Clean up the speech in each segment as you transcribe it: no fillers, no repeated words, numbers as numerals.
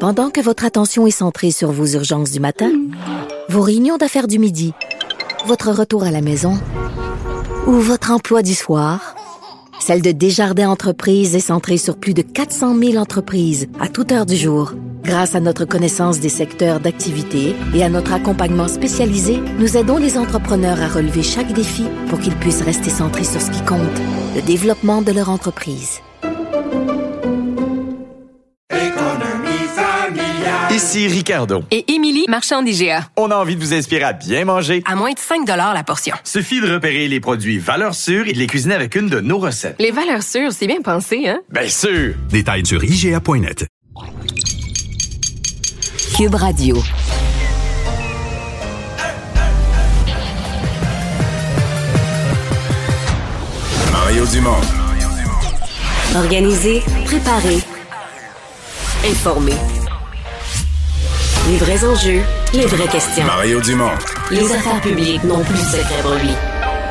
Pendant que votre attention est centrée sur vos urgences du matin, vos réunions d'affaires du midi, votre retour à la maison ou votre emploi du soir, celle de Desjardins Entreprises est centrée sur plus de 400 000 entreprises à toute heure du jour. Grâce à notre connaissance des secteurs d'activité et à notre accompagnement spécialisé, nous aidons les entrepreneurs à relever chaque défi pour qu'ils puissent rester centrés sur ce qui compte, le développement de leur entreprise. Ici Ricardo. Et Émilie, marchand d'IGA. On a envie de vous inspirer à bien manger. À moins de 5 $ la portion. Suffit de repérer les produits valeurs sûres et de les cuisiner avec une de nos recettes. Les valeurs sûres, c'est bien pensé, hein? Bien sûr! Détails sur IGA.net. Cube Radio. Mario Dumont. Organiser, préparer, informer. Les vrais enjeux, les vraies questions. Mario Dumont. Les affaires publiques n'ont plus de secret pour lui.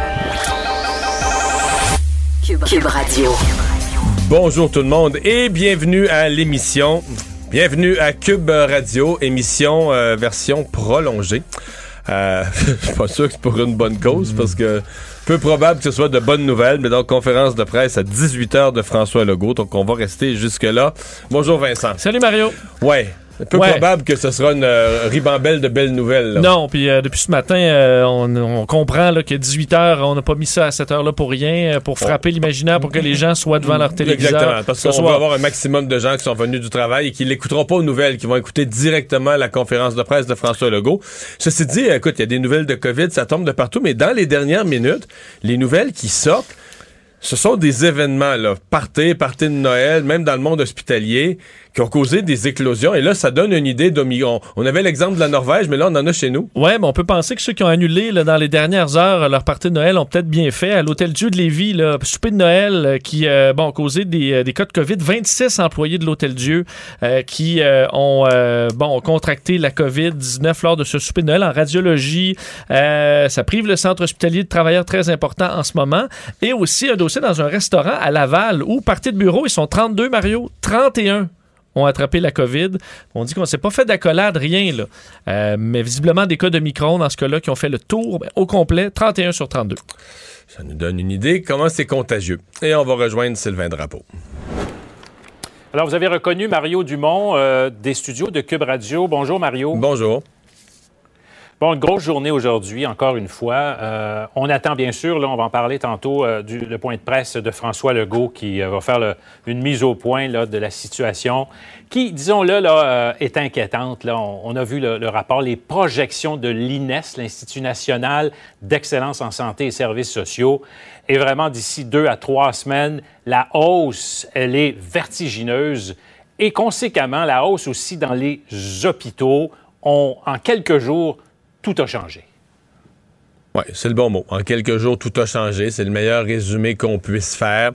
Cube Radio. Bonjour tout le monde et bienvenue à l'émission. Bienvenue à Cube Radio, émission version prolongée. Je suis pas sûr que c'est pour une bonne cause parce que peu probable que ce soit de bonnes nouvelles, mais donc conférence de presse à 18h de François Legault, donc on va rester jusque-là. Bonjour Vincent. Salut Mario. Ouais. Peu probable que ce sera une ribambelle de belles nouvelles. Là. Non, puis depuis ce matin, on comprend là, que 18h, on n'a pas mis ça à cette heure-là pour rien, pour frapper l'imaginaire, pour que les gens soient devant leur téléviseur. Exactement, parce qu'on va avoir un maximum de gens qui sont venus du travail et qui l'écouteront pas aux nouvelles, qui vont écouter directement la conférence de presse de François Legault. Ceci dit, écoute, il y a des nouvelles de COVID, ça tombe de partout, mais dans les dernières minutes, les nouvelles qui sortent, ce sont des événements, là, parties de Noël, même dans le monde hospitalier, qui ont causé des éclosions. Et là, ça donne une idée d'Omicron. On avait l'exemple de la Norvège, mais là, on en a chez nous. Ouais, mais on peut penser que ceux qui ont annulé là, dans les dernières heures leur partie de Noël ont peut-être bien fait. À l'Hôtel-Dieu de Lévis, là, souper de Noël qui ont causé des cas de COVID. 26 employés de l'Hôtel-Dieu qui ont contracté la COVID-19 lors de ce souper de Noël en radiologie. Ça prive le centre hospitalier de travailleurs très importants en ce moment. Et aussi un dossier dans un restaurant à Laval où, partie de bureau, ils sont 32, Mario, 31 ont attrapé la COVID. On dit qu'on ne s'est pas fait d'accolade, rien, là. Mais visiblement, des cas de Omicron, dans ce cas-là, qui ont fait le tour au complet, 31 sur 32. Ça nous donne une idée comment c'est contagieux. Et on va rejoindre Sylvain Drapeau. Alors, vous avez reconnu Mario Dumont des studios de Cube Radio. Bonjour, Mario. Bonjour. Bon, une grosse journée aujourd'hui, encore une fois. On attend, bien sûr, là, on va en parler tantôt, le point de presse de François Legault qui va faire une mise au point là, de la situation qui, disons-le, là, est inquiétante. Là. On a vu le rapport, les projections de l'INES, l'Institut national d'excellence en santé et services sociaux. Et vraiment, d'ici 2 à 3 semaines, la hausse, elle est vertigineuse. Et conséquemment, la hausse aussi dans les hôpitaux en quelques jours, tout a changé. Oui, c'est le bon mot. En quelques jours, tout a changé. C'est le meilleur résumé qu'on puisse faire.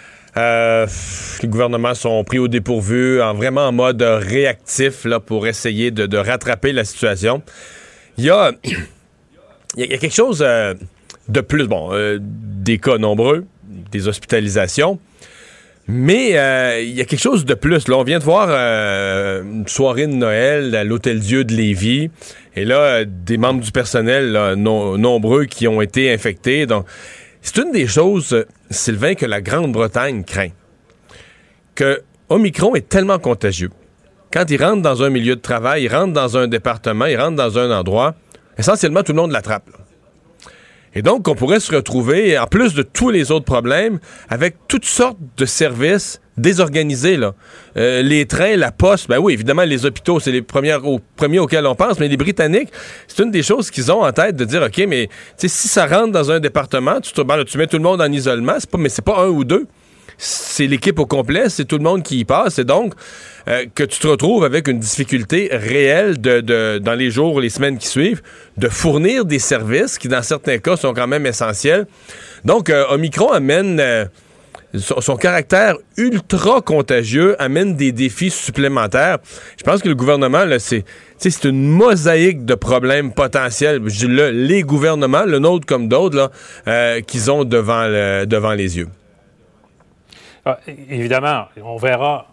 Les gouvernements sont pris au dépourvu, vraiment en mode réactif là, pour essayer de rattraper la situation. Il y a quelque chose de plus. Bon, des cas nombreux, des hospitalisations. Mais il y a quelque chose de plus. Là, on vient de voir une soirée de Noël à l'Hôtel-Dieu de Lévis. Et là, des membres du personnel là, nombreux qui ont été infectés. Donc, c'est une des choses, Sylvain, que la Grande-Bretagne craint. Que Omicron est tellement contagieux. Quand il rentre dans un milieu de travail, il rentre dans un département, il rentre dans un endroit, essentiellement tout le monde l'attrape. Là. Et donc, on pourrait se retrouver, en plus de tous les autres problèmes, avec toutes sortes de services désorganisés. Là. Les trains, la poste, ben oui, évidemment, les hôpitaux, c'est les premiers auxquels on pense, mais les Britanniques, c'est une des choses qu'ils ont en tête de dire, OK, mais si ça rentre dans un département, tu mets tout le monde en isolement, mais c'est pas un ou deux. C'est l'équipe au complet, c'est tout le monde qui y passe, et donc que tu te retrouves avec une difficulté réelle dans les jours ou les semaines qui suivent, de fournir des services qui, dans certains cas, sont quand même essentiels. Donc, Omicron amène son caractère ultra contagieux, amène des défis supplémentaires. Je pense que le gouvernement, là, c'est une mosaïque de problèmes potentiels. Je dis les gouvernements, le nôtre comme d'autres, là, qu'ils ont devant les yeux. Évidemment, on verra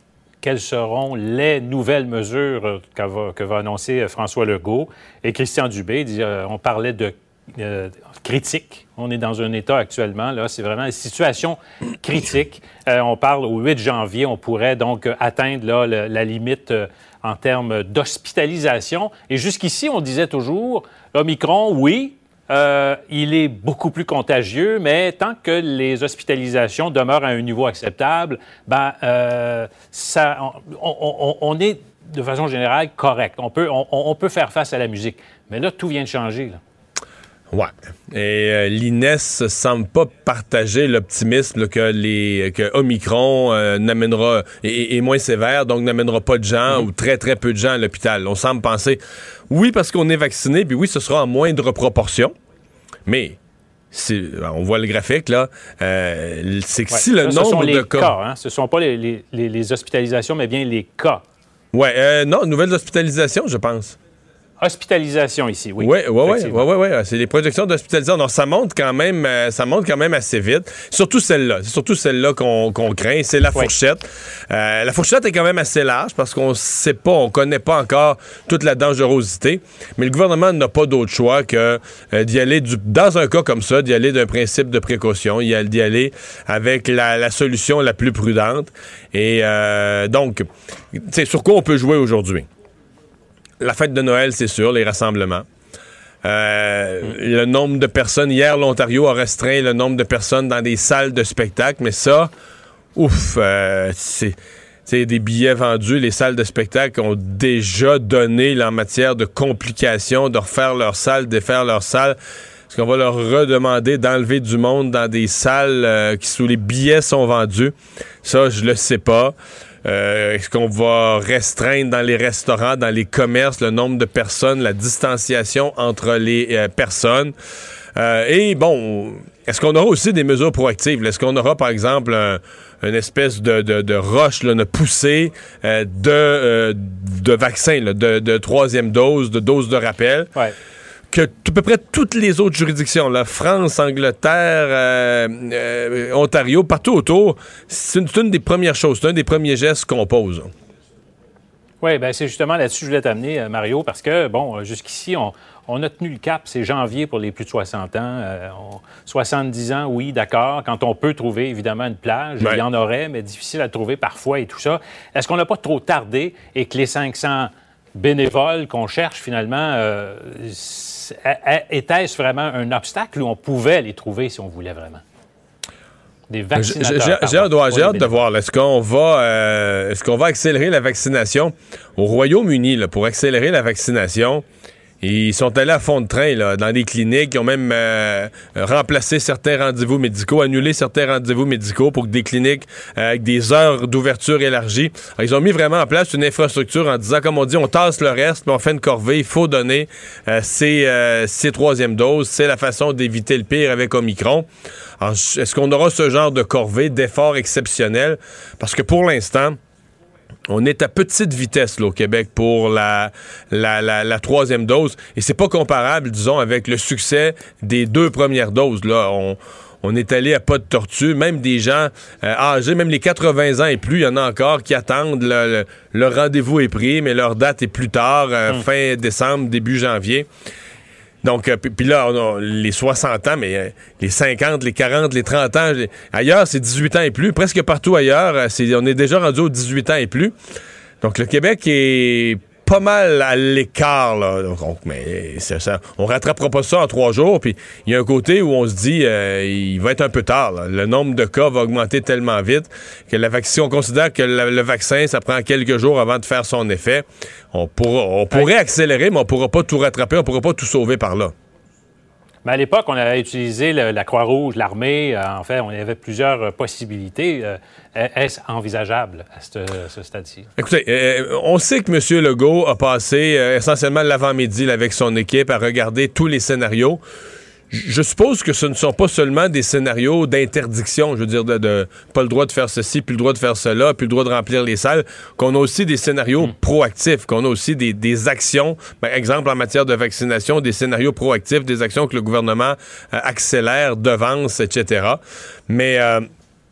quelles seront les nouvelles mesures que va annoncer François Legault. Et Christian Dubé dit, on parlait de critique. On est dans un état actuellement, là, c'est vraiment une situation critique. On parle au 8 janvier, on pourrait donc atteindre là, la limite en termes d'hospitalisation. Et jusqu'ici, on disait toujours, Omicron, oui, il est beaucoup plus contagieux, mais tant que les hospitalisations demeurent à un niveau acceptable, on est, de façon générale, correct. On peut faire face à la musique. Mais là, tout vient de changer, là. Ouais. Et l'INES semble pas partager l'optimisme que Omicron n'amènera est moins sévère, donc n'amènera pas de gens ou très très peu de gens à l'hôpital. On semble penser oui parce qu'on est vacciné, puis oui ce sera en moindre proportion, mais on voit le graphique là, c'est que si le nombre de cas, hein, ce sont pas les hospitalisations, mais bien les cas. Ouais, non, nouvelles hospitalisations, je pense. Hospitalisation ici, oui. Oui. C'est les projections d'hospitalisation. Donc, ça monte quand même assez vite. Surtout celle-là. C'est surtout celle-là qu'on craint. C'est la fourchette. La fourchette est quand même assez large parce qu'on sait pas, on connaît pas encore toute la dangerosité. Mais le gouvernement n'a pas d'autre choix que d'y aller dans un cas comme ça, d'y aller d'un principe de précaution, d'y aller avec la solution la plus prudente. Et donc, c'est sur quoi on peut jouer aujourd'hui? La fête de Noël, c'est sûr, les rassemblements. Le nombre de personnes... Hier, l'Ontario a restreint le nombre de personnes dans des salles de spectacle, mais ça, c'est des billets vendus. Les salles de spectacle ont déjà donné là, en matière de complications, de refaire leur salle, défaire leur salle. Est-ce qu'on va leur redemander d'enlever du monde dans des salles où les billets sont vendus? Ça, je le sais pas. Est-ce qu'on va restreindre dans les restaurants, dans les commerces, le nombre de personnes, la distanciation entre les personnes? Et bon, est-ce qu'on aura aussi des mesures proactives? Est-ce qu'on aura, par exemple, une espèce de rush, là, une poussée de vaccins, là, de troisième dose, de dose de rappel? Ouais. Que à peu près toutes les autres juridictions, la France, Angleterre, Ontario, partout autour, c'est une des premières choses, c'est un des premiers gestes qu'on pose. Oui, bien c'est justement là-dessus que je voulais t'amener, Mario, parce que, bon, jusqu'ici, on a tenu le cap, c'est janvier pour les plus de 60 ans. 70 ans, oui, d'accord, quand on peut trouver, évidemment, une plage, il y en aurait, mais difficile à trouver parfois et tout ça. Est-ce qu'on n'a pas trop tardé et que les 500 bénévoles qu'on cherche, finalement, était-ce vraiment un obstacle ou on pouvait les trouver si on voulait vraiment? Des vaccinateurs. J'ai hâte de voir. Est-ce qu'on va accélérer la vaccination? Au Royaume-Uni, là, pour accélérer la vaccination, ils sont allés à fond de train là, dans des cliniques. Ils ont même remplacé certains rendez-vous médicaux, annulé certains rendez-vous médicaux pour que des cliniques avec des heures d'ouverture élargies. Alors, ils ont mis vraiment en place une infrastructure en disant, comme on dit, on tasse le reste, puis on fait une corvée. Il faut donner ces troisièmes doses. C'est la façon d'éviter le pire avec Omicron. Alors, est-ce qu'on aura ce genre de corvée, d'effort exceptionnel? Parce que pour l'instant, on est à petite vitesse là, au Québec pour la troisième dose. Et c'est pas comparable, disons, avec le succès des 2 premières doses. Là, on est allé à pas de tortue. Même des gens âgés, même les 80 ans et plus, il y en a encore qui attendent. Leur rendez-vous est pris, mais leur date est plus tard, fin décembre, début janvier. Donc, puis là, on a les 60 ans, mais les 50, les 40, les 30 ans, ailleurs, c'est 18 ans et plus. Presque partout ailleurs, on est déjà rendu aux 18 ans et plus. Donc, le Québec est pas mal à l'écart, là. Donc, mais ça, on rattrapera pas ça en 3 jours. Puis, il y a un côté où on se dit, il va être un peu tard, là. Le nombre de cas va augmenter tellement vite que si on considère que le vaccin, ça prend quelques jours avant de faire son effet, on pourrait accélérer, mais on pourra pas tout rattraper, on pourra pas tout sauver par là. Mais à l'époque, on avait utilisé la Croix-Rouge, l'armée. En fait, on avait plusieurs possibilités. Est-ce envisageable à ce stade-ci? Écoutez, on sait que M. Legault a passé essentiellement l'avant-midi là, avec son équipe à regarder tous les scénarios. Je suppose que ce ne sont pas seulement des scénarios d'interdiction, je veux dire, de pas le droit de faire ceci, plus le droit de faire cela, plus le droit de remplir les salles, qu'on a aussi des scénarios proactifs, qu'on a aussi des actions, par exemple en matière de vaccination, des scénarios proactifs, des actions que le gouvernement accélère, devance, etc. Mais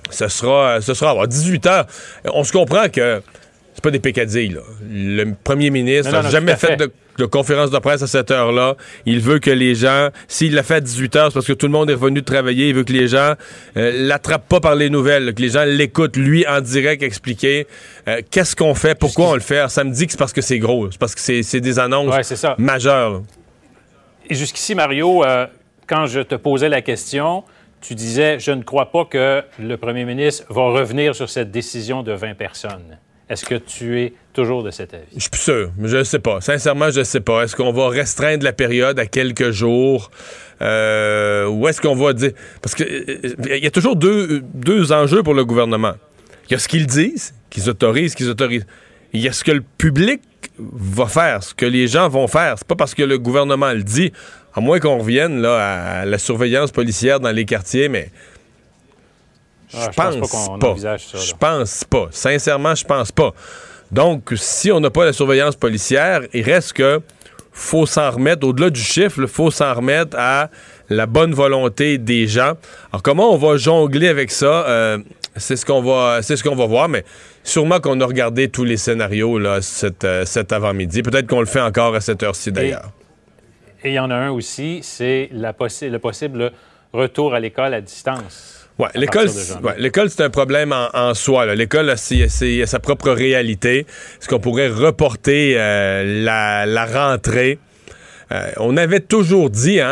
ce sera à 18 h. On se comprend que c'est pas des pécadilles, là. Le premier ministre n'a jamais fait de conférence de presse à cette heure-là. Il veut que les gens, s'il l'a fait à 18 h, c'est parce que tout le monde est revenu de travailler. Il veut que les gens l'attrapent pas par les nouvelles, là, que les gens l'écoutent, lui, en direct, expliquer qu'est-ce qu'on fait, pourquoi on le fait. Alors, ça me dit que c'est parce que c'est gros. C'est parce que c'est des annonces majeures. Là. Et jusqu'ici, Mario, quand je te posais la question, tu disais, je ne crois pas que le premier ministre va revenir sur cette décision de 20 personnes. Est-ce que tu es toujours de cet avis? Je suis plus sûr. Je ne sais pas. Sincèrement, je ne sais pas. Est-ce qu'on va restreindre la période à quelques jours? Ou est-ce qu'on va dire... Parce que il y a toujours deux enjeux pour le gouvernement. Il y a ce qu'ils disent, qu'ils autorisent. Il y a ce que le public va faire, ce que les gens vont faire. C'est pas parce que le gouvernement le dit, à moins qu'on revienne là, à la surveillance policière dans les quartiers, mais... Je pense pas. Sincèrement, je pense pas. Donc, si on n'a pas la surveillance policière, il reste que faut s'en remettre, au-delà du chiffre, il faut s'en remettre à la bonne volonté des gens. Alors, comment on va jongler avec ça? C'est ce qu'on va voir, mais sûrement qu'on a regardé tous les scénarios là, cet avant-midi. Peut-être qu'on le fait encore à cette heure-ci, d'ailleurs. Et il y en a un aussi, c'est le possible retour à l'école à distance. Oui, l'école, c'est un problème en soi. Là. L'école, c'est sa propre réalité. Est-ce qu'on pourrait reporter la rentrée? On avait toujours dit,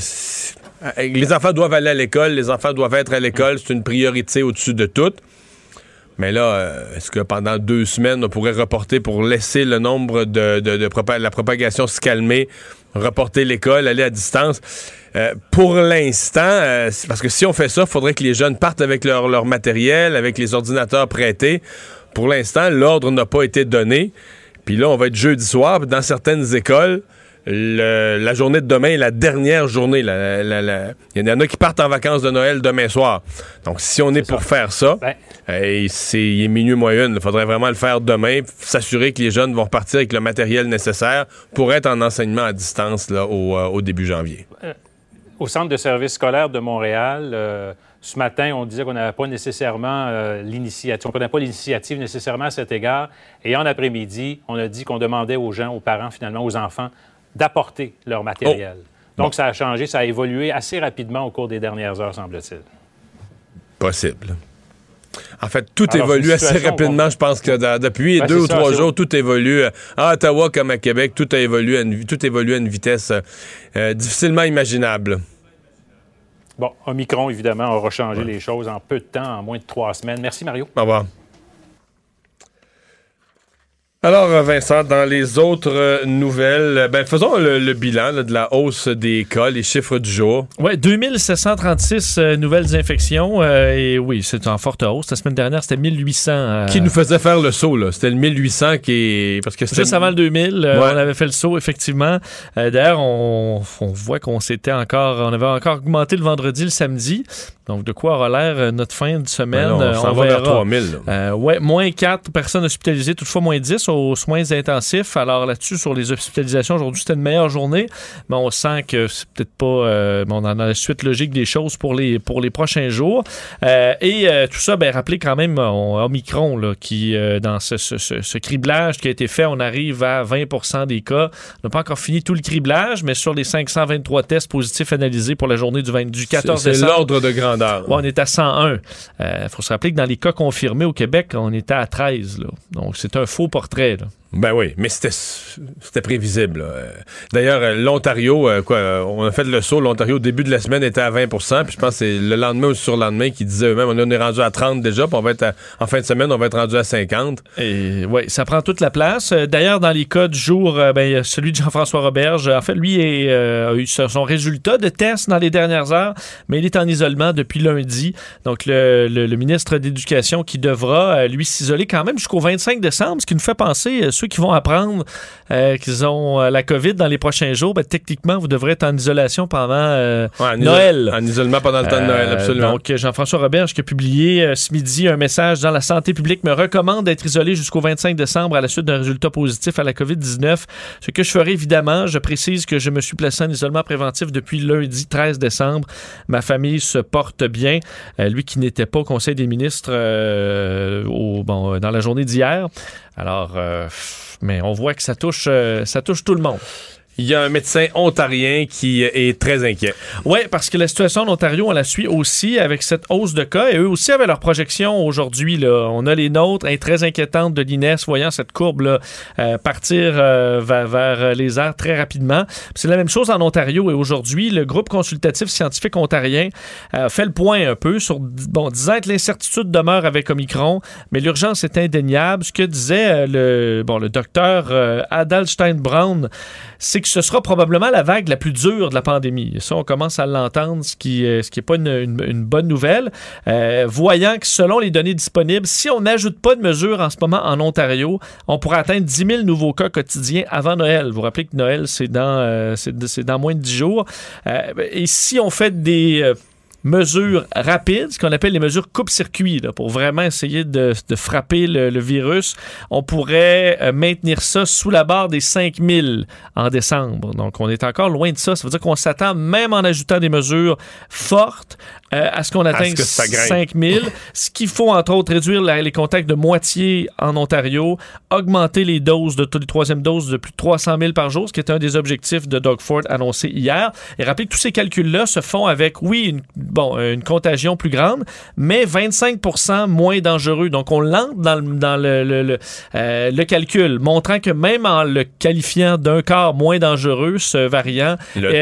les enfants doivent aller à l'école, les enfants doivent être à l'école, c'est une priorité au-dessus de tout. Mais là, est-ce que pendant 2 semaines, on pourrait reporter pour laisser le nombre la propagation se calmer, reporter l'école, aller à distance? Pour l'instant, parce que si on fait ça, il faudrait que les jeunes partent avec leur matériel, avec les ordinateurs prêtés. Pour l'instant, l'ordre n'a pas été donné. Puis là, on va être jeudi soir. Dans certaines écoles, la journée de demain est la dernière journée. Il y en a qui partent en vacances de Noël demain soir. Donc, si on est pour faire ça, il est minuit moins une. Il faudrait vraiment le faire demain, s'assurer que les jeunes vont repartir avec le matériel nécessaire pour être en enseignement à distance là, au début janvier. Au Centre de services scolaires de Montréal, ce matin, on disait qu'on n'avait pas nécessairement l'initiative. On ne prenait pas l'initiative nécessairement à cet égard. Et en après-midi, on a dit qu'on demandait aux gens, aux parents, finalement, aux enfants, d'apporter leur matériel. Donc, ça a changé, ça a évolué assez rapidement au cours des dernières heures, semble-t-il. Possible. En fait, tout évolue assez rapidement. Je pense que depuis 2 ou 3 jours, tout évolue. À Ottawa comme à Québec, tout évolue à une vitesse difficilement imaginable. Bon, Omicron, évidemment, aura changé les choses en peu de temps, en moins de 3 semaines. Merci, Mario. Au revoir. Alors, Vincent, dans les autres nouvelles, faisons le bilan là, de la hausse des cas, les chiffres du jour. Oui, 2736 nouvelles infections. Et oui, c'est en forte hausse. La semaine dernière, c'était 1800. Qui nous faisait faire le saut, là. C'était le 1800 qui est... Parce que juste avant le 2000, on avait fait le saut, effectivement. D'ailleurs, on voit qu'on avait encore augmenté le vendredi, le samedi. Donc, de quoi aura l'air notre fin de semaine? On s'en va vers 3000. Moins 4 personnes hospitalisées, toutefois moins 10 aux soins intensifs. Alors là-dessus, sur les hospitalisations, aujourd'hui, c'était une meilleure journée, mais on sent que c'est peut-être pas... on en a la suite logique des choses pour les prochains jours. Tout ça, rappelez quand même Omicron, là, qui, dans ce criblage qui a été fait, on arrive à 20% des cas. On n'a pas encore fini tout le criblage, mais sur les 523 tests positifs analysés pour la journée du 14 décembre... C'est l'ordre de grandeur. On est à 101. Faut se rappeler que dans les cas confirmés au Québec, on était à 13. Là. Donc, c'est un faux portrait. Là. Ben oui, mais c'était prévisible. Là. D'ailleurs, l'Ontario, on a fait le saut. L'Ontario, au début de la semaine, était à 20 %. Puis je pense que c'est le lendemain ou le surlendemain qui disaient eux-mêmes, on est rendu à 30 déjà. Puis en fin de semaine, on va être rendu à 50. Et oui, ça prend toute la place. D'ailleurs, dans les cas du jour, celui de Jean-François Roberge, en fait, lui a eu son résultat de test dans les dernières heures, mais il est en isolement depuis lundi. Donc, le ministre de l'Éducation qui devra, lui, s'isoler quand même jusqu'au 25 décembre, ce qui nous fait penser, ceux qui vont apprendre qu'ils ont la COVID dans les prochains jours, techniquement, vous devrez être en isolation pendant Noël. En isolement pendant le temps de Noël, absolument. Donc, Jean-François Roberge qui a publié ce midi un message dans La Santé publique me recommande d'être isolé jusqu'au 25 décembre à la suite d'un résultat positif à la COVID-19. Ce que je ferai, évidemment, je précise que je me suis placé en isolement préventif depuis lundi 13 décembre. Ma famille se porte porte bien. Lui qui n'était pas au Conseil des ministres dans la journée d'hier. Alors, mais on voit que ça touche tout le monde. Il y a un médecin ontarien qui est très inquiet. Oui, parce que la situation en Ontario, on la suit aussi avec cette hausse de cas. Et eux aussi avaient leurs projections aujourd'hui. Là. On a les nôtres, très inquiétantes de l'INES, voyant cette courbe partir vers les airs très rapidement. C'est la même chose en Ontario. Et aujourd'hui, le groupe consultatif scientifique ontarien fait le point un peu sur, disant que l'incertitude demeure avec Omicron, mais l'urgence est indéniable. Ce que disait le docteur Adalstein-Brown, c'est que ce sera probablement la vague la plus dure de la pandémie. Ça, on commence à l'entendre, ce qui est pas une bonne nouvelle. Voyant que selon les données disponibles, si on n'ajoute pas de mesures en ce moment en Ontario, on pourrait atteindre 10 000 nouveaux cas quotidiens avant Noël. Vous vous rappelez que Noël, c'est dans moins de 10 jours. Et si on fait des mesures rapides, ce qu'on appelle les mesures coupe-circuit, là, pour vraiment essayer de frapper le virus, on pourrait maintenir ça sous la barre des 5 000 en décembre. Donc, on est encore loin de ça. Ça veut dire qu'on s'attend, même en ajoutant des mesures fortes, à ce qu'on atteigne 5 000. Ce qu'il faut, entre autres, réduire les contacts de moitié en Ontario, augmenter les doses les troisièmes doses de plus de 300 000 par jour, ce qui est un des objectifs de Doug Ford annoncé hier. Et rappelez que tous ces calculs-là se font avec, une contagion plus grande, mais 25% moins dangereux. Donc, on l'entre dans le calcul, montrant que même en le qualifiant d'un quart moins dangereux, ce variant,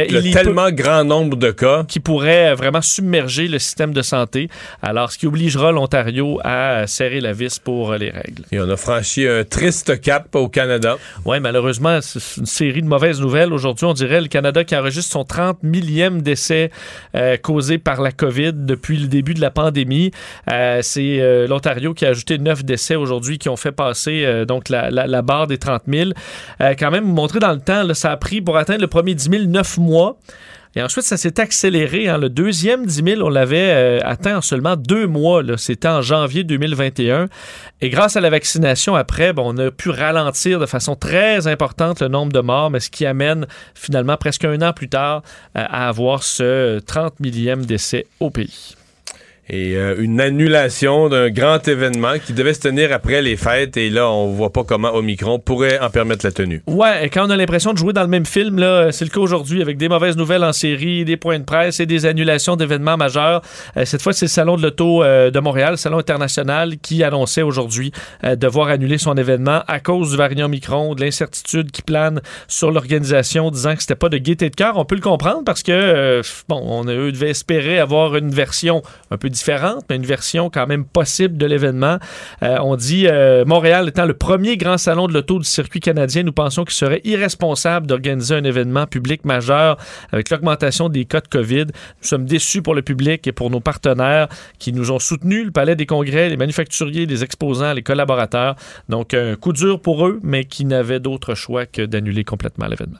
grand nombre de cas qui pourrait vraiment submerger le système de santé. Alors, ce qui obligera l'Ontario à serrer la vis pour les règles. Et on a franchi un triste cap au Canada. Oui, malheureusement, c'est une série de mauvaises nouvelles. Aujourd'hui, on dirait le Canada qui enregistre son 30 millième décès causé par la COVID depuis le début de la pandémie. C'est l'Ontario qui a ajouté 9 décès aujourd'hui qui ont fait passer donc la barre des 30 000. Quand même, vous montrer dans le temps, là, ça a pris pour atteindre le premier 10 000 9 mois. Et ensuite, ça s'est accéléré. Le deuxième 10 000, on l'avait atteint en seulement 2 mois. Là. C'était en janvier 2021. Et grâce à la vaccination, après, on a pu ralentir de façon très importante le nombre de morts, mais ce qui amène finalement presque un an plus tard à avoir ce 30 millième décès au pays. Et une annulation d'un grand événement qui devait se tenir après les fêtes. Et là, on voit pas comment Omicron pourrait en permettre la tenue. Ouais, et quand on a l'impression de jouer dans le même film, là, c'est le cas aujourd'hui avec des mauvaises nouvelles en série, des points de presse et des annulations d'événements majeurs. Cette fois, c'est le Salon de l'Auto de Montréal, le Salon international, qui annonçait aujourd'hui devoir annuler son événement à cause du variant Omicron, de l'incertitude qui plane sur l'organisation, disant que c'était pas de gaieté de cœur. On peut le comprendre parce que, eux devaient espérer avoir une version un peu différente, mais une version quand même possible de l'événement. On dit Montréal étant le premier grand salon de l'auto du circuit canadien, nous pensons qu'il serait irresponsable d'organiser un événement public majeur avec l'augmentation des cas de COVID. Nous sommes déçus pour le public et pour nos partenaires qui nous ont soutenus, le Palais des Congrès, les manufacturiers, les exposants, les collaborateurs. Donc, un coup dur pour eux, mais qui n'avaient d'autre choix que d'annuler complètement l'événement.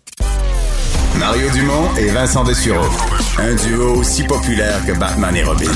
Mario Dumont et Vincent Dessureau. Un duo aussi populaire que Batman et Robin.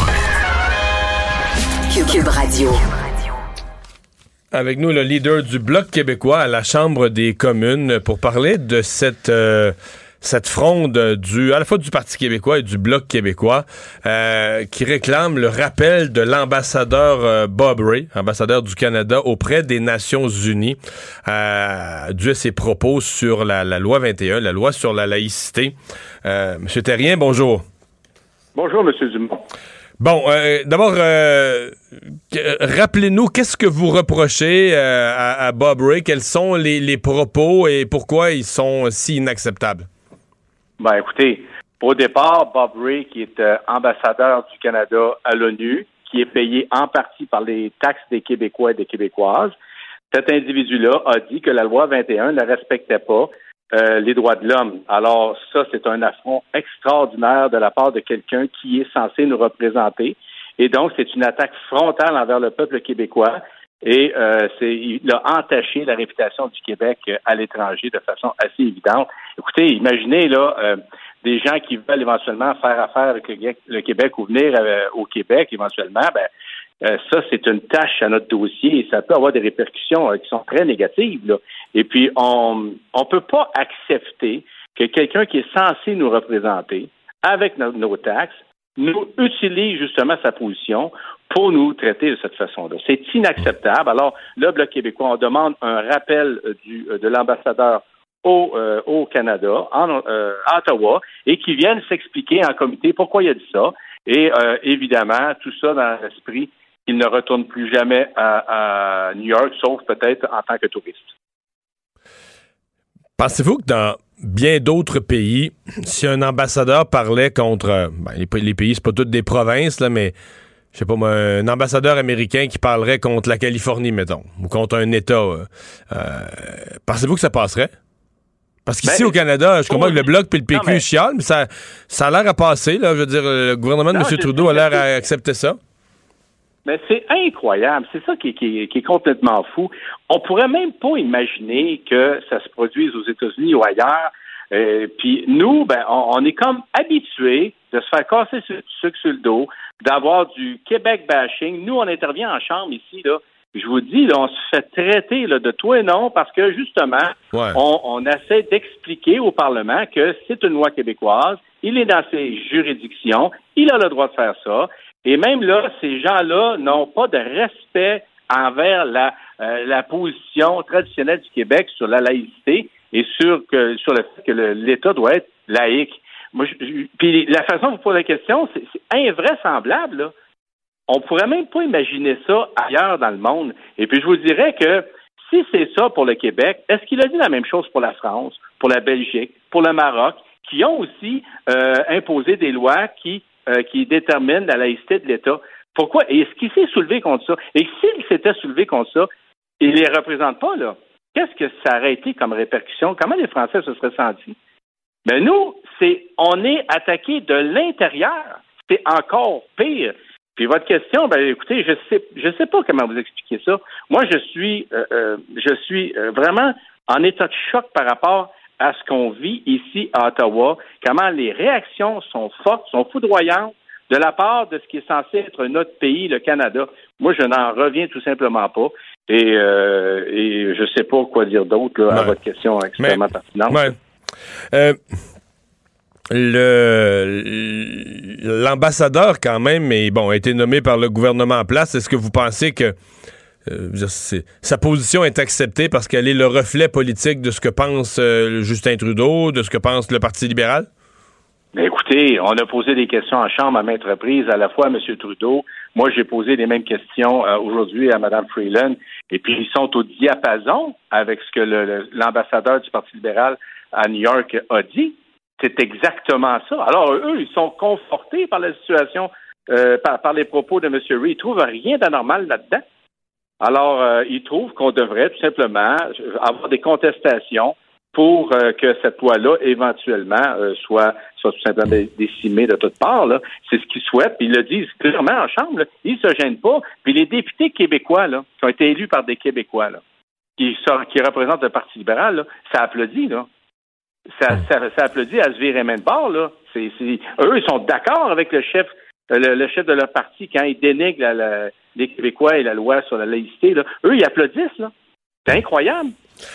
Cube Radio. Avec nous, le leader du Bloc québécois à la Chambre des communes pour parler de cette fronde à la fois du Parti québécois et du Bloc québécois qui réclame le rappel de l'ambassadeur Bob Rae, ambassadeur du Canada auprès des Nations unies, dû à ses propos sur la loi 21, la loi sur la laïcité. Monsieur Terrien, bonjour. Bonjour, Monsieur Dumont. Bon, d'abord, rappelez-nous, qu'est-ce que vous reprochez à Bob Rae? Quels sont les propos et pourquoi ils sont si inacceptables? Ben, écoutez, au départ, Bob Rae, qui est ambassadeur du Canada à l'ONU, qui est payé en partie par les taxes des Québécois et des Québécoises, cet individu-là a dit que la loi 21 ne respectait pas les droits de l'homme. Alors, ça, c'est un affront extraordinaire de la part de quelqu'un qui est censé nous représenter. Et donc, c'est une attaque frontale envers le peuple québécois. Et il a entaché la réputation du Québec à l'étranger de façon assez évidente. Écoutez, imaginez là des gens qui veulent éventuellement faire affaire avec le Québec ou venir au Québec éventuellement. Ça, c'est une tâche à notre dossier et ça peut avoir des répercussions qui sont très négatives, là. Et puis, on peut pas accepter que quelqu'un qui est censé nous représenter avec nos taxes nous utilise justement sa position pour nous traiter de cette façon-là. C'est inacceptable. Alors, le Bloc québécois, on demande un rappel de l'ambassadeur au Canada, à Ottawa, et qui vienne s'expliquer en comité pourquoi il a dit ça. Et évidemment, tout ça dans l'esprit qu'il ne retourne plus jamais à New York, sauf peut-être en tant que touriste. Pensez-vous que dans bien d'autres pays, si un ambassadeur parlait contre... les pays, c'est pas toutes des provinces, là, mais je sais pas moi, un ambassadeur américain qui parlerait contre la Californie, mettons, ou contre un État, pensez-vous que ça passerait? Parce qu'ici, au Canada, je comprends que le Bloc puis le PQ chialent, mais ça a l'air à passer, là. Je veux dire, le gouvernement de M. Trudeau a l'air à accepter ça. Mais c'est incroyable. C'est ça qui est complètement fou. On pourrait même pas imaginer que ça se produise aux États-Unis ou ailleurs. Puis nous, on est comme habitués de se faire casser sur le dos, d'avoir du Québec bashing. Nous, on intervient en chambre ici, là. Je vous dis, là, on se fait traiter là, de tout et non parce que, justement, on essaie d'expliquer au Parlement que c'est une loi québécoise, il est dans ses juridictions, il a le droit de faire ça. Et même là, ces gens-là n'ont pas de respect envers la position traditionnelle du Québec sur la laïcité et sur le fait que l'État doit être laïque. Puis la façon dont vous posez la question, c'est invraisemblable, là. On pourrait même pas imaginer ça ailleurs dans le monde. Et puis je vous dirais que si c'est ça pour le Québec, est-ce qu'il a dit la même chose pour la France, pour la Belgique, pour le Maroc, qui ont aussi imposé des lois qui déterminent la laïcité de l'État? Pourquoi? Et est-ce qu'il s'est soulevé contre ça? Et s'il s'était soulevé contre ça, il les représente pas, là. Qu'est-ce que ça aurait été comme répercussion? Comment les Français se seraient sentis? Mais nous, on est attaqué de l'intérieur. C'est encore pire. Puis votre question, écoutez, je sais pas comment vous expliquer ça. Moi, je suis vraiment en état de choc par rapport à ce qu'on vit ici à Ottawa, comment les réactions sont fortes, sont foudroyantes de la part de ce qui est censé être notre pays, le Canada. Moi, je n'en reviens tout simplement pas. Et je sais pas quoi dire d'autre là, à votre question extrêmement pertinente. L'ambassadeur, quand même, a été nommé par le gouvernement en place. Est-ce que vous pensez que sa position est acceptée parce qu'elle est le reflet politique de ce que pense Justin Trudeau, de ce que pense le Parti libéral? Mais écoutez, on a posé des questions en chambre à maintes reprises, à la fois à M. Trudeau. Moi, j'ai posé les mêmes questions aujourd'hui à Mme Freeland. Et puis, ils sont au diapason avec ce que l'ambassadeur du Parti libéral à New York a dit. C'est exactement ça. Alors, eux, ils sont confortés par la situation, par les propos de M. Reid. Ils trouvent rien d'anormal là-dedans. Alors, ils trouvent qu'on devrait tout simplement avoir des contestations pour que cette loi-là, éventuellement, soit tout simplement décimée de toutes parts. Là. C'est ce qu'ils souhaitent. Puis ils le disent clairement en Chambre. Là. Ils se gênent pas. Puis les députés québécois, là, qui ont été élus par des Québécois, là, qui représentent le Parti libéral, là, ça applaudit, là. Ça applaudit à se virer main de bord, là. Eux, ils sont d'accord avec le chef de leur parti quand il dénigre les Québécois et la loi sur la laïcité, là. Eux, ils applaudissent, là. C'est incroyable.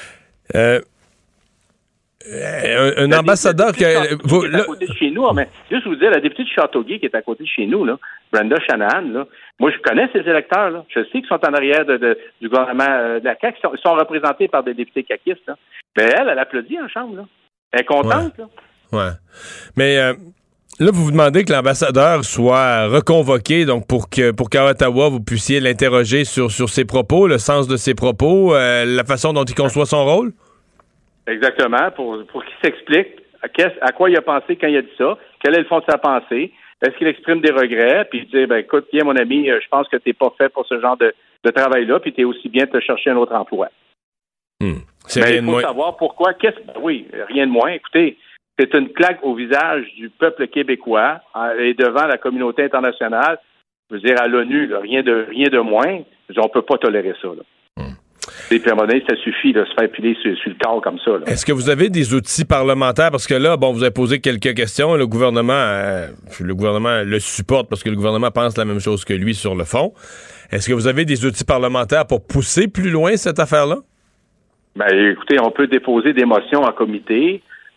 Un ambassadeur qui est à côté de chez nous, mais juste vous dire, la députée de Châteauguay qui est à côté de chez nous, là, Brenda Shanahan, là, moi je connais ces électeurs, là. Je sais qu'ils sont en arrière du gouvernement de la CAQ, ils sont représentés par des députés caquistes, là. Mais elle applaudit en chambre, là. Elle est contente, là. Ouais. Mais là, vous vous demandez que l'ambassadeur soit reconvoqué, donc pour qu'à Ottawa, vous puissiez l'interroger sur ses propos, le sens de ses propos, la façon dont il conçoit son rôle? Exactement, pour qu'il s'explique à quoi il a pensé quand il a dit ça, quel est le fond de sa pensée, est-ce qu'il exprime des regrets, puis il dit, écoute, bien mon ami, je pense que t'es pas fait pour ce genre de travail-là, puis t'es aussi bien de te chercher un autre emploi. C'est rien de moins. Il faut savoir pourquoi. Oui, rien de moins. Écoutez, c'est une claque au visage du peuple québécois et devant la communauté internationale. Je veux dire, à l'ONU, là, rien de moins. On peut pas tolérer ça, là. Et puis à un moment donné, ça suffit de se faire piler sur le corps comme ça, là. Est-ce que vous avez des outils parlementaires? Parce que là, vous avez posé quelques questions. Le gouvernement le supporte parce que le gouvernement pense la même chose que lui sur le fond. Est-ce que vous avez des outils parlementaires pour pousser plus loin cette affaire-là? Écoutez, on peut déposer des motions en comité.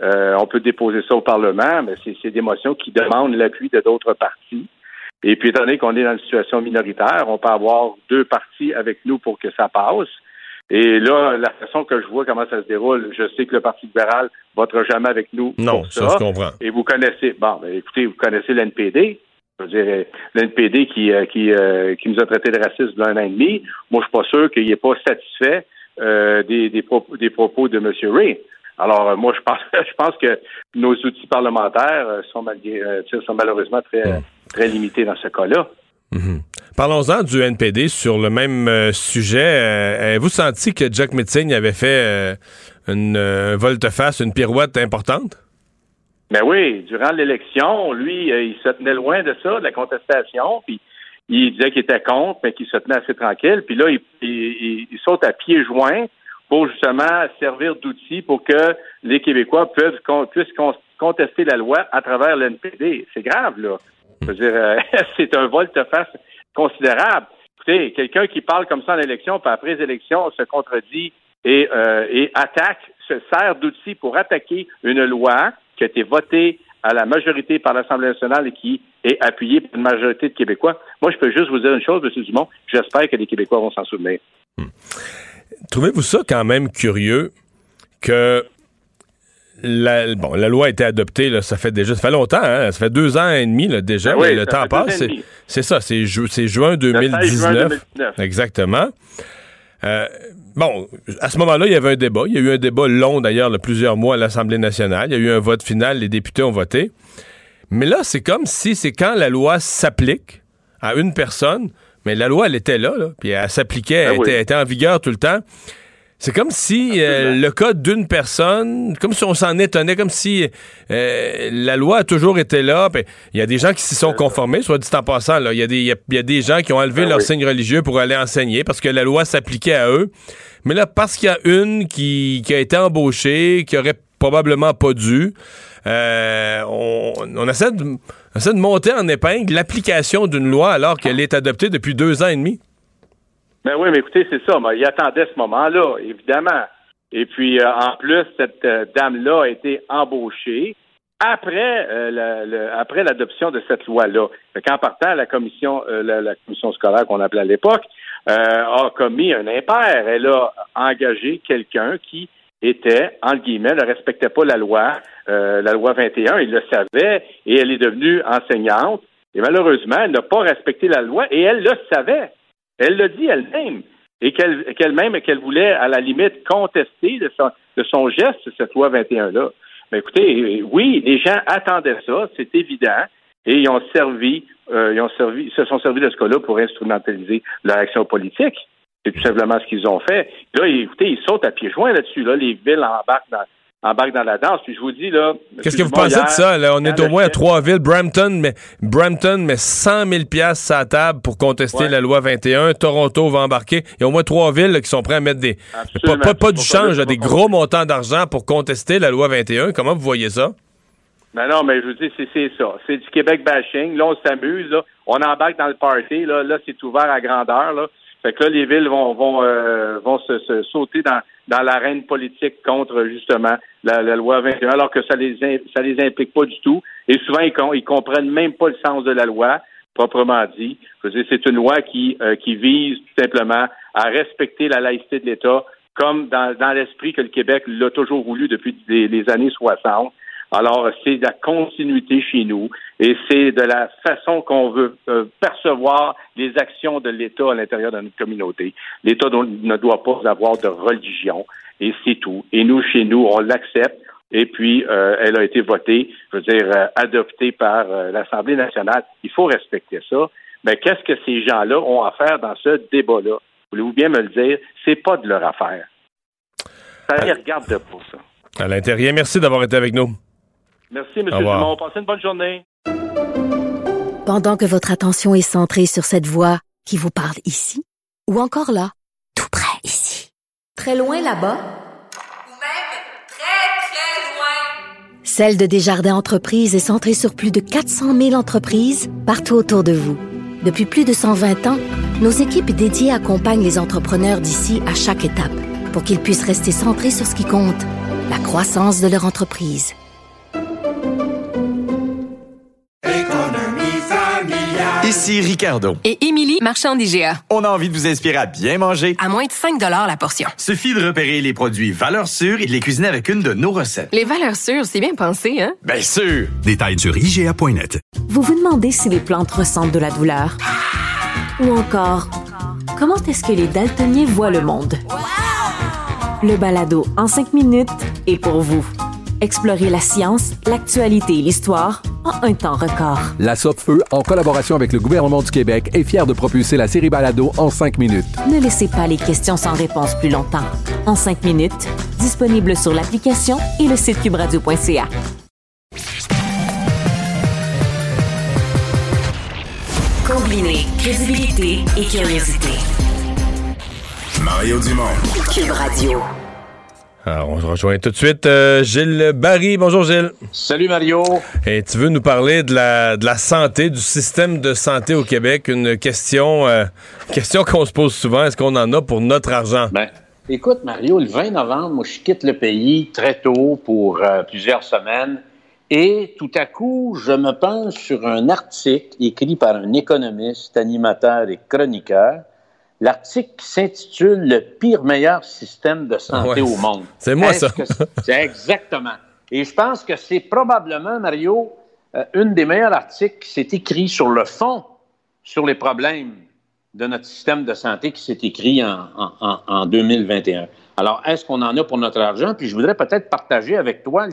On peut déposer ça au Parlement, mais c'est des motions qui demandent l'appui de d'autres partis. Et puis, étant donné qu'on est dans une situation minoritaire, on peut avoir 2 partis avec nous pour que ça passe. Et là, la façon que je vois comment ça se déroule, je sais que le Parti libéral ne votera jamais avec nous. Non, pour ça, je comprends. Et vous connaissez, écoutez, vous connaissez l'NPD. Je veux dire, l'NPD qui nous a traités de racistes d'un an et demi. Moi, je suis pas sûr qu'il n'est pas satisfait des propos de M. Ray. Alors, moi, je pense que nos outils parlementaires sont malheureusement très limités dans ce cas-là. Mm-hmm. Parlons-en du NPD sur le même sujet. Avez-vous senti que Jack Metzing avait fait une volte-face, une pirouette importante? Ben oui, durant l'élection, lui, il se tenait loin de ça, de la contestation, puis il disait qu'il était contre, mais qu'il se tenait assez tranquille. Puis là, il saute à pieds joints pour justement servir d'outil pour que les Québécois puissent contester la loi à travers l'NPD. C'est grave, là. Je veux dire, c'est un volte-face considérable. Écoutez, quelqu'un qui parle comme ça en élection, puis après les élections, se contredit et se sert d'outils pour attaquer une loi qui a été votée à la majorité par l'Assemblée nationale et qui est appuyée par une majorité de Québécois. Moi, je peux juste vous dire une chose, M. Dumont, j'espère que les Québécois vont s'en souvenir. Trouvez-vous ça quand même curieux que la loi a été adoptée, là, ça fait longtemps, hein? Ça fait 2 ans et demi là, déjà, oui, le temps passe. C'est ça, c'est juin 2019. Exactement. À ce moment-là, il y avait un débat. Il y a eu un débat long, d'ailleurs, de plusieurs mois à l'Assemblée nationale. Il y a eu un vote final, les députés ont voté. Mais là, c'est comme si c'est quand la loi s'applique à une personne, mais la loi, elle était là, puis elle s'appliquait, elle était en vigueur tout le temps. C'est comme si le cas d'une personne, comme si on s'en étonnait, comme si la loi a toujours été là. Il y a des gens qui s'y sont conformés, soit dit en passant. Il y a des gens qui ont enlevé leur signe religieux pour aller enseigner parce que la loi s'appliquait à eux. Mais là, parce qu'il y a une qui a été embauchée, qui aurait probablement pas dû, on essaie de monter en épingle l'application d'une loi alors qu'elle est adoptée depuis 2 ans et demi. Ben oui, mais écoutez, c'est ça. Il attendait ce moment-là, évidemment. Et puis, en plus, cette dame-là a été embauchée après l'adoption de cette loi-là. Fait qu'en partant, la commission scolaire qu'on appelait à l'époque a commis un impair. Elle a engagé quelqu'un qui était, entre guillemets, ne respectait pas la loi 21. Il le savait et elle est devenue enseignante. Et malheureusement, elle n'a pas respecté la loi et elle le savait. Elle l'a dit elle-même, et qu'elle voulait, à la limite, contester de son geste, cette loi 21-là. Mais écoutez, oui, les gens attendaient ça, c'est évident, et ils se sont servis de ce cas-là pour instrumentaliser leur action politique. C'est tout simplement ce qu'ils ont fait. Là, écoutez, ils sautent à pieds joints là-dessus. Là, les villes embarquent dans la danse. Puis je vous dis, là... Qu'est-ce que vous pensez de ça? Là, on est au moins à 3 villes. Brampton met 100 000 $ sur la table pour contester la loi 21. Toronto va embarquer. Il y a au moins 3 villes là, qui sont prêts à mettre pas du change, des gros montants d'argent pour contester la loi 21. Comment vous voyez ça? Ben non, mais je vous dis, c'est ça. C'est du Québec bashing. Là, on s'amuse. Là. On embarque dans le party. Là, c'est ouvert à grandeur. Là. Fait que là, les villes vont se sauter dans l'arène politique contre, justement, la loi 21, alors que ça les implique pas du tout. Et souvent, ils comprennent même pas le sens de la loi, proprement dit. Je veux dire, c'est une loi qui vise tout simplement à respecter la laïcité de l'État, comme dans l'esprit que le Québec l'a toujours voulu depuis les années 60. Alors, c'est de la continuité chez nous et c'est de la façon qu'on veut percevoir les actions de l'État à l'intérieur de notre communauté. L'État ne doit pas avoir de religion et c'est tout. Et nous, chez nous, on l'accepte et puis elle a été votée, adoptée par l'Assemblée nationale. Il faut respecter ça. Mais qu'est-ce que ces gens-là ont à faire dans ce débat-là? Voulez-vous bien me le dire? C'est pas de leur affaire. Ça les regarde de pour ça. À l'intérieur, merci d'avoir été avec nous. Merci, M. Dumont. Passez une bonne journée. Pendant que votre attention est centrée sur cette voix qui vous parle ici, ou encore là, tout près ici, très loin là-bas, ou même très, très loin, Celle de Desjardins Entreprises est centrée sur plus de 400 000 entreprises partout autour de vous. Depuis plus de 120 ans, nos équipes dédiées accompagnent les entrepreneurs d'ici à chaque étape pour qu'ils puissent rester centrés sur ce qui compte, la croissance de leur entreprise. Ici Ricardo. Et Émilie, marchand d'IGA. On a envie de vous inspirer à bien manger. À moins de 5 $ la portion. Suffit de repérer les produits valeurs sûres et de les cuisiner avec une de nos recettes. Les valeurs sûres, c'est bien pensé, hein? Bien sûr! Détails sur IGA.net. Vous vous demandez si les plantes ressentent de la douleur? Ou encore, comment est-ce que les daltoniens voient le monde? Le balado en 5 minutes est pour vous. Explorez la science, l'actualité et l'histoire en un temps record. La Sopfeu, en collaboration avec le gouvernement du Québec, est fière de propulser la série Balado en 5 minutes. Ne laissez pas les questions sans réponse plus longtemps. En 5 minutes, disponible sur l'application et le site cubradio.ca. Combinez crédibilité et curiosité. Mario Dumont. Cube Radio. Alors, on se rejoint tout de suite Gilles Barry. Bonjour Gilles. Salut Mario. Et tu veux nous parler de la santé, du système de santé au Québec. Une question qu'on se pose souvent. Est-ce qu'on en a pour notre argent? Ben, écoute Mario, le 20 novembre, moi je quitte le pays très tôt pour plusieurs semaines. Et tout à coup, je me penche sur un article écrit par un économiste, animateur et chroniqueur. L'article s'intitule « Le pire meilleur système de santé au monde ». C'est moi, ça. C'est exactement. Et je pense que c'est probablement, Mario, une des meilleurs articles qui s'est écrit sur le fond, sur les problèmes de notre système de santé qui s'est écrit en 2021. Alors, est-ce qu'on en a pour notre argent? Puis je voudrais peut-être partager avec toi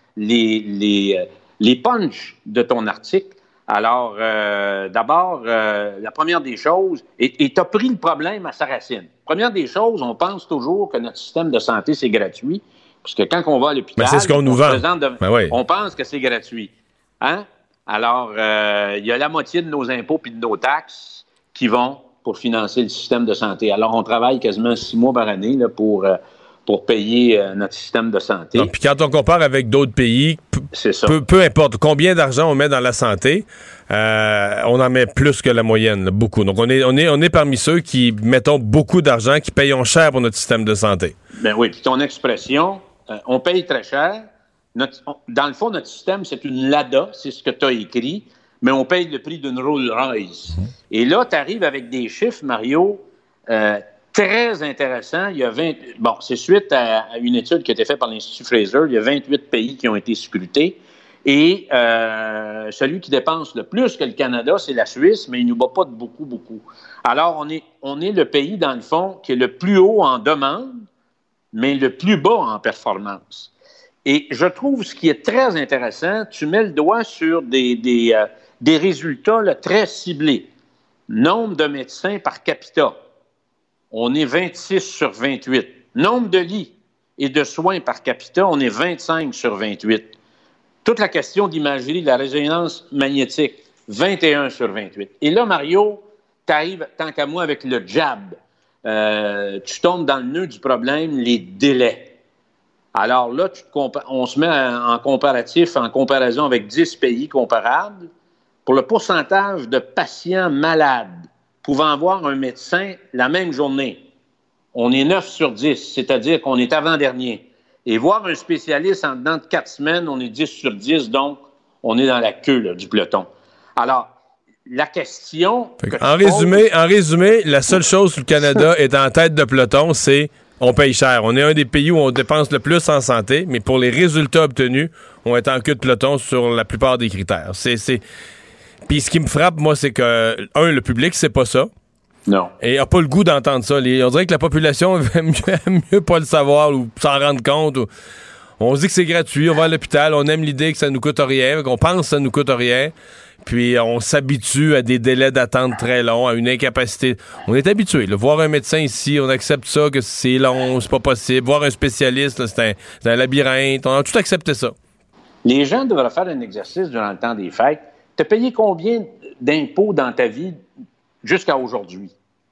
les punchs de ton article. Alors, d'abord, la première des choses, et tu as pris le problème à sa racine. Première des choses, on pense toujours que notre système de santé, c'est gratuit, puisque quand on va à l'hôpital, c'est ce qu'on nous vend. On pense que c'est gratuit. Hein? Alors, il y a la moitié de nos impôts puis de nos taxes qui vont pour financer le système de santé. Alors, on travaille quasiment 6 mois par année là, pour payer notre système de santé. Puis quand on compare avec d'autres pays, peu importe combien d'argent on met dans la santé, on en met plus que la moyenne, là, beaucoup. Donc on est parmi ceux qui mettons beaucoup d'argent, qui payons cher pour notre système de santé. Ben oui, puis ton expression, on paye très cher. Dans le fond, notre système, c'est une Lada, c'est ce que tu as écrit, mais on paye le prix d'une Rolls-Royce. Et là, tu arrives avec des chiffres, Mario, très intéressant. C'est suite à une étude qui a été faite par l'Institut Fraser. Il y a 28 pays qui ont été scrutés. Et celui qui dépense le plus que le Canada, c'est la Suisse, mais il ne nous bat pas de beaucoup, beaucoup. Alors, on est le pays, dans le fond, qui est le plus haut en demande, mais le plus bas en performance. Et je trouve ce qui est très intéressant, tu mets le doigt sur des résultats là, très ciblés. Nombre de médecins par capita. On est 26 sur 28. Nombre de lits et de soins par capita, on est 25 sur 28. Toute la question d'imagerie, de la résonance magnétique, 21 sur 28. Et là, Mario, tu arrives, tant qu'à moi, avec le jab. Tu tombes dans le nœud du problème, les délais. Alors là, on se met en comparaison avec 10 pays comparables. Pour le pourcentage de patients malades pouvant voir un médecin la même journée, on est 9 sur 10, c'est-à-dire qu'on est avant-dernier. Et voir un spécialiste en dedans de 4 semaines, on est 10 sur 10, donc on est dans la queue là, du peloton. Alors, la question... En résumé, la seule chose où le Canada est en tête de peloton, c'est on paye cher. On est un des pays où on dépense le plus en santé, mais pour les résultats obtenus, on est en queue de peloton sur la plupart des critères. Puis ce qui me frappe, moi, c'est que, le public, c'est pas ça. Non. Et n'a pas le goût d'entendre ça. On dirait que la population aime mieux pas le savoir ou s'en rendre compte. On se dit que c'est gratuit, on va à l'hôpital, on aime l'idée que ça nous coûte rien, qu'on pense que ça nous coûte rien. Puis on s'habitue à des délais d'attente très longs, à une incapacité. On est habitué. Voir un médecin ici, on accepte ça, que c'est long, c'est pas possible. Voir un spécialiste, là, c'est un labyrinthe. On a tout accepté ça. Les gens devraient faire un exercice durant le temps des fêtes. T'as payé combien d'impôts dans ta vie jusqu'à aujourd'hui?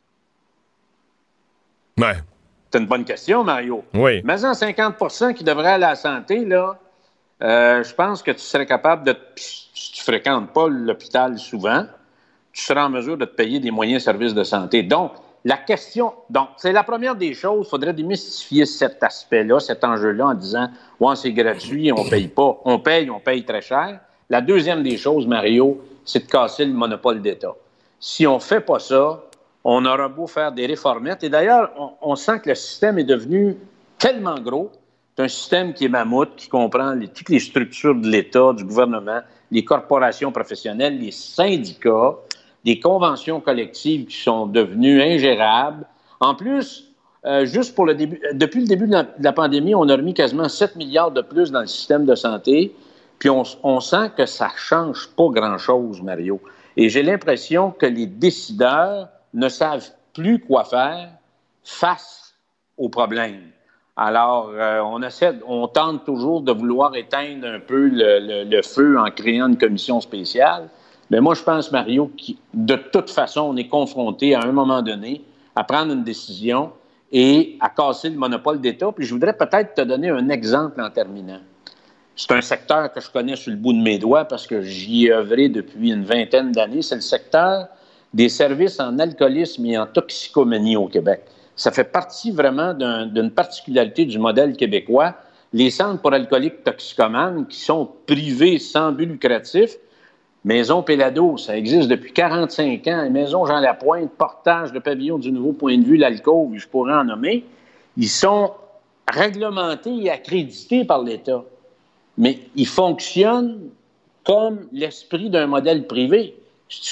Ouais. C'est une bonne question, Mario. Oui. Mais en 50% qui devraient aller à la santé, là, je pense que tu serais capable de... Si tu fréquentes pas l'hôpital souvent, tu seras en mesure de te payer des moyens services de santé. Donc, La question, donc, c'est la première des choses, il faudrait démystifier cet aspect-là, cet enjeu-là, en disant « ouais, c'est gratuit, on paye pas. » On paye très cher. La deuxième des choses, Mario, c'est de casser le monopole d'État. Si on fait pas ça, on aura beau faire des réformettes. Et d'ailleurs, on sent que le système est devenu tellement gros. C'est un système qui est mammouth, qui comprend toutes les structures de l'État, du gouvernement, les corporations professionnelles, les syndicats, des conventions collectives qui sont devenues ingérables. En plus, juste pour depuis le début de la pandémie, on a remis quasiment 7 milliards de plus dans le système de santé, puis on sent que ça change pas grand-chose, Mario. Et j'ai l'impression que les décideurs ne savent plus quoi faire face aux problèmes. Alors, on tente toujours de vouloir éteindre un peu le feu en créant une commission spéciale. Mais moi, je pense, Mario, que de toute façon, on est confronté à un moment donné à prendre une décision et à casser le monopole d'État. Puis je voudrais peut-être te donner un exemple en terminant. C'est un secteur que je connais sur le bout de mes doigts parce que j'y ai œuvré depuis une vingtaine d'années. C'est le secteur des services en alcoolisme et en toxicomanie au Québec. Ça fait partie vraiment d'une particularité du modèle québécois. Les centres pour alcooliques toxicomanes qui sont privés sans but lucratif. Maison Pélado, ça existe depuis 45 ans. Maison Jean Lapointe, Portage, le pavillon du Nouveau Point de Vue, l'Alcôve, je pourrais en nommer. Ils sont réglementés et accrédités par l'État. Mais ils fonctionnent comme l'esprit d'un modèle privé. Si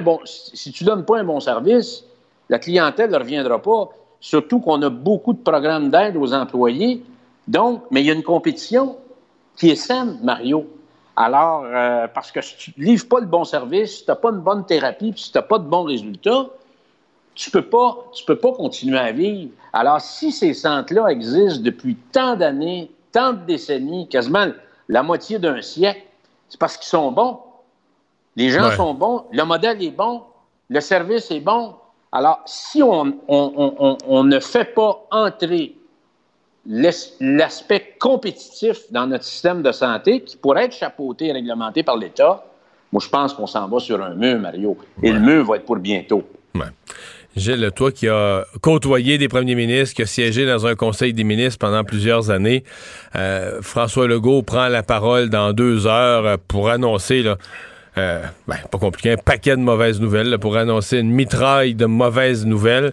tu donnes pas un bon service, la clientèle ne reviendra pas. Surtout qu'on a beaucoup de programmes d'aide aux employés. Donc, mais il y a une compétition qui est saine, Mario. Alors, parce que si tu ne livres pas le bon service, si tu n'as pas une bonne thérapie, puis si tu n'as pas de bons résultats, tu peux pas continuer à vivre. Alors, si ces centres-là existent depuis tant d'années, tant de décennies, quasiment la moitié d'un siècle, c'est parce qu'ils sont bons. Les gens sont bons, le modèle est bon, le service est bon. Alors, si on ne fait pas entrer l'aspect compétitif dans notre système de santé, qui pourrait être chapeauté et réglementé par l'État, moi, je pense qu'on s'en va sur un mur, Mario. Et le mur va être pour bientôt. Ouais. Gilles, toi qui as côtoyé des premiers ministres, qui a siégé dans un conseil des ministres pendant plusieurs années, François Legault prend la parole dans 2 heures pour annoncer, là, pas compliqué, un paquet de mauvaises nouvelles, là, pour annoncer une mitraille de mauvaises nouvelles.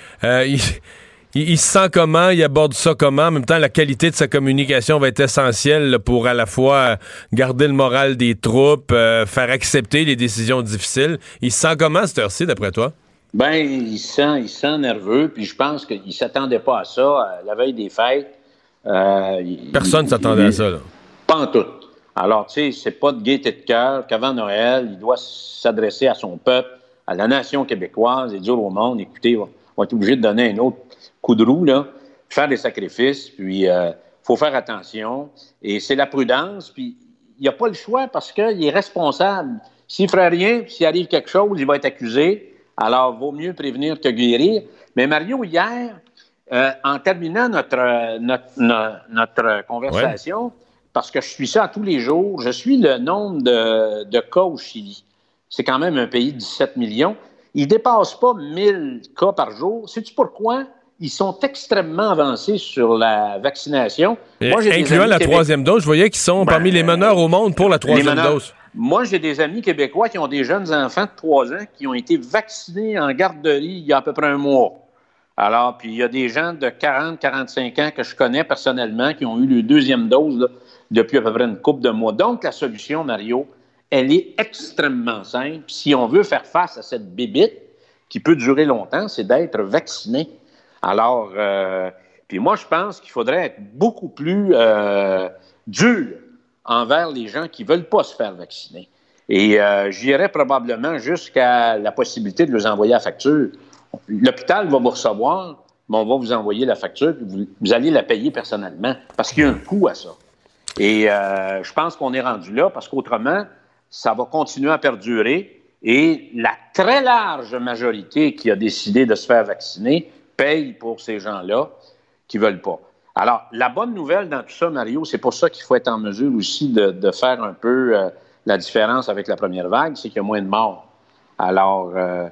Il se sent comment? Il aborde ça comment? En même temps, la qualité de sa communication va être essentielle là, pour à la fois garder le moral des troupes, faire accepter les décisions difficiles. Il se sent comment à cette heure-ci, d'après toi? Ben, il se sent nerveux, puis je pense qu'il ne s'attendait pas à ça. La veille des fêtes... Personne ne s'attendait à ça, là. Pas en tout. Alors, tu sais, c'est pas de gaieté de cœur qu'avant Noël, il doit s'adresser à son peuple, à la nation québécoise et dire au monde, écoutez, on va être obligé de donner un autre coup de roue, là, faire des sacrifices, puis faut faire attention. Et c'est la prudence, puis il n'y a pas le choix parce qu'il est responsable. S'il ne ferait rien, s'il arrive quelque chose, il va être accusé. Alors, vaut mieux prévenir que guérir. Mais Mario, hier, en terminant notre conversation, parce que je suis ça tous les jours, je suis le nombre de cas au Chili. C'est quand même un pays de 17 millions. Ils ne dépassent pas 1000 cas par jour. Sais-tu pourquoi? Ils sont extrêmement avancés sur la vaccination. Moi, incluant la 3e dose, je voyais qu'ils sont parmi les meneurs au monde pour la 3e dose. Moi, j'ai des amis québécois qui ont des jeunes enfants de 3 ans qui ont été vaccinés en garderie il y a à peu près un mois. Alors, puis il y a des gens de 40-45 ans que je connais personnellement qui ont eu leur 2e dose là, depuis à peu près une couple de mois. Donc, la solution, Mario, elle est extrêmement simple. Si on veut faire face à cette bébite qui peut durer longtemps, c'est d'être vacciné. Alors, puis moi, je pense qu'il faudrait être beaucoup plus dur envers les gens qui ne veulent pas se faire vacciner. Et j'irais probablement jusqu'à la possibilité de les envoyer à facture. L'hôpital va vous recevoir, mais on va vous envoyer la facture, puis vous allez la payer personnellement, parce qu'il y a un coût à ça. Et je pense qu'on est rendu là, parce qu'autrement, ça va continuer à perdurer, et la très large majorité qui a décidé de se faire vacciner paye pour ces gens-là qui ne veulent pas. Alors, la bonne nouvelle dans tout ça, Mario, c'est pour ça qu'il faut être en mesure aussi de faire un peu la différence avec la première vague, c'est qu'il y a moins de morts. Alors,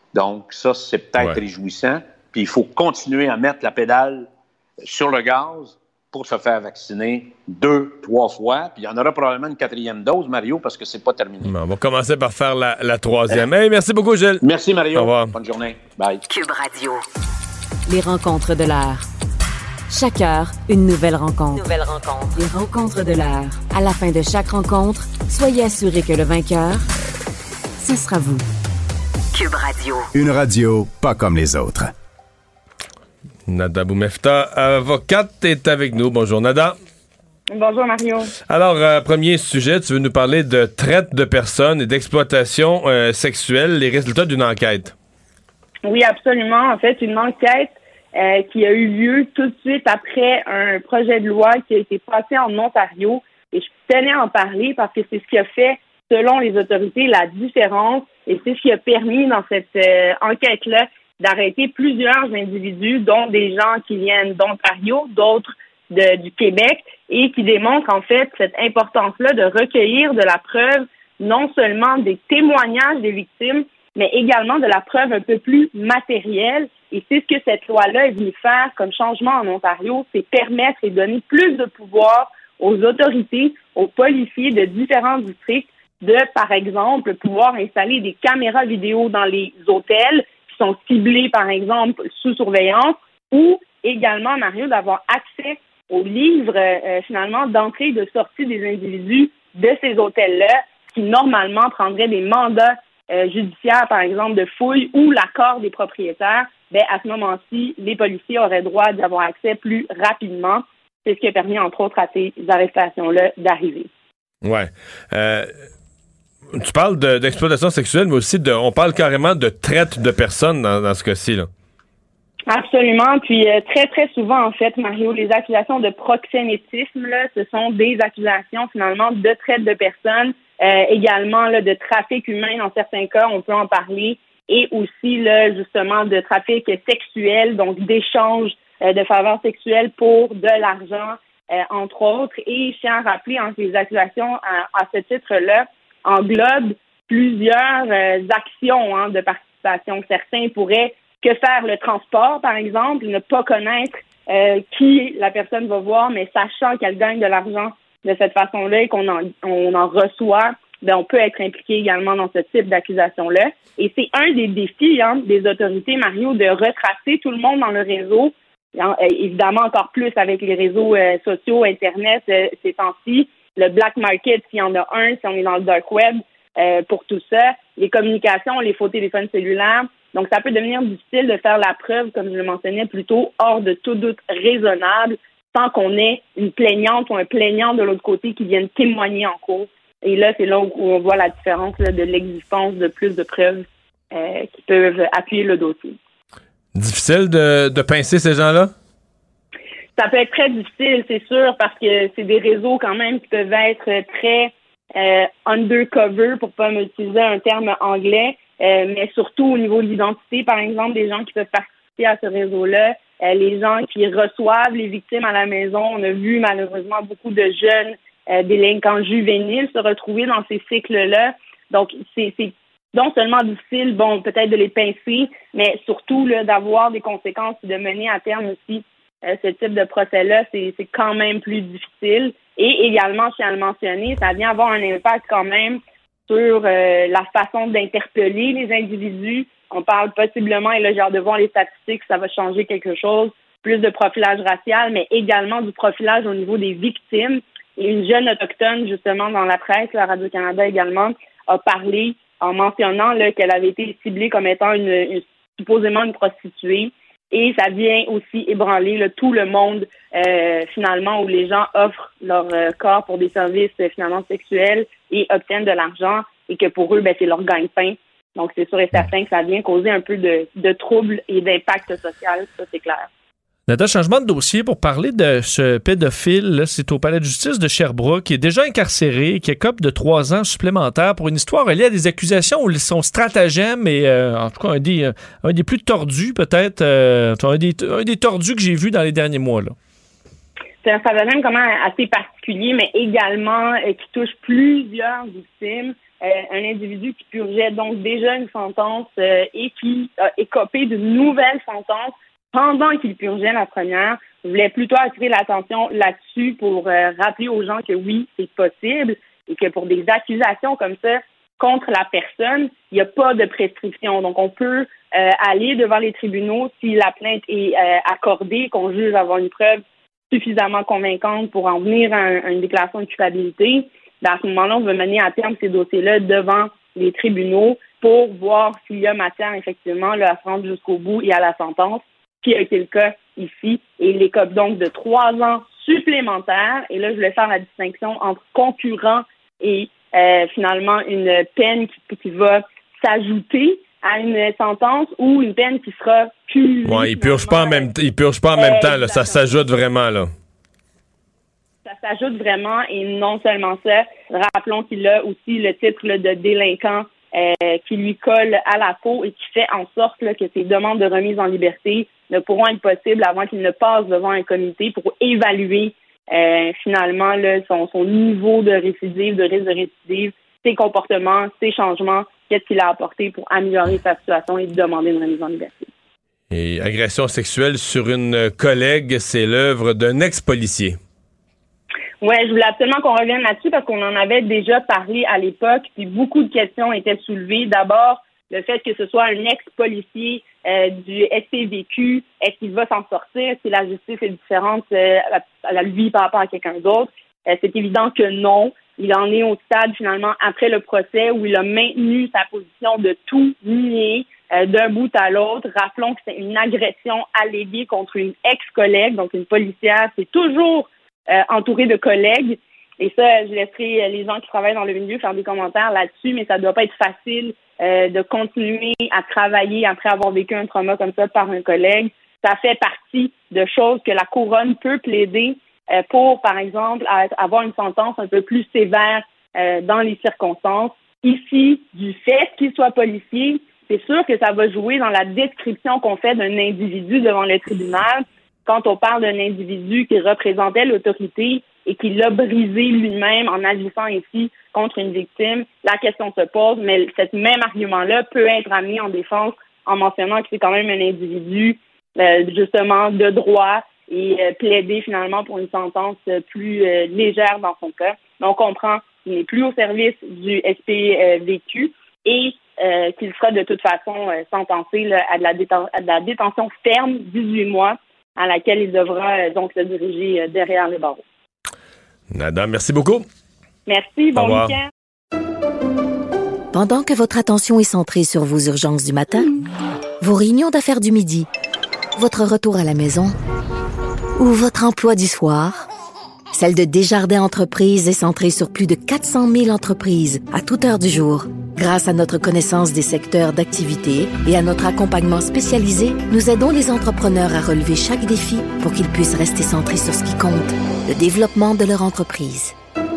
Donc, ça, c'est peut-être réjouissant. Puis, il faut continuer à mettre la pédale sur le gaz pour se faire vacciner 2-3 fois. Puis, il y en aura probablement une 4e dose, Mario, parce que c'est pas terminé. Bon, on va commencer par faire la 3e. Hey, merci beaucoup, Gilles. Merci, Mario. Au revoir. Bonne journée. Bye. Cube Radio. Les rencontres de l'heure. Chaque heure, une nouvelle rencontre. Les rencontres de l'heure. À la fin de chaque rencontre, soyez assurés que le vainqueur, ce sera vous. Cube Radio. Une radio pas comme les autres. Nada Boumefta, avocate, est avec nous. Bonjour, Nada. Bonjour, Mario. Alors, premier sujet, tu veux nous parler de traite de personnes et d'exploitation sexuelle, les résultats d'une enquête. Oui, absolument. En fait, une enquête qui a eu lieu tout de suite après un projet de loi qui a été passé en Ontario. Et je tenais à en parler parce que c'est ce qui a fait, selon les autorités, la différence. Et c'est ce qui a permis dans cette enquête-là d'arrêter plusieurs individus, dont des gens qui viennent d'Ontario, d'autres du Québec, et qui démontrent en fait cette importance-là de recueillir de la preuve, non seulement des témoignages des victimes, mais également de la preuve un peu plus matérielle. Et c'est ce que cette loi-là est venue faire comme changement en Ontario, c'est permettre et donner plus de pouvoir aux autorités, aux policiers de différents districts, de, par exemple, pouvoir installer des caméras vidéo dans les hôtels qui sont ciblés, par exemple, sous surveillance, ou également, Mario, d'avoir accès aux livres, finalement, d'entrée et de sortie des individus de ces hôtels-là, qui normalement prendraient des mandats judiciaires, par exemple, de fouille ou l'accord des propriétaires. Ben, à ce moment-ci, les policiers auraient droit d'y avoir accès plus rapidement. C'est ce qui a permis, entre autres, à ces arrestations-là d'arriver. Ouais. Tu parles d'exploitation sexuelle, mais aussi on parle carrément de traite de personnes dans ce cas-ci, là. Absolument. Puis très, très souvent, en fait, Mario, les accusations de proxénétisme, là, ce sont des accusations, finalement, de traite de personnes, également là, de trafic humain dans certains cas, on peut en parler, et aussi, là, justement, de trafic sexuel, donc d'échange de faveurs sexuelles pour de l'argent, entre autres. Et je tiens à rappeler que les accusations à ce titre-là englobent plusieurs actions de participation. Certains pourraient que faire le transport, par exemple, ne pas connaître qui la personne va voir, mais sachant qu'elle gagne de l'argent de cette façon-là et qu'on en reçoit, ben on peut être impliqué également dans ce type d'accusation-là. Et c'est un des défis des autorités, Mario, de retracer tout le monde dans le réseau. Évidemment, encore plus avec les réseaux sociaux, Internet, ces temps-ci. Le black market, s'il y en a un, si on est dans le dark web, pour tout ça. Les communications, les faux téléphones cellulaires. Donc, ça peut devenir difficile de faire la preuve, comme je le mentionnais plus tôt, hors de tout doute raisonnable, sans qu'on ait une plaignante ou un plaignant de l'autre côté qui vienne témoigner en cours. Et là, c'est là où on voit la différence là, de l'existence de plus de preuves qui peuvent appuyer le dossier. Difficile de pincer ces gens-là? Ça peut être très difficile, c'est sûr, parce que c'est des réseaux quand même qui peuvent être très undercover, pour pas m'utiliser un terme anglais, mais surtout au niveau de l'identité, par exemple, des gens qui peuvent participer à ce réseau-là, les gens qui reçoivent les victimes à la maison. On a vu malheureusement beaucoup de jeunes délinquants juvéniles se retrouver dans ces cycles-là. Donc, c'est non seulement difficile, peut-être de les pincer, mais surtout là, d'avoir des conséquences et de mener à terme aussi ce type de procès-là, c'est quand même plus difficile. Et également, je tiens à le mentionner, ça vient avoir un impact quand même sur la façon d'interpeller les individus. On parle possiblement, et là j'ai hâte de voir les statistiques, ça va changer quelque chose, plus de profilage racial, mais également du profilage au niveau des victimes. Et une jeune autochtone, justement, dans la presse, la Radio-Canada également, a parlé en mentionnant là, qu'elle avait été ciblée comme étant supposément une prostituée. Et ça vient aussi ébranler là, tout le monde, finalement, où les gens offrent leur corps pour des services finalement sexuels et obtiennent de l'argent et que pour eux, c'est leur gagne-pain. Donc, c'est sûr et certain que ça vient causer un peu de troubles et d'impact social, ça, c'est clair. Nada, changement de dossier pour parler de ce pédophile. Là, c'est au palais de justice de Sherbrooke, qui est déjà incarcéré, qui écope de 3 ans supplémentaires pour une histoire liée à des accusations où son stratagème est, en tout cas, un des plus tordus, peut-être, un des tordus que j'ai vu dans les derniers mois. Là. C'est un stratagème quand même assez particulier, mais également qui touche plusieurs victimes. un individu qui purgeait donc déjà une sentence et qui a écopé d'une nouvelle sentence pendant qu'il purgeait la première. Je voulais plutôt attirer l'attention là-dessus pour rappeler aux gens que oui, c'est possible et que pour des accusations comme ça contre la personne, il n'y a pas de prescription. Donc, on peut aller devant les tribunaux si la plainte est accordée, qu'on juge avoir une preuve suffisamment convaincante pour en venir à une déclaration de culpabilité. À ce moment-là, on veut mener à terme ces dossiers-là devant les tribunaux pour voir s'il y a matière, effectivement, là, à se rendre jusqu'au bout et à la sentence, qui a été le cas ici. Et il écope donc de 3 ans supplémentaires. Et là, je voulais faire la distinction entre concurrent et finalement une peine qui va s'ajouter à une sentence ou une peine qui sera cumulée. Ouais, il purge pas en même temps, là. Ça s'ajoute vraiment, là. Ça s'ajoute vraiment, et non seulement ça. Rappelons qu'il a aussi le titre là, de délinquant qui lui colle à la peau et qui fait en sorte là, que ses demandes de remise en liberté ne pourront être possibles avant qu'il ne passe devant un comité pour évaluer finalement là, son niveau de récidive, de risque de récidive, ses comportements, ses changements, qu'est-ce qu'il a apporté pour améliorer sa situation et demander une remise en liberté. Et agression sexuelle sur une collègue, c'est l'œuvre d'un ex-policier. Oui, je voulais absolument qu'on revienne là-dessus parce qu'on en avait déjà parlé à l'époque, puis beaucoup de questions étaient soulevées. D'abord, le fait que ce soit un ex-policier du SPVQ, est-ce qu'il va s'en sortir? Est-ce que la justice est différente à lui par rapport à quelqu'un d'autre? C'est évident que non. Il en est au stade, finalement, après le procès, où il a maintenu sa position de tout nier d'un bout à l'autre. Rappelons que c'est une agression alléguée contre une ex-collègue, donc une policière. C'est toujours entouré de collègues. Et ça, je laisserai les gens qui travaillent dans le milieu faire des commentaires là-dessus, mais ça ne doit pas être facile de continuer à travailler après avoir vécu un trauma comme ça par un collègue. Ça fait partie de choses que la couronne peut plaider pour, par exemple, avoir une sentence un peu plus sévère dans les circonstances. Ici, du fait qu'il soit policier, c'est sûr que ça va jouer dans la description qu'on fait d'un individu devant le tribunal. Quand on parle d'un individu qui représentait l'autorité et qui l'a brisé lui-même en agissant ici contre une victime, la question se pose, mais cet même argument-là peut être amené en défense en mentionnant que c'est quand même un individu justement de droit et plaider finalement pour une sentence plus légère dans son cas. Mais on comprend qu'il n'est plus au service du SPVQ et qu'il sera de toute façon sentencé là, à de la détention ferme, 18 mois, à laquelle il devra donc se diriger derrière les barreaux. Nada, merci beaucoup. Merci, bon week-end. Pendant que votre attention est centrée sur vos urgences du matin, vos réunions d'affaires du midi, votre retour à la maison ou votre emploi du soir, celle de Desjardins Entreprises est centrée sur plus de 400 000 entreprises à toute heure du jour. Grâce à notre connaissance des secteurs d'activité et à notre accompagnement spécialisé, nous aidons les entrepreneurs à relever chaque défi pour qu'ils puissent rester centrés sur ce qui compte, le développement de leur entreprise.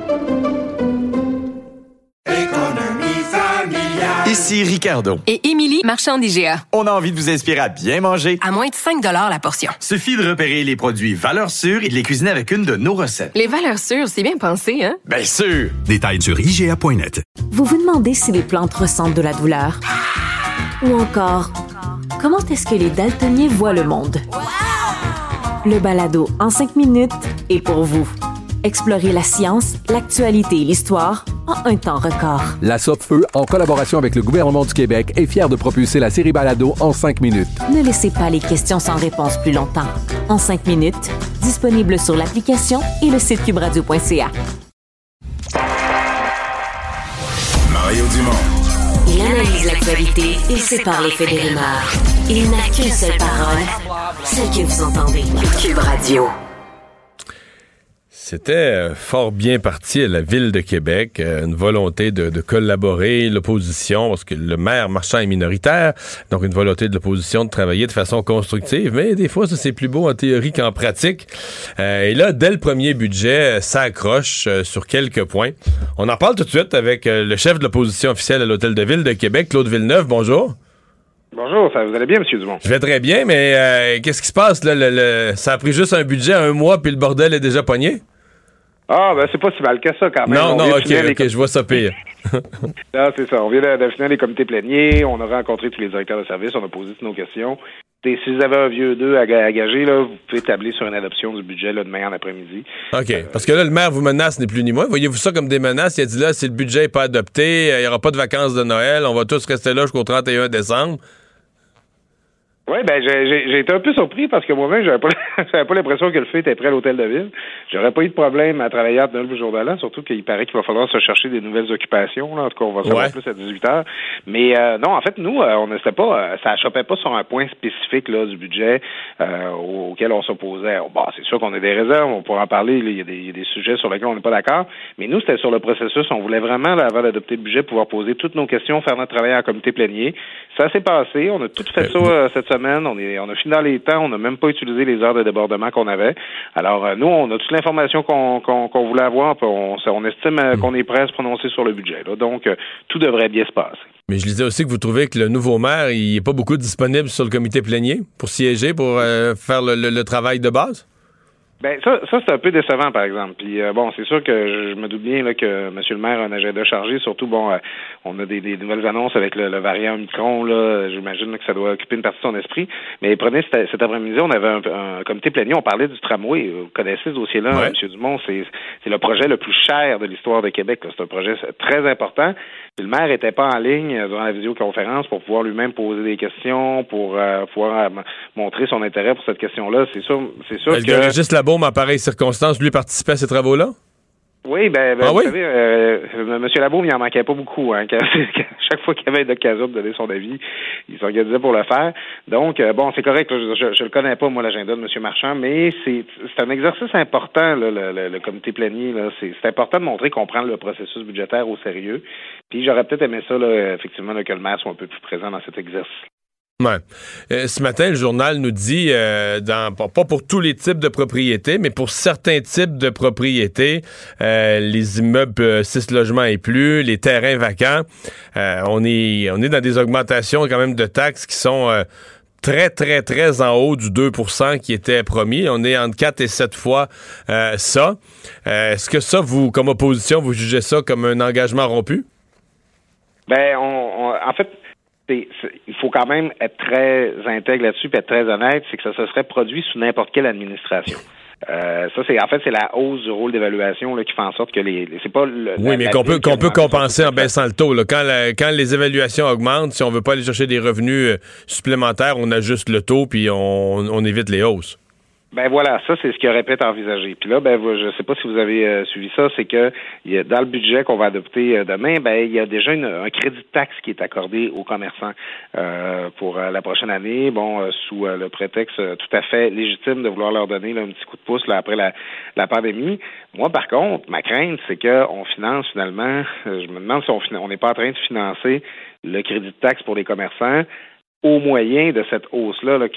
Ici Ricardo. Et Émilie, marchand d'IGA. On a envie de vous inspirer à bien manger. À moins de 5 $ la portion. Suffit de repérer les produits valeurs sûres et de les cuisiner avec une de nos recettes. Les valeurs sûres, c'est bien pensé, hein? Bien sûr! Détails sur IGA.net. Vous vous demandez si les plantes ressentent de la douleur? Ou encore, comment est-ce que les daltoniens voient le monde? Le balado en 5 minutes est pour vous. Explorez la science, l'actualité et l'histoire en un temps record. La Sopfeu, en collaboration avec le gouvernement du Québec, est fière de propulser la série Balado en 5 minutes. Ne laissez pas les questions sans réponse plus longtemps. En 5 minutes, disponible sur l'application et le site cubradio.ca. Mario Dumont. Il analyse l'actualité et sépare les faits des rumeurs. Il n'a qu'une seule parole, celle que vous entendez. Cube Radio. C'était fort bien parti à la Ville de Québec, une volonté de collaborer, l'opposition, parce que le maire Marchand est minoritaire, donc une volonté de l'opposition de travailler de façon constructive, mais des fois, ça c'est plus beau en théorie qu'en pratique. Et là, dès le premier budget, ça accroche sur quelques points. On en parle tout de suite avec le chef de l'opposition officielle à l'Hôtel de Ville de Québec, Claude Villeneuve. Bonjour. Bonjour, vous allez bien, M. Dumont? Je vais très bien, mais qu'est-ce qui se passe, là? Ça a pris juste un budget, 1 mois, puis le bordel est déjà pogné? Ah, ben c'est pas si mal que ça quand même. Non, ok, je vois ça pire. Non, c'est ça. On vient de finir les comités pléniers, on a rencontré tous les directeurs de service, on a posé toutes nos questions. Et si vous avez un vieux 2 à gager, là, vous pouvez tabler sur une adoption du budget là, demain en après-midi. OK. Parce que là, le maire vous menace ni plus ni moins. Voyez-vous ça comme des menaces? Il a dit là, si le budget n'est pas adopté, il n'y aura pas de vacances de Noël, on va tous rester là jusqu'au 31 décembre. Oui, ben j'ai été un peu surpris parce que moi-même, j'avais pas l'impression que le feu était prêt à l'hôtel de ville. J'aurais pas eu de problème à travailler à Noël le jour de l'an, surtout qu'il paraît qu'il va falloir se chercher des nouvelles occupations. Là. En tout cas, on va savoir plus à 18h. Mais non, en fait, nous, on n'était pas, ça chopait pas sur un point spécifique là du budget auquel on s'opposait. Bon, c'est sûr qu'on a des réserves, on pourra en parler. Il y a des sujets sur lesquels on n'est pas d'accord. Mais nous, c'était sur le processus. On voulait vraiment, là, avant d'adopter le budget, pouvoir poser toutes nos questions, faire notre travail en comité plénier. Ça s'est passé. On a tout fait ça cette semaine. On a fini dans les temps. On n'a même pas utilisé les heures de débordement qu'on avait. Alors, nous, on a toute l'information qu'on voulait avoir. Puis on estime qu'on est prêt à se prononcer sur le budget. Là. Donc, tout devrait bien se passer. Mais je disais aussi que vous trouvez que le nouveau maire, il n'est pas beaucoup disponible sur le comité plénier pour siéger, pour faire le travail de base? Ben ça c'est un peu décevant, par exemple. Puis bon, c'est sûr que je me doute bien là, que M. le maire a un agenda chargé. Surtout, bon, on a des nouvelles annonces avec le variant Omicron. Là, j'imagine là, que ça doit occuper une partie de son esprit. Mais prenez cet après-midi, on avait un comité plénier. On parlait du tramway. Vous connaissez ce dossier-là, M. Dumont. C'est le projet le plus cher de l'histoire de Québec. Là. C'est un projet très important. Puis le maire était pas en ligne durant la vidéoconférence pour pouvoir lui-même poser des questions, pour pouvoir montrer son intérêt pour cette question-là. C'est sûr que le Régis Labaume, en pareille circonstance, lui participait à ces travaux-là? Oui, vous savez, M. Labaume, il en manquait pas beaucoup. Hein, chaque fois qu'il y avait l'occasion de donner son avis, il s'organisait pour le faire. Donc, bon, c'est correct. Là, je le connais pas, moi, l'agenda de M. Marchand, mais c'est un exercice important, là, le comité plénier. Là, c'est important de montrer qu'on prend le processus budgétaire au sérieux. Puis j'aurais peut-être aimé ça, là, effectivement, là, que le maire soit un peu plus présent dans cet exercice. Ouais. Ce matin, le journal nous dit, pas pour tous les types de propriétés, mais pour certains types de propriétés, les immeubles 6 logements et plus, les terrains vacants, on est dans des augmentations quand même de taxes qui sont très, très, très en haut du 2% qui était promis. On est entre 4 et 7 fois ça. Est-ce que ça, vous, comme opposition, vous jugez ça comme un engagement rompu? Ben, en fait, il faut quand même être très intègre là-dessus et être très honnête, c'est que ça se serait produit sous n'importe quelle administration. Ça, c'est la hausse du rôle d'évaluation là, qui fait en sorte que c'est pas mais qu'on peut compenser en baissant le taux. Là. Quand les évaluations augmentent, si on veut pas aller chercher des revenus supplémentaires, on ajuste le taux puis on évite les hausses. Ben voilà, ça c'est ce qu'il aurait pu être envisagé. Puis là, je sais pas si vous avez suivi ça, c'est que dans le budget qu'on va adopter demain, il y a déjà un crédit de taxe qui est accordé aux commerçants pour la prochaine année. Bon, sous le prétexte tout à fait légitime de vouloir leur donner là, un petit coup de pouce là, après la pandémie. Moi, par contre, ma crainte, c'est qu'on finance finalement. Je me demande si on n'est pas en train de financer le crédit de taxe pour les commerçants au moyen de cette hausse-là là,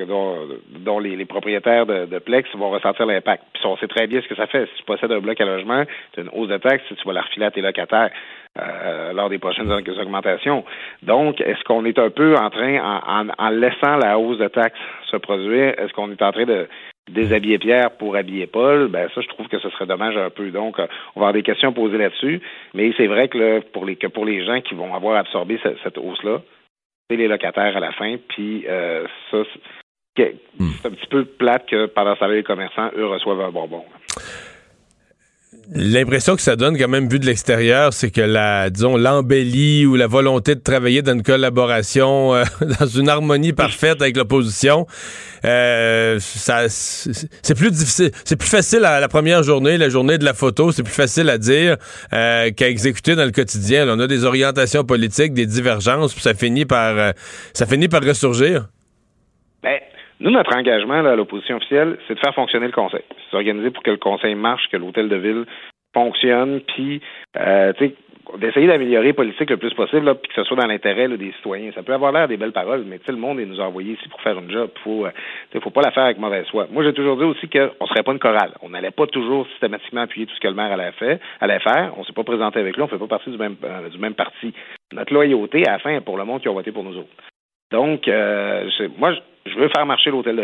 dont les propriétaires de Plex vont ressentir l'impact. Puis on sait très bien ce que ça fait. Si tu possèdes un bloc à logement, tu as une hausse de taxes, tu vas la refiler à tes locataires lors des prochaines augmentations. Donc, est-ce qu'on est un peu en train, en laissant la hausse de taxes se produire, est-ce qu'on est en train de déshabiller Pierre pour habiller Paul? Ben ça, je trouve que ce serait dommage un peu. Donc, on va avoir des questions posées là-dessus. Mais c'est vrai que là, pour les gens qui vont avoir absorbé cette hausse-là, c'est les locataires à la fin, puis ça, c'est un petit peu plate que pendant ce temps-là, les commerçants, eux, reçoivent un bonbon. L'impression que ça donne, quand même, vu de l'extérieur, c'est que l'embellie ou la volonté de travailler dans une collaboration, dans une harmonie parfaite avec l'opposition, c'est plus difficile. C'est plus facile à la première journée, la journée de la photo, c'est plus facile à dire qu'à exécuter dans le quotidien. Là, on a des orientations politiques, des divergences, puis ça finit par ressurgir. Ben, nous, notre engagement là, à l'opposition officielle, c'est de faire fonctionner le conseil. C'est s'organiser pour que le conseil marche, que l'hôtel de ville fonctionne, puis d'essayer d'améliorer la politique le plus possible, là, puis que ce soit dans l'intérêt là, des citoyens. Ça peut avoir l'air des belles paroles, mais le monde nous a envoyé ici pour faire une job. Faut pas la faire avec mauvaise foi. Moi, j'ai toujours dit aussi qu'on serait pas une chorale. On n'allait pas toujours systématiquement appuyer tout ce que le maire allait faire. On s'est pas présenté avec lui. On fait pas partie du même parti. Notre loyauté, à la fin, est pour le monde qui a voté pour nous autres. Donc, moi, je veux faire marcher l'hôtel de ville.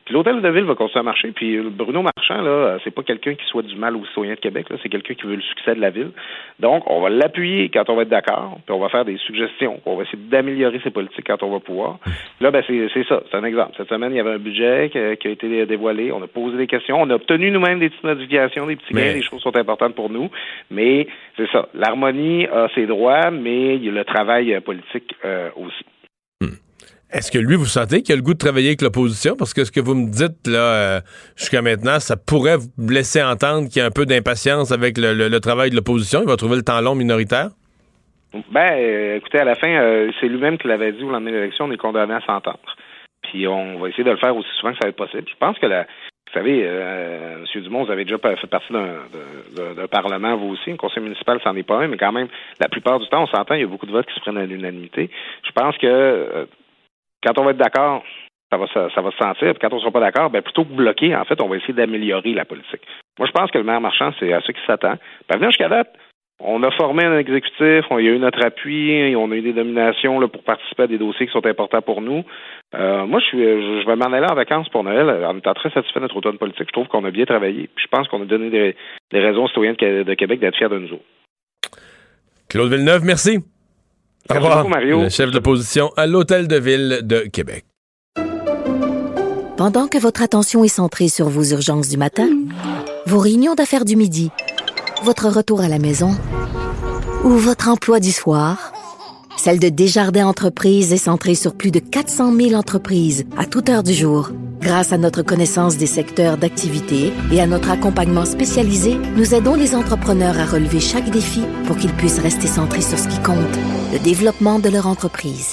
Puis l'hôtel de ville va continuer à marcher. Puis Bruno Marchand, là, c'est pas quelqu'un qui souhaite du mal aux citoyens de Québec. Là, c'est quelqu'un qui veut le succès de la ville. Donc, on va l'appuyer quand on va être d'accord. Puis on va faire des suggestions. Puis on va essayer d'améliorer ses politiques quand on va pouvoir. Là, ben c'est ça. C'est un exemple. Cette semaine, il y avait un budget qui a été dévoilé. On a posé des questions. On a obtenu nous-mêmes des petites modifications, des petits gains. Les choses sont importantes pour nous. Mais c'est ça. L'harmonie a ses droits, mais il y a le travail politique aussi. Est-ce que lui, vous sentez qu'il a le goût de travailler avec l'opposition? Parce que ce que vous me dites là jusqu'à maintenant, ça pourrait vous laisser entendre qu'il y a un peu d'impatience avec le travail de l'opposition. Il va trouver le temps long minoritaire? Ben, écoutez, à la fin, c'est lui-même qui l'avait dit au lendemain de l'élection, on est condamné à s'entendre. Puis on va essayer de le faire aussi souvent que ça va être possible. Je pense que vous savez, M. Dumont, vous avez déjà fait partie d'un parlement, vous aussi. Un conseil municipal, c'en est pas un, mais quand même, la plupart du temps, on s'entend, il y a beaucoup de votes qui se prennent à l'unanimité. Je pense que quand on va être d'accord, ça va se sentir. Puis quand on ne sera pas d'accord, ben plutôt que bloquer, en fait, on va essayer d'améliorer la politique. Moi, je pense que le maire Marchand, c'est à ça qu'il s'attend. Puis à venir jusqu'à date, on a formé un exécutif, il y a eu notre appui, on a eu des nominations là, pour participer à des dossiers qui sont importants pour nous. Moi, je vais m'en aller en vacances pour Noël en étant très satisfait de notre automne politique. Je trouve qu'on a bien travaillé. Puis je pense qu'on a donné des raisons aux citoyens de Québec d'être fiers de nous autres. Claude Villeneuve, merci. Au revoir, beaucoup, Mario. Le chef de l'opposition à l'Hôtel de Ville de Québec. Pendant que votre attention est centrée sur vos urgences du matin, vos réunions d'affaires du midi, votre retour à la maison ou votre emploi du soir, celle de Desjardins Entreprises est centrée sur plus de 400 000 entreprises à toute heure du jour. Grâce à notre connaissance des secteurs d'activité et à notre accompagnement spécialisé, nous aidons les entrepreneurs à relever chaque défi pour qu'ils puissent rester centrés sur ce qui compte, le développement de leur entreprise.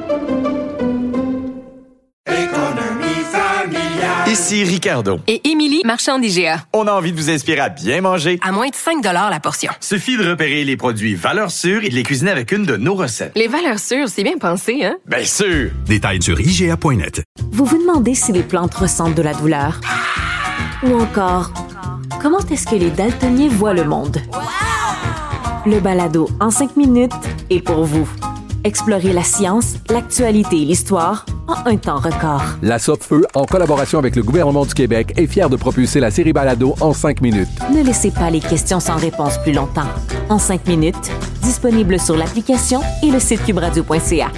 Ici Ricardo. Et Émilie, marchand d'IGA. On a envie de vous inspirer à bien manger. À moins de 5 $ la portion. Suffit de repérer les produits valeurs sûres et de les cuisiner avec une de nos recettes. Les valeurs sûres, c'est bien pensé, hein? Bien sûr! Détails sur IGA.net. Vous vous demandez si les plantes ressentent de la douleur? Ou encore, comment est-ce que les daltoniens voient le monde? Le balado en 5 minutes est pour vous. Explorez la science, l'actualité et l'histoire en un temps record. La Sopfeu, en collaboration avec le gouvernement du Québec, est fière de propulser la série Balado en 5 minutes. Ne laissez pas les questions sans réponse plus longtemps. En 5 minutes, disponible sur l'application et le site cubradio.ca.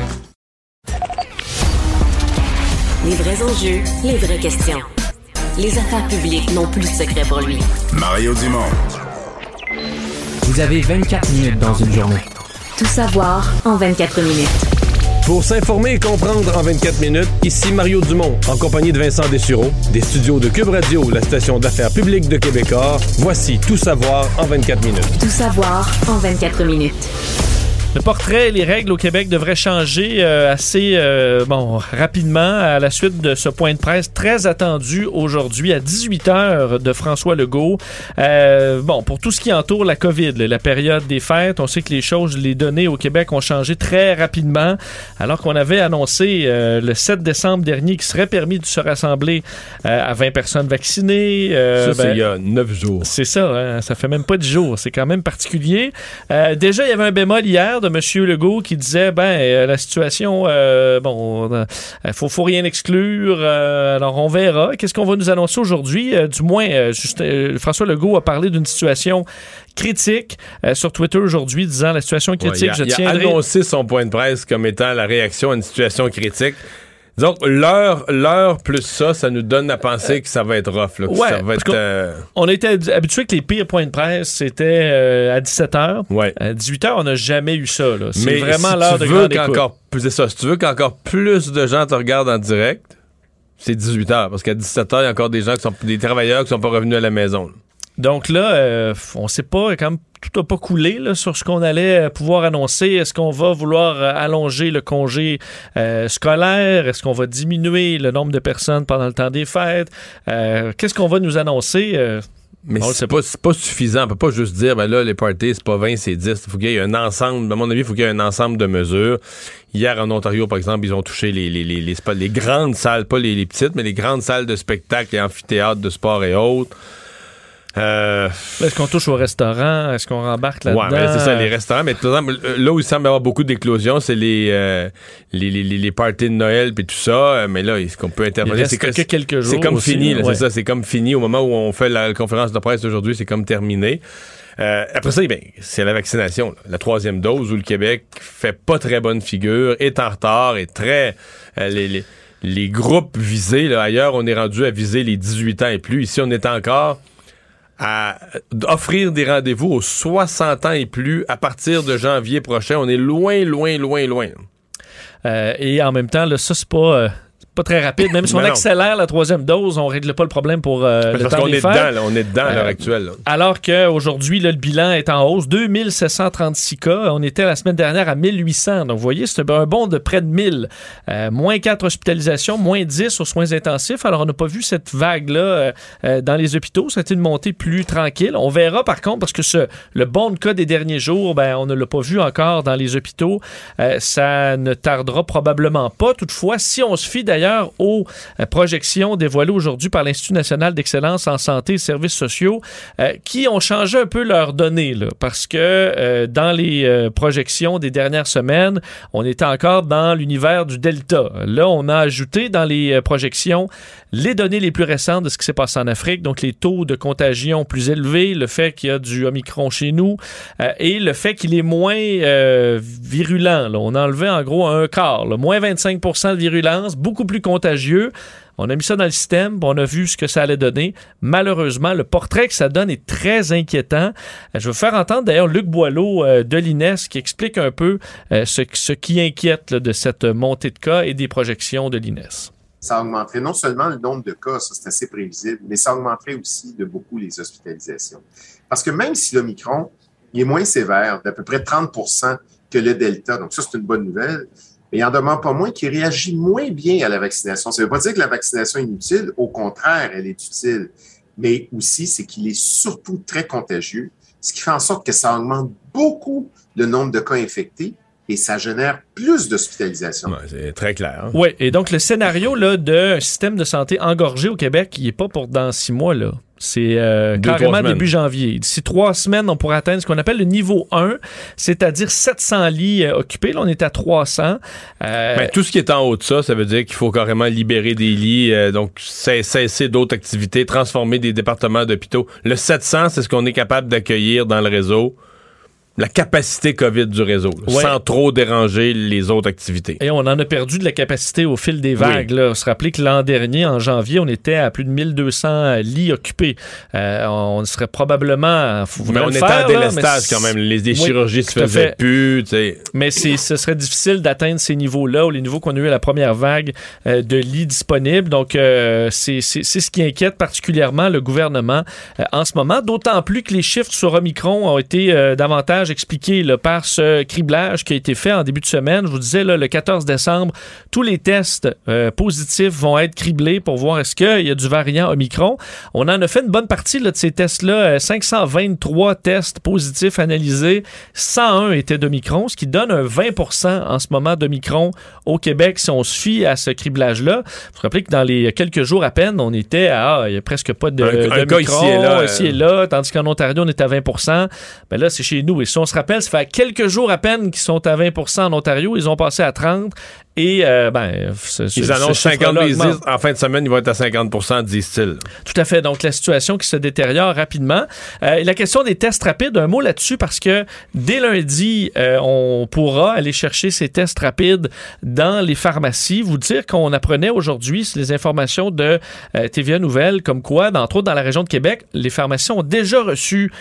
Les vrais enjeux, les vraies questions. Les affaires publiques n'ont plus de secret pour lui. Mario Dumont. Vous avez 24 minutes dans une journée. Tout savoir en 24 minutes. Pour s'informer et comprendre en 24 minutes, ici Mario Dumont, en compagnie de Vincent Dessureau, des studios de Cube Radio, la station d'affaires publique de Québécois. Voici Tout savoir en 24 minutes. Tout savoir en 24 minutes. Le portrait et les règles au Québec devraient changer assez rapidement à la suite de ce point de presse très attendu aujourd'hui à 18h de François Legault. Pour tout ce qui entoure la COVID, la période des fêtes, on sait que les données au Québec ont changé très rapidement, alors qu'on avait annoncé le 7 décembre dernier qu'il serait permis de se rassembler à 20 personnes vaccinées. C'est il y a 9 jours. C'est ça, hein, ça fait même pas 10 jours. C'est quand même particulier. Déjà, il y avait un bémol hier de M. Legault qui disait la situation, faut rien exclure, alors on verra. Qu'est-ce qu'on va nous annoncer aujourd'hui? Du moins, François Legault a parlé d'une situation critique sur Twitter aujourd'hui, disant la situation est critique. Il a annoncé son point de presse comme étant la réaction à une situation critique. Donc, l'heure plus ça nous donne à penser que ça va être rough. Là, que ça va être, on était habitué que les pires points de presse, c'était à 17h. Ouais. À 18h, on n'a jamais eu ça. Là. C'est mais vraiment si l'heure de grande écoute. Si tu veux qu'encore plus de gens te regardent en direct, c'est 18h. Parce qu'à 17h, il y a encore des travailleurs qui sont pas revenus à la maison. Là. Donc là, on ne sait pas, quand même, tout n'a pas coulé là, sur ce qu'on allait pouvoir annoncer. Est-ce qu'on va vouloir allonger le congé scolaire? Est-ce qu'on va diminuer le nombre de personnes pendant le temps des fêtes? Qu'est-ce qu'on va nous annoncer? Mais c'est pas suffisant. On peut pas juste dire, les parties, c'est pas 20, c'est 10. Il faut qu'il y ait un ensemble, à mon avis, il faut qu'il y ait un ensemble de mesures. Hier, en Ontario, par exemple, ils ont touché les grandes salles, pas les petites, mais les grandes salles de spectacle, les amphithéâtres de sport et autres. Est-ce qu'on touche au restaurant? Est-ce qu'on rembarque là-dedans? Oui, c'est ça, les restaurants. Mais là où il semble y avoir beaucoup d'éclosions, c'est les parties de Noël puis tout ça. Mais là, est-ce qu'on peut intervenir? C'est que quelques jours. C'est comme aussi, fini, là, ouais. c'est ça. C'est comme fini. Au moment où on fait la conférence de presse aujourd'hui, c'est comme terminé. Après ça, c'est la vaccination, là. La 3e dose où le Québec fait pas très bonne figure, est en retard, est très... les groupes visés, là, ailleurs, on est rendu à viser les 18 ans et plus. Ici, on est encore à offrir des rendez-vous aux 60 ans et plus à partir de janvier prochain. On est loin, loin, loin, loin. Et en même temps, là, ça, c'est pas très rapide. Même si on accélère la 3e dose, on règle pas le problème pour le temps des fêtes. On est dedans à l'heure actuelle. Là. Alors qu'aujourd'hui, le bilan est en hausse. 2736 cas. On était la semaine dernière à 1800. Donc, vous voyez, c'est un bond de près de 1000. Moins 4 hospitalisations, moins 10 aux soins intensifs. Alors, on n'a pas vu cette vague-là dans les hôpitaux. Ça a été une montée plus tranquille. On verra, par contre, parce que le bond de cas des derniers jours, on ne l'a pas vu encore dans les hôpitaux. Ça ne tardera probablement pas. Toutefois, si on se fie d'ailleurs aux projections dévoilées aujourd'hui par l'Institut national d'excellence en santé et services sociaux qui ont changé un peu leurs données, là, parce que dans les projections des dernières semaines, on était encore dans l'univers du Delta. Là, on a ajouté dans les projections les données les plus récentes de ce qui s'est passé en Afrique, donc les taux de contagion plus élevés, le fait qu'il y a du Omicron chez nous et le fait qu'il est moins virulent. Là. On a enlevé en gros un quart, là, moins 25% de virulence, beaucoup plus contagieux. On a mis ça dans le système, on a vu ce que ça allait donner. Malheureusement, le portrait que ça donne est très inquiétant. Je vais vous faire entendre d'ailleurs Luc Boileau de l'INES qui explique un peu ce qui inquiète là, de cette montée de cas et des projections de l'INES. Ça augmenterait non seulement le nombre de cas, ça c'est assez prévisible, mais ça augmenterait aussi de beaucoup les hospitalisations. Parce que même si l'Omicron il est moins sévère, d'à peu près 30% que le Delta, donc ça c'est une bonne nouvelle, mais il n'en demeure pas moins qu'il réagit moins bien à la vaccination. Ça ne veut pas dire que la vaccination est inutile, au contraire, elle est utile, mais aussi c'est qu'il est surtout très contagieux, ce qui fait en sorte que ça augmente beaucoup le nombre de cas infectés, et ça génère plus d'hospitalisation. Ouais, c'est très clair. Hein? Oui, et donc le scénario là, d'un système de santé engorgé au Québec, il n'est pas pour dans 6 mois. Là. C'est carrément début janvier. D'ici 3 semaines, on pourrait atteindre ce qu'on appelle le niveau 1, c'est-à-dire 700 lits occupés. Là, on est à 300. Tout ce qui est en haut de ça, ça veut dire qu'il faut carrément libérer des lits, donc cesser d'autres activités, transformer des départements d'hôpitaux. Le 700, c'est ce qu'on est capable d'accueillir dans le réseau. La capacité COVID du réseau, sans trop déranger les autres activités. Et on en a perdu de la capacité au fil des vagues. Là. Se rappeler que l'an dernier, en janvier, on était à plus de 1200 lits occupés. On serait probablement... Mais on était en délestage quand même. Les chirurgies se faisaient plus. T'sais. Mais ce serait difficile d'atteindre ces niveaux-là, ou les niveaux qu'on a eu à la première vague de lits disponibles. Donc, c'est ce qui inquiète particulièrement le gouvernement en ce moment. D'autant plus que les chiffres sur Omicron ont été davantage expliqué là, par ce criblage qui a été fait en début de semaine. Je vous disais, là, le 14 décembre, tous les tests positifs vont être criblés pour voir est-ce qu'il y a du variant Omicron. On en a fait une bonne partie là, de ces tests-là. 523 tests positifs analysés. 101 étaient d'Omicron, ce qui donne un 20% en ce moment d'Omicron au Québec si on se fie à ce criblage-là. Il faut rappeler que dans les quelques jours à peine, on était à il n'y a presque pas d'Omicron ici et là, tandis qu'en Ontario, on est à 20%. Ben là, c'est chez nous. Et si on se rappelle, ça fait quelques jours à peine qu'ils sont à 20% en Ontario. Ils ont passé à 30%. Et, ils annoncent 50, en fin de semaine, ils vont être à 50%, disent-ils. Tout à fait. Donc, la situation qui se détériore rapidement. La question des tests rapides, un mot là-dessus, parce que dès lundi, on pourra aller chercher ces tests rapides dans les pharmacies. Vous dire qu'on apprenait aujourd'hui, c'est les informations de TVA Nouvelles, comme quoi, entre autres dans la région de Québec, les pharmacies ont déjà reçu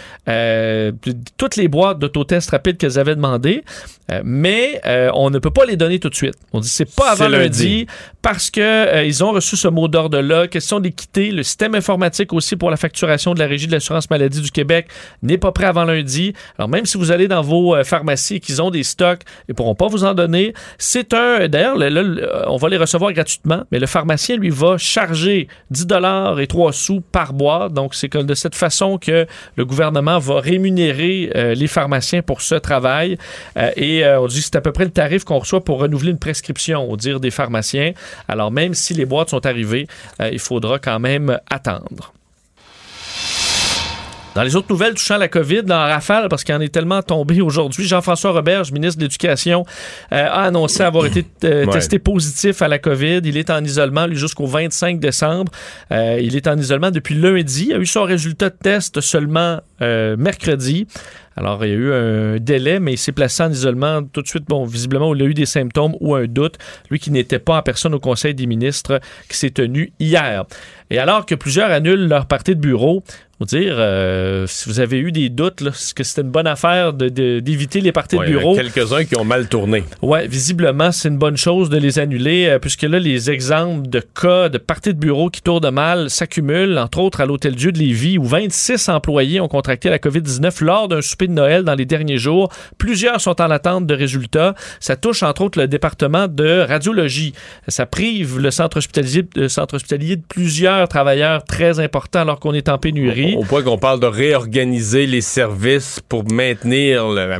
toutes les boîtes d'autotests rapides qu'elles avaient demandées, mais on ne peut pas les donner tout de suite. On dit c'est pas avant lundi parce que ils ont reçu ce mot d'ordre-là. Question d'équité. Le système informatique aussi pour la facturation de la Régie de l'assurance maladie du Québec n'est pas prêt avant lundi. Alors même si vous allez dans vos pharmacies et qu'ils ont des stocks, ils pourront pas vous en donner. C'est d'ailleurs, on va les recevoir gratuitement, mais le pharmacien, lui, va charger 10$ et 3 sous par boîte. Donc c'est de cette façon que le gouvernement va rémunérer les pharmaciens pour ce travail. On dit que c'est à peu près le tarif qu'on reçoit pour renouveler une prescription, au dire des pharmaciens. Alors, même si les boîtes sont arrivées, il faudra quand même attendre. Dans les autres nouvelles touchant la COVID, en rafale, parce qu'il en est tellement tombé aujourd'hui, Jean-François Roberge, ministre de l'Éducation, a annoncé avoir été testé positif à la COVID. Il est en isolement, lui, jusqu'au 25 décembre. Il est en isolement depuis lundi. Il a eu son résultat de test seulement mercredi. Alors, il y a eu un délai, mais il s'est placé en isolement tout de suite. Bon, visiblement, il a eu des symptômes ou un doute. Lui qui n'était pas en personne au Conseil des ministres qui s'est tenu hier. Et alors que plusieurs annulent leur partie de bureau, faut dire, si vous avez eu des doutes, là, est-ce que c'était une bonne affaire d'éviter les parties de bureau? Il y en a quelques-uns qui ont mal tourné. Oui, visiblement, c'est une bonne chose de les annuler, puisque là, les exemples de cas de parties de bureau qui tournent mal s'accumulent, entre autres à l'Hôtel-Dieu de Lévis, où 26 employés ont contracté la COVID-19 lors d'un souper de Noël dans les derniers jours. Plusieurs sont en attente de résultats. Ça touche, entre autres, le département de radiologie. Ça prive le centre hospitalier de plusieurs travailleurs très importants alors qu'on est en pénurie. Au point qu'on parle de réorganiser les services pour maintenir le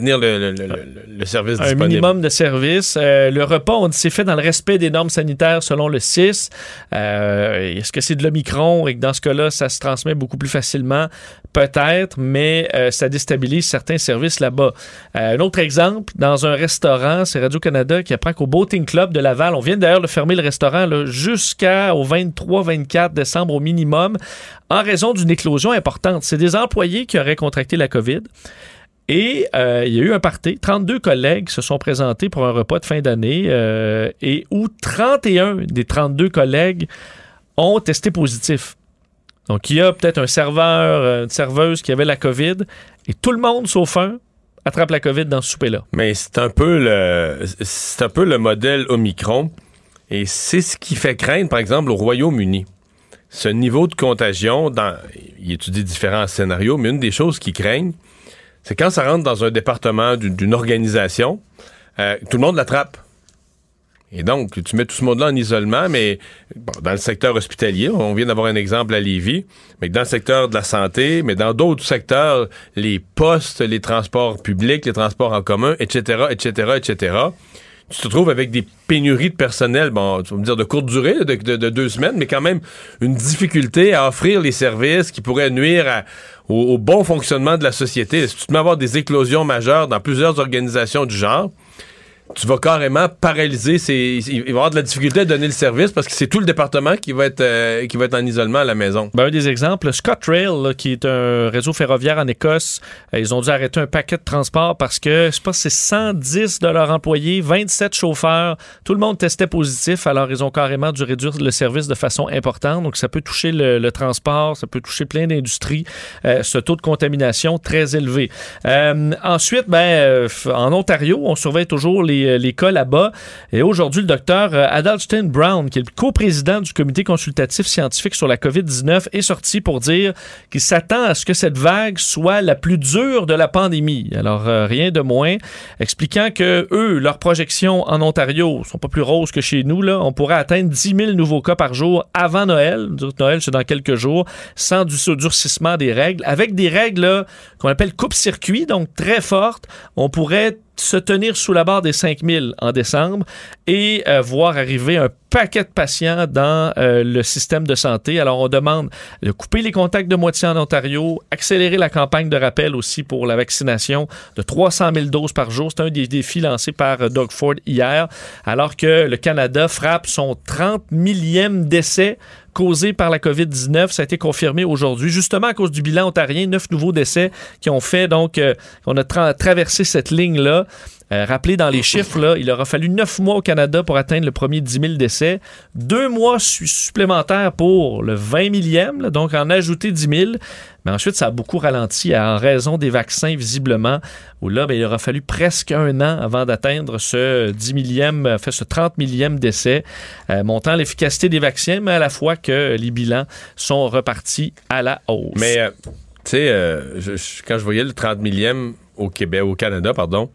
service disponible. Un minimum de services. Le repas, on dit, c'est fait dans le respect des normes sanitaires selon le CIS. Est-ce que c'est de l'Omicron et que dans ce cas-là, ça se transmet beaucoup plus facilement? Peut-être, mais ça déstabilise certains services là-bas. Un autre exemple, dans un restaurant, c'est Radio-Canada qui apprend qu'au Boating Club de Laval, on vient d'ailleurs de fermer le restaurant là, jusqu'au 23-24 décembre au minimum, en raison d'une éclosion importante. C'est des employés qui auraient contracté la COVID. Et il y a eu un party. 32 collègues se sont présentés pour un repas de fin d'année et où 31 des 32 collègues ont testé positif. Donc, il y a peut-être un serveur, une serveuse qui avait la COVID et tout le monde, sauf un, attrape la COVID dans ce souper-là. Mais c'est un peu le modèle Omicron et c'est ce qui fait craindre, par exemple, au Royaume-Uni. Ce niveau de contagion, il étudie différents scénarios, mais une des choses qui craignent, c'est quand ça rentre dans un département d'une organisation, tout le monde l'attrape. Et donc, tu mets tout ce monde-là en isolement, mais dans le secteur hospitalier, on vient d'avoir un exemple à Lévis, mais dans le secteur de la santé, mais dans d'autres secteurs, les postes, les transports publics, les transports en commun, etc., tu te trouves avec des pénuries de personnel, bon, tu vas me dire de courte durée, de 2 semaines, mais quand même une difficulté à offrir les services qui pourraient nuire au bon fonctionnement de la société. Si tu te mets à avoir des éclosions majeures dans plusieurs organisations du genre, tu vas carrément paralyser. Il va y avoir de la difficulté à donner le service parce que c'est tout le département qui va être en isolement à la maison. Un des exemples, ScotRail, là, qui est un réseau ferroviaire en Écosse, ils ont dû arrêter un paquet de transports parce que, je sais pas, c'est 110 de leurs employés, 27 chauffeurs, tout le monde testait positif, alors ils ont carrément dû réduire le service de façon importante. Donc, ça peut toucher le transport, ça peut toucher plein d'industries. Ce taux de contamination très élevé. Ensuite, en Ontario, on surveille toujours les cas là-bas. Et aujourd'hui, le docteur Adalston Brown, qui est le coprésident du comité consultatif scientifique sur la COVID-19, est sorti pour dire qu'il s'attend à ce que cette vague soit la plus dure de la pandémie. Alors, rien de moins, expliquant que eux, leurs projections en Ontario sont pas plus roses que chez nous. Là. On pourrait atteindre 10 000 nouveaux cas par jour avant Noël. Noël, c'est dans quelques jours, sans du durcissement des règles. Avec des règles là, qu'on appelle coupe-circuit, donc très fortes, on pourrait se tenir sous la barre des 5000 en décembre et voir arriver un paquet de patients dans le système de santé. Alors, on demande de couper les contacts de moitié en Ontario, accélérer la campagne de rappel aussi pour la vaccination de 300 000 doses par jour. C'est un des défis lancés par Doug Ford hier, alors que le Canada frappe son 30 millième décès causé par la COVID-19. Ça a été confirmé aujourd'hui, justement à cause du bilan ontarien, 9 nouveaux décès qui ont fait, donc, on a traversé cette ligne-là. Rappelez dans les chiffres, là, il aura fallu 9 mois au Canada pour atteindre le premier 10 000 décès, 2 mois supplémentaires pour le 20 millième, là, donc en ajouter 10 000. Mais ensuite, ça a beaucoup ralenti en raison des vaccins, visiblement, où là, il aura fallu presque 1 an avant d'atteindre ce 10 millième, ce 30 millième décès, montant l'efficacité des vaccins, mais à la fois que les bilans sont repartis à la hausse. Mais, tu sais, quand je voyais le 30 millième au Canada,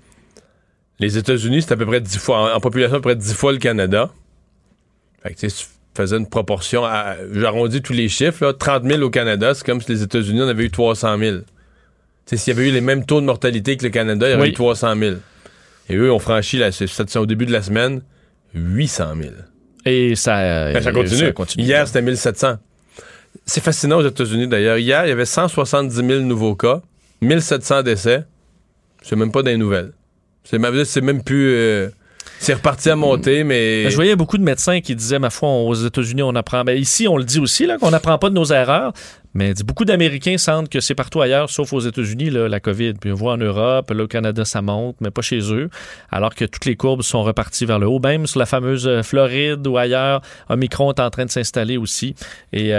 les États-Unis, c'est à peu près 10 fois, en population, à peu près 10 fois le Canada. Fait que, tu sais, faisait une proportion, j'arrondis tous les chiffres, là, 30 000 au Canada, c'est comme si les États-Unis en avaient eu 300 000. Tu sais, s'il y avait eu les mêmêmes taux de mortalité que le Canada, il y aurait eu 300 000. Et eux ont franchi, au début de la semaine, 800 000. Et ça continue. Hier, c'était 1700. C'est fascinant aux États-Unis, d'ailleurs. Hier, il y avait 170 000 nouveaux cas, 1700 décès. C'est même pas des nouvelles. C'est même plus... c'est reparti à monter, mais... Je voyais beaucoup de médecins qui disaient, ma foi, aux États-Unis, on apprend... Ben, ici, on le dit aussi, là, qu'on n'apprend pas de nos erreurs. Mais beaucoup d'Américains sentent que c'est partout ailleurs, sauf aux États-Unis, là, la COVID. Puis on voit en Europe, là, au Canada, ça monte, mais pas chez eux. Alors que toutes les courbes sont reparties vers le haut. Même sur la fameuse Floride ou ailleurs, Omicron est en train de s'installer aussi. Et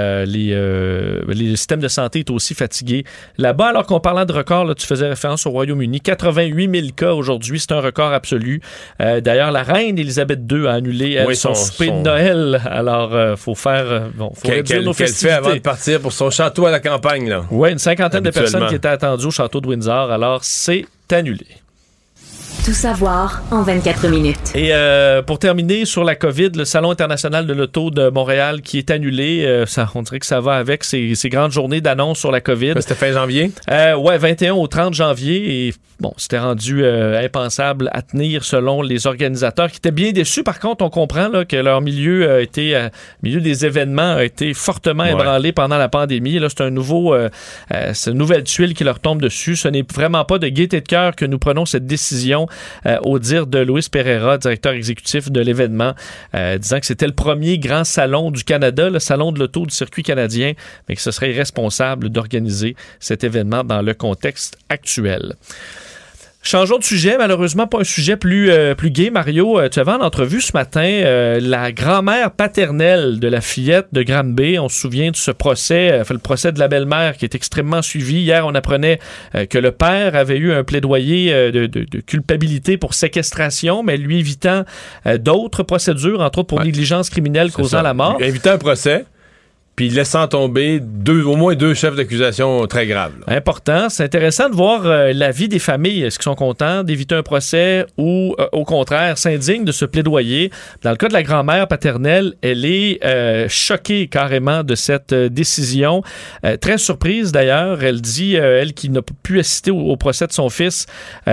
les systèmes de santé est aussi fatigués. Là-bas, alors qu'on parlait de record, là, tu faisais référence au Royaume-Uni. 88 000 cas aujourd'hui, c'est un record absolu. D'ailleurs, la reine Élisabeth II a annulé son souper de Noël. Alors, faut faire... faut réduire nos festivités. Qu'elle fait avant de partir pour son château à la campagne, là. Oui, une cinquantaine de personnes qui étaient attendues au château de Windsor. Alors, c'est annulé. Tout savoir en 24 minutes. Et pour terminer sur la COVID, le Salon international de l'auto de Montréal qui est annulé, on dirait que ça va avec ces grandes journées d'annonces sur la COVID. C'était fin janvier? Oui, 21 au 30 janvier. Et bon, c'était rendu impensable à tenir selon les organisateurs qui étaient bien déçus. Par contre, on comprend là, que leur milieu a été, milieu des événements a été fortement ébranlé pendant la pandémie. Là, c'est c'est une nouvelle tuile qui leur tombe dessus. Ce n'est vraiment pas de gaieté de cœur que nous prenons cette décision. Au dire de Luis Pereira, directeur exécutif de l'événement, disant que c'était le premier grand salon du Canada, le salon de l'auto du circuit canadien, mais que ce serait irresponsable d'organiser cet événement dans le contexte actuel. Changeons de sujet, malheureusement pas un sujet plus gai, Mario. Tu avais en entrevue ce matin la grand-mère paternelle de la fillette de Granby. On se souvient de ce procès, le procès de la belle-mère qui est extrêmement suivi. Hier, on apprenait que le père avait eu un plaidoyer de culpabilité pour séquestration, mais lui évitant d'autres procédures, entre autres pour négligence criminelle causant la mort. Évitant un procès. Puis laissant tomber au moins deux chefs d'accusation très graves. Là. Important. C'est intéressant de voir l'avis des familles. Est-ce qu'ils sont contents d'éviter un procès ou, au contraire, s'indignent de ce plaidoyer? Dans le cas de la grand-mère paternelle, elle est choquée carrément de cette décision. Très surprise d'ailleurs. Elle dit, elle qui n'a pas pu assister au procès de son fils,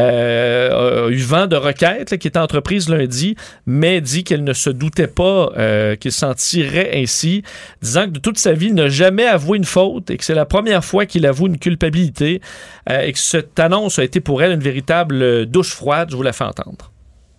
a eu vent de requête qui était entreprise lundi, mais dit qu'elle ne se doutait pas qu'il s'en tirerait ainsi, disant que de toute sa vie, il n'a jamais avoué une faute et que c'est la première fois qu'il avoue une culpabilité et que cette annonce a été pour elle une véritable douche froide. Je vous la fais entendre.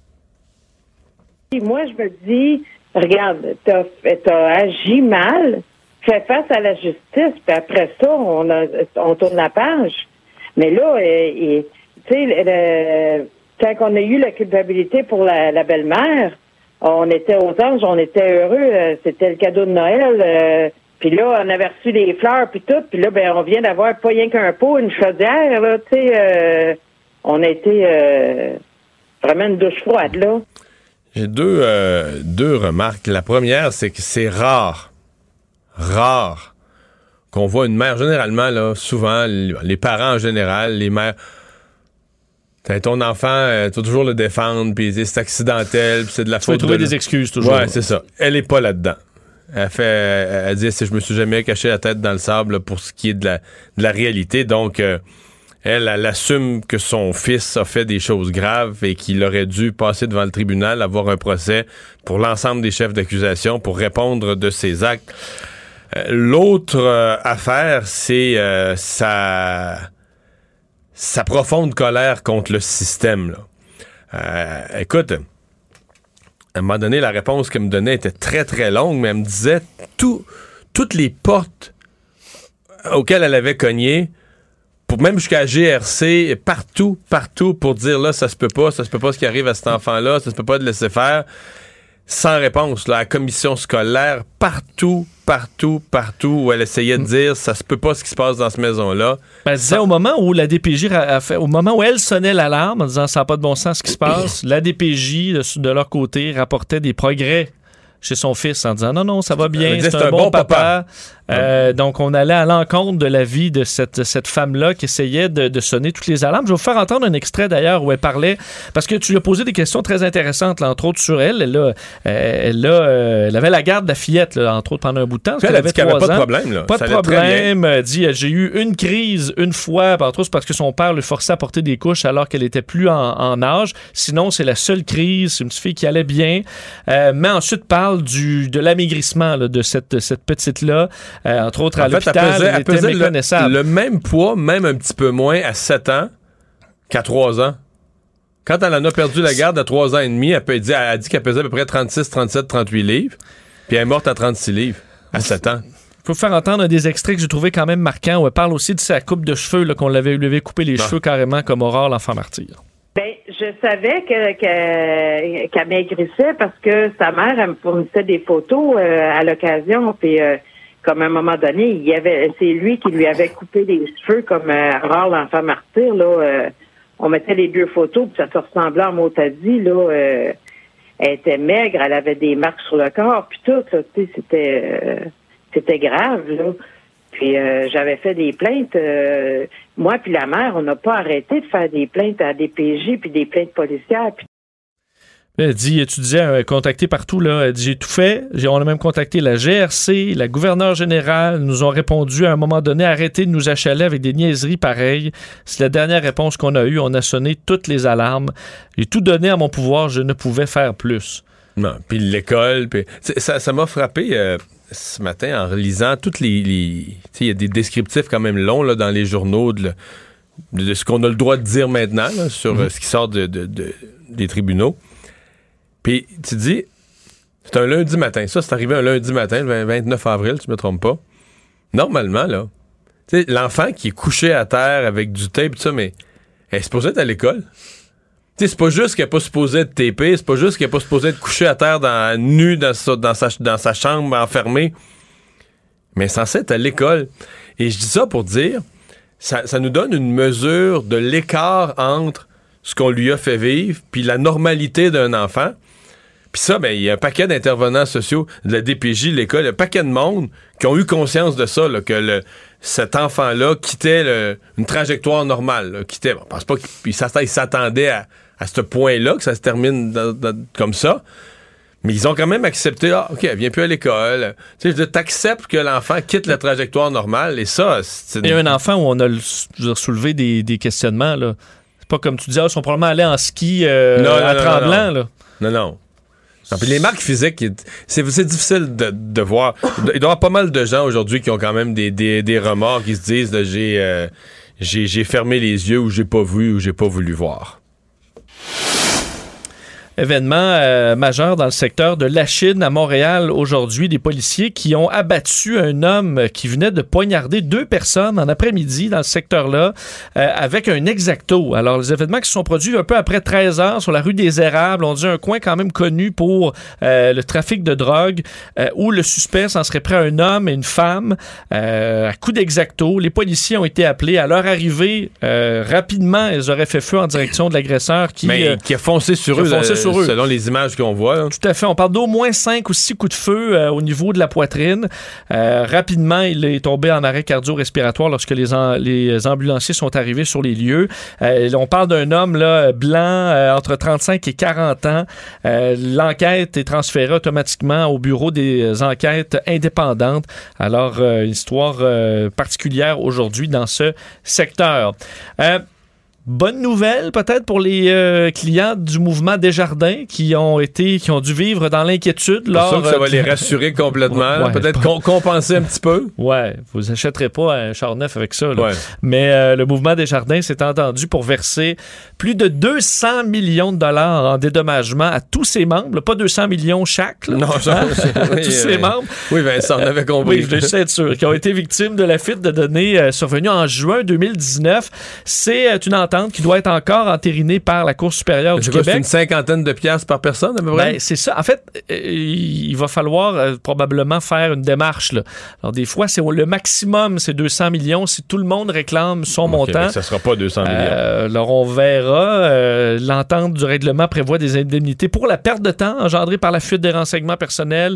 Moi, je me dis, regarde, t'as agi mal, fais face à la justice, puis après ça, on tourne la page. Mais là, tu sais, quand on a eu la culpabilité pour la belle-mère, on était aux anges, on était heureux, c'était le cadeau de Noël. Puis là, on avait reçu des fleurs puis tout, puis là, ben on vient d'avoir pas rien qu'un pot, une chaudière, là, tu sais, on a été vraiment une douche froide, là. J'ai deux remarques. La première, c'est que c'est rare qu'on voit une mère, généralement, là, souvent, les parents en général, les mères... T'as ton enfant, tu vas toujours le défendre, puis c'est accidentel, puis c'est de la faute. Tu vas trouver des excuses toujours. Ouais, c'est ça. Elle est pas là-dedans. Elle dit, je me suis jamais caché la tête dans le sable là, pour ce qui est de la réalité. Donc, elle assume que son fils a fait des choses graves et qu'il aurait dû passer devant le tribunal, avoir un procès pour l'ensemble des chefs d'accusation pour répondre de ses actes. L'autre affaire, c'est sa profonde colère contre le système. Là. Écoute, à un moment donné, la réponse qu'elle me donnait était très, très longue, mais elle me disait toutes les portes auxquelles elle avait cogné, même jusqu'à GRC, partout, pour dire, là, ça se peut pas ce qui arrive à cet enfant-là, ça se peut pas de laisser faire, sans réponse, là, à la commission scolaire, partout où elle essayait de dire ça se peut pas ce qui se passe dans cette maison-là. Elle disait au moment où la DPJ au moment où elle sonnait l'alarme en disant ça n'a pas de bon sens ce qui se passe, la DPJ de leur côté rapportait des progrès chez son fils en disant non, ça va bien, c'est un bon papa. Donc, on allait à l'encontre de la vie de cette femme-là qui essayait de sonner toutes les alarmes. Je vais vous faire entendre un extrait d'ailleurs où elle parlait, parce que tu lui as posé des questions très intéressantes, là, entre autres sur elle. Elle avait la garde de la fillette, là, entre autres, pendant un bout de temps. Elle a dit qu'elle n'avait pas de problème. Là. Pas de problème. Elle dit, j'ai eu une crise une fois, entre autres, parce que son père le forçait à porter des couches alors qu'elle était plus en âge. Sinon, c'est la seule crise. C'est une petite fille qui allait bien. Mais ensuite, parle parle de l'amaigrissement là, de cette petite-là, entre autres à l'hôpital. Elle pesait méconnaissable. Le même poids, même un petit peu moins à 7 ans qu'à 3 ans. Quand elle en a perdu la garde à 3 ans et demi, elle a dit qu'elle pesait à peu près 36, 37, 38 livres. Puis elle est morte à 36 livres à 7 ans. Il faut faire entendre des extraits que j'ai trouvé quand même marquants où elle parle aussi de sa coupe de cheveux, là, qu'on lui avait coupé les cheveux carrément comme Aurore, l'enfant martyr. Ben, je savais qu'elle maigrissait parce que sa mère, elle me fournissait des photos à l'occasion. Puis, comme à un moment donné, c'est lui qui lui avait coupé les cheveux comme Aurore, l'enfant martyr. Là, on mettait les deux photos, puis ça se ressemblait en mot-à-dit, là. Elle était maigre, elle avait des marques sur le corps, puis tout, là, tu sais, c'était grave, là. Puis j'avais fait des plaintes. Moi puis la mère, on n'a pas arrêté de faire des plaintes à des PJ puis des plaintes policières. Puis... Elle dit, tu disais, contacté partout, là. Elle dit, j'ai tout fait. On a même contacté la GRC, la gouverneure générale. Nous ont répondu à un moment donné, arrêtez de nous achaler avec des niaiseries pareilles. C'est la dernière réponse qu'on a eue. On a sonné toutes les alarmes. J'ai tout donné à mon pouvoir. Je ne pouvais faire plus. Non, puis l'école, puis ça m'a frappé ce matin en relisant toutes les il y a des descriptifs quand même longs là, dans les journaux de ce qu'on a le droit de dire maintenant là, sur ce qui sort des tribunaux. Puis tu dis, c'est un lundi matin. Ça, c'est arrivé un lundi matin, le 29 avril, tu me trompes pas. Normalement, là, tu sais, l'enfant qui est couché à terre avec du tape, tout ça, mais elle est supposée être à l'école. Tu sais, c'est pas juste qu'elle n'est pas supposée être tapée, c'est pas juste qu'elle n'est pas supposée être couchée à terre nue dans sa chambre enfermée, mais elle est censée être à l'école. Et je dis ça pour dire, ça nous donne une mesure de l'écart entre ce qu'on lui a fait vivre puis la normalité d'un enfant. Puis ça, ben il y a un paquet d'intervenants sociaux de la DPJ, l'école, un paquet de monde qui ont eu conscience de ça, là, que cet enfant-là quittait une trajectoire normale. Là, quittait, on pense pas qu'il s'attendait à ce point-là, que ça se termine comme ça. Mais ils ont quand même accepté, OK, elle vient plus à l'école. Tu sais, t'acceptes que l'enfant quitte la trajectoire normale, et ça, c'est... Il y a un enfant où on a soulevé des questionnements, là. C'est pas comme tu disais, ils sont probablement allés en ski à Tremblant, là. Non. Puis les marques physiques, c'est difficile de voir. Il doit y avoir pas mal de gens aujourd'hui qui ont quand même des remords, qui se disent j'ai fermé les yeux ou j'ai pas vu ou j'ai pas voulu voir. Événement majeur dans le secteur de Lachine à Montréal aujourd'hui. Des policiers qui ont abattu un homme qui venait de poignarder 2 personnes en après-midi dans le secteur-là avec un X-Acto. Alors, les événements qui se sont produits un peu après 13 heures sur la rue des Érables, on dit un coin quand même connu pour le trafic de drogue où le suspect s'en serait pris à un homme et une femme à coup d'X-Acto. Les policiers ont été appelés. À leur arrivée, rapidement, ils auraient fait feu en direction de l'agresseur qui a foncé sur eux. Selon les images qu'on voit. Là. Tout à fait. On parle d'au moins 5 ou 6 coups de feu au niveau de la poitrine. Rapidement, il est tombé en arrêt cardio-respiratoire lorsque les ambulanciers sont arrivés sur les lieux. On parle d'un homme là, blanc entre 35 et 40 ans. L'enquête est transférée automatiquement au bureau des enquêtes indépendantes. Alors, histoire particulière aujourd'hui dans ce secteur. Bonne nouvelle peut-être pour les clients du mouvement Desjardins qui ont dû vivre dans l'inquiétude. C'est sûr que ça va les rassurer complètement. Ouais, peut-être compenser un petit peu. Ouais, vous n'achèterez pas un char neuf avec ça. Là. Ouais. Mais le mouvement Desjardins s'est entendu pour verser plus de 200 millions de dollars en dédommagement à tous ses membres. Là, pas 200 millions chaque. Là, non, tous ses membres. Oui, Vincent, on avait compris. Oui, je veux juste être sûr. Qui ont été victimes de la fuite de données survenue en juin 2019. C'est une entente qui doit être encore entérinée par la Cour supérieure du Québec. C'est une 50aine de piastres par personne, à peu près? Ben, c'est ça. En fait, il va falloir probablement faire une démarche. Là. Alors, des fois, c'est le maximum, c'est 200 millions. Si tout le monde réclame son montant... Ça ne sera pas 200 millions. Alors, on verra. L'entente du règlement prévoit des indemnités pour la perte de temps engendrée par la fuite des renseignements personnels,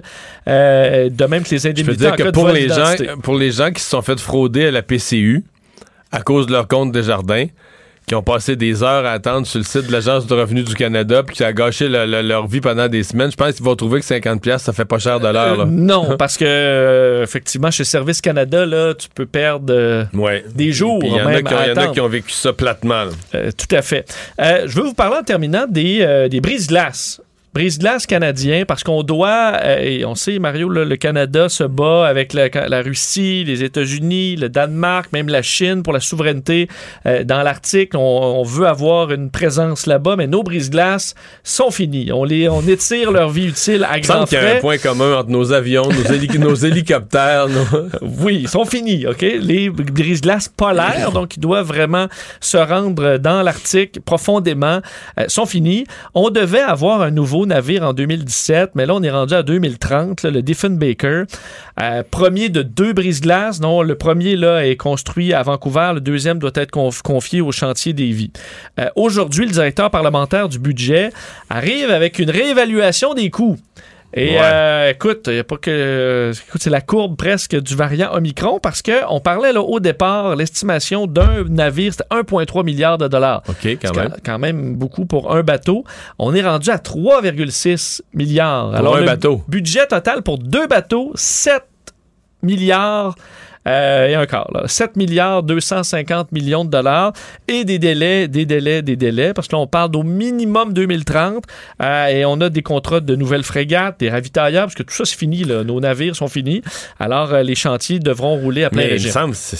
de même que les indemnités en cas de vol d'identité. Pour les gens qui se sont fait frauder à la PCU à cause de leur compte Desjardins, qui ont passé des heures à attendre sur le site de l'Agence du revenu du Canada puis qui a gâché leur vie pendant des semaines, je pense qu'ils vont trouver que 50$, ça fait pas cher de l'heure. Non, parce que effectivement, chez Service Canada, là, tu peux perdre des jours. Il y en a qui ont vécu ça platement. Tout à fait. Je veux vous parler en terminant des brises-glaces. Brise-glace canadien, parce qu'on doit, et on sait, Mario, là, le Canada se bat avec la Russie, les États-Unis, le Danemark, même la Chine pour la souveraineté dans l'Arctique. On veut avoir une présence là-bas, mais nos brise-glaces sont finis. On étire leur vie utile à grands frais. Il y a un point commun entre nos avions, nos hélicoptères. Oui, ils sont finis, OK? Les brise-glaces polaires, donc ils doivent vraiment se rendre dans l'Arctique profondément, sont finis. On devait avoir un nouveau navire en 2017, mais là, on est rendu à 2030, là, le Diefenbaker, premier de 2 brise-glaces, dont le premier là, est construit à Vancouver, le deuxième doit être confié au chantier Davie. Aujourd'hui, le directeur parlementaire du budget arrive avec une réévaluation des coûts. Et écoute, y a pas que, c'est la courbe presque du variant Omicron parce qu'on parlait là, au départ, l'estimation d'un navire, c'était 1,3 milliard de dollars. OK, quand même beaucoup pour un bateau. On est rendu à 3,6 milliards. Pour un bateau. Budget total pour 2 bateaux, 7 milliards. Et un quart, là. 7 milliards 250 millions de dollars et des délais, parce que là, on parle d'au minimum 2030 et on a des contrats de nouvelles frégates, des ravitailleurs, parce que tout ça, c'est fini, là. Nos navires sont finis. Alors, les chantiers devront rouler à plein régime. Il me semble,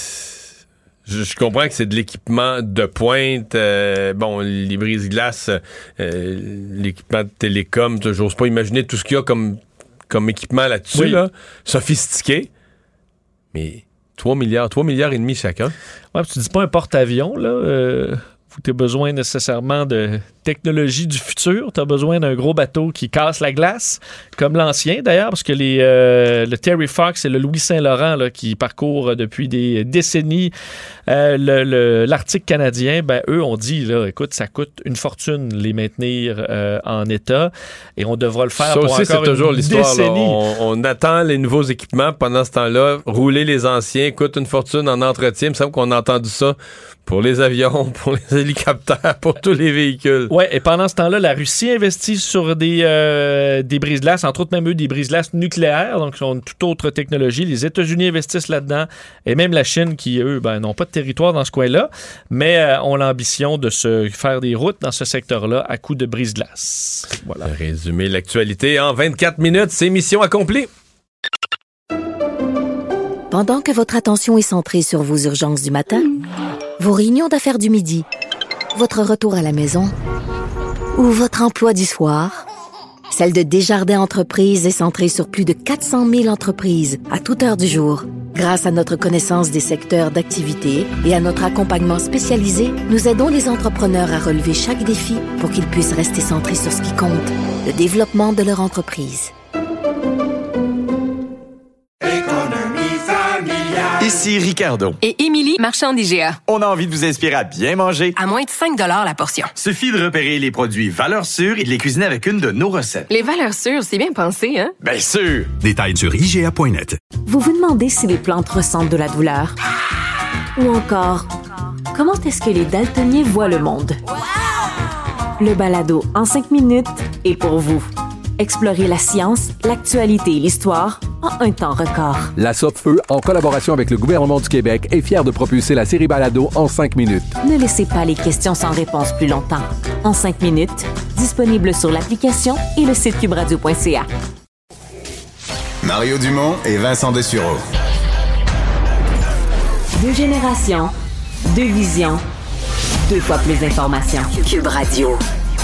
je comprends que c'est de l'équipement de pointe, les brise-glaces, l'équipement de télécom, j'ose pas imaginer tout ce qu'il y a comme équipement là-dessus, là, sophistiqué, mais 3 milliards et demi chacun. Ouais, tu dis pas un porte-avions, là, où tu as besoin nécessairement de technologie du futur. Tu as besoin d'un gros bateau qui casse la glace, comme l'ancien d'ailleurs, parce que le Terry Fox et le Louis Saint-Laurent là, qui parcourent depuis des décennies l'Arctique canadien, eux ont dit, là, écoute, ça coûte une fortune les maintenir en état et on devra le faire ça pour aussi, encore c'est toujours une l'histoire. décennie. On attend les nouveaux équipements. Pendant ce temps-là, rouler les anciens coûte une fortune en entretien. Il me semble qu'on a entendu ça pour les avions, pour les hélicoptères, pour tous les véhicules. Oui, et pendant ce temps-là, la Russie investit sur des brise-glaces, entre autres même eux, des brise-glaces nucléaires, donc sont une toute autre technologie. Les États-Unis investissent là-dedans, et même la Chine qui, eux, n'ont pas de territoire dans ce coin-là, mais ont l'ambition de se faire des routes dans ce secteur-là à coup de brise-glace. Voilà. Résumer l'actualité en 24 minutes, c'est mission accomplie. Pendant que votre attention est centrée sur vos urgences du matin, vos réunions d'affaires du midi, votre retour à la maison ou votre emploi du soir, celle de Desjardins Entreprises est centrée sur plus de 400 000 entreprises à toute heure du jour. Grâce à notre connaissance des secteurs d'activité et à notre accompagnement spécialisé, nous aidons les entrepreneurs à relever chaque défi pour qu'ils puissent rester centrés sur ce qui compte, le développement de leur entreprise. Ici Ricardo. Et Émilie, marchand d'IGA. On a envie de vous inspirer à bien manger. À moins de 5 $ la portion. Suffit de repérer les produits valeurs sûres et de les cuisiner avec une de nos recettes. Les valeurs sûres, c'est bien pensé, hein? Bien sûr! Détails sur IGA.net. Vous vous demandez si les plantes ressentent de la douleur? Ou encore, comment est-ce que les daltoniens voient le monde? Le balado en 5 minutes est pour vous. Explorez la science, l'actualité et l'histoire en un temps record. La Sopfeu, en collaboration avec le gouvernement du Québec, est fière de propulser la série Balado en 5 minutes. Ne laissez pas les questions sans réponse plus longtemps. En 5 minutes, disponible sur l'application et le site cubradio.ca. Mario Dumont et Vincent Dessureau. 2 générations, 2 visions, 2 fois plus d'informations. Cube Radio.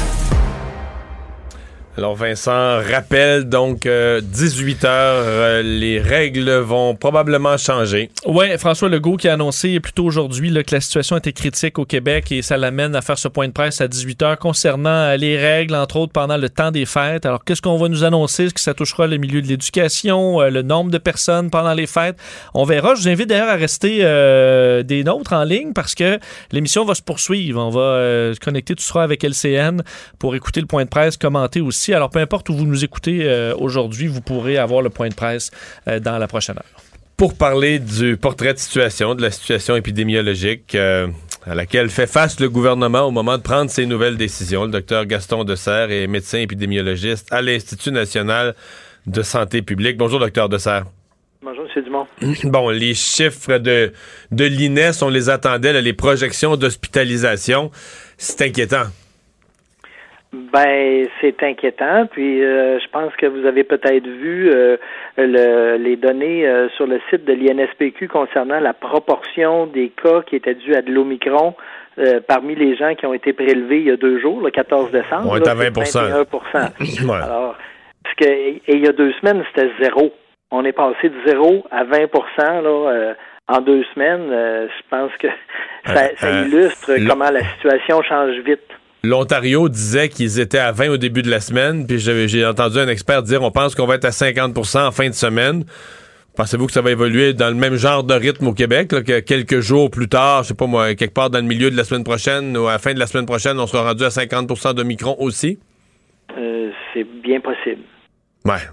Alors Vincent rappelle donc 18h, les règles vont probablement changer. Oui, François Legault qui a annoncé plus tôt aujourd'hui là, que la situation était critique au Québec et ça l'amène à faire ce point de presse à 18h concernant les règles, entre autres pendant le temps des fêtes. Alors qu'est-ce qu'on va nous annoncer? Est-ce que ça touchera le milieu de l'éducation, le nombre de personnes pendant les fêtes? On verra. Je vous invite d'ailleurs à rester des nôtres en ligne parce que l'émission va se poursuivre. On va se connecter tout sera avec LCN pour écouter le point de presse, commenter aussi. Alors, peu importe où vous nous écoutez aujourd'hui, vous pourrez avoir le point de presse dans la prochaine heure. Pour parler du portrait de situation, de la situation épidémiologique à laquelle fait face le gouvernement au moment de prendre ses nouvelles décisions, le docteur Gaston Desserre est médecin épidémiologiste à l'Institut national de santé publique. Bonjour, docteur Desserre. Bonjour, M. Dumont. Bon, les chiffres de l'INES, on les attendait, là, les projections d'hospitalisation, c'est inquiétant. Ben, c'est inquiétant. Puis, je pense que vous avez peut-être vu les données sur le site de l'INSPQ concernant la proportion des cas qui étaient dus à de l'Omicron parmi les gens qui ont été prélevés il y a 2 jours, le 14 décembre. On est à 20%. 21%. Ouais. Alors, et il y a 2 semaines, c'était 0. On est passé de 0 à 20% là, en 2 semaines. Je pense que ça illustre comment la situation change vite. L'Ontario disait qu'ils étaient à 20 au début de la semaine, puis j'ai entendu un expert dire on pense qu'on va être à 50% en fin de semaine. Pensez-vous que ça va évoluer dans le même genre de rythme au Québec, là, que quelques jours plus tard, je sais pas moi, quelque part dans le milieu de la semaine prochaine ou à la fin de la semaine prochaine, on sera rendu à 50% d'Omicron aussi? C'est bien possible. Ouais.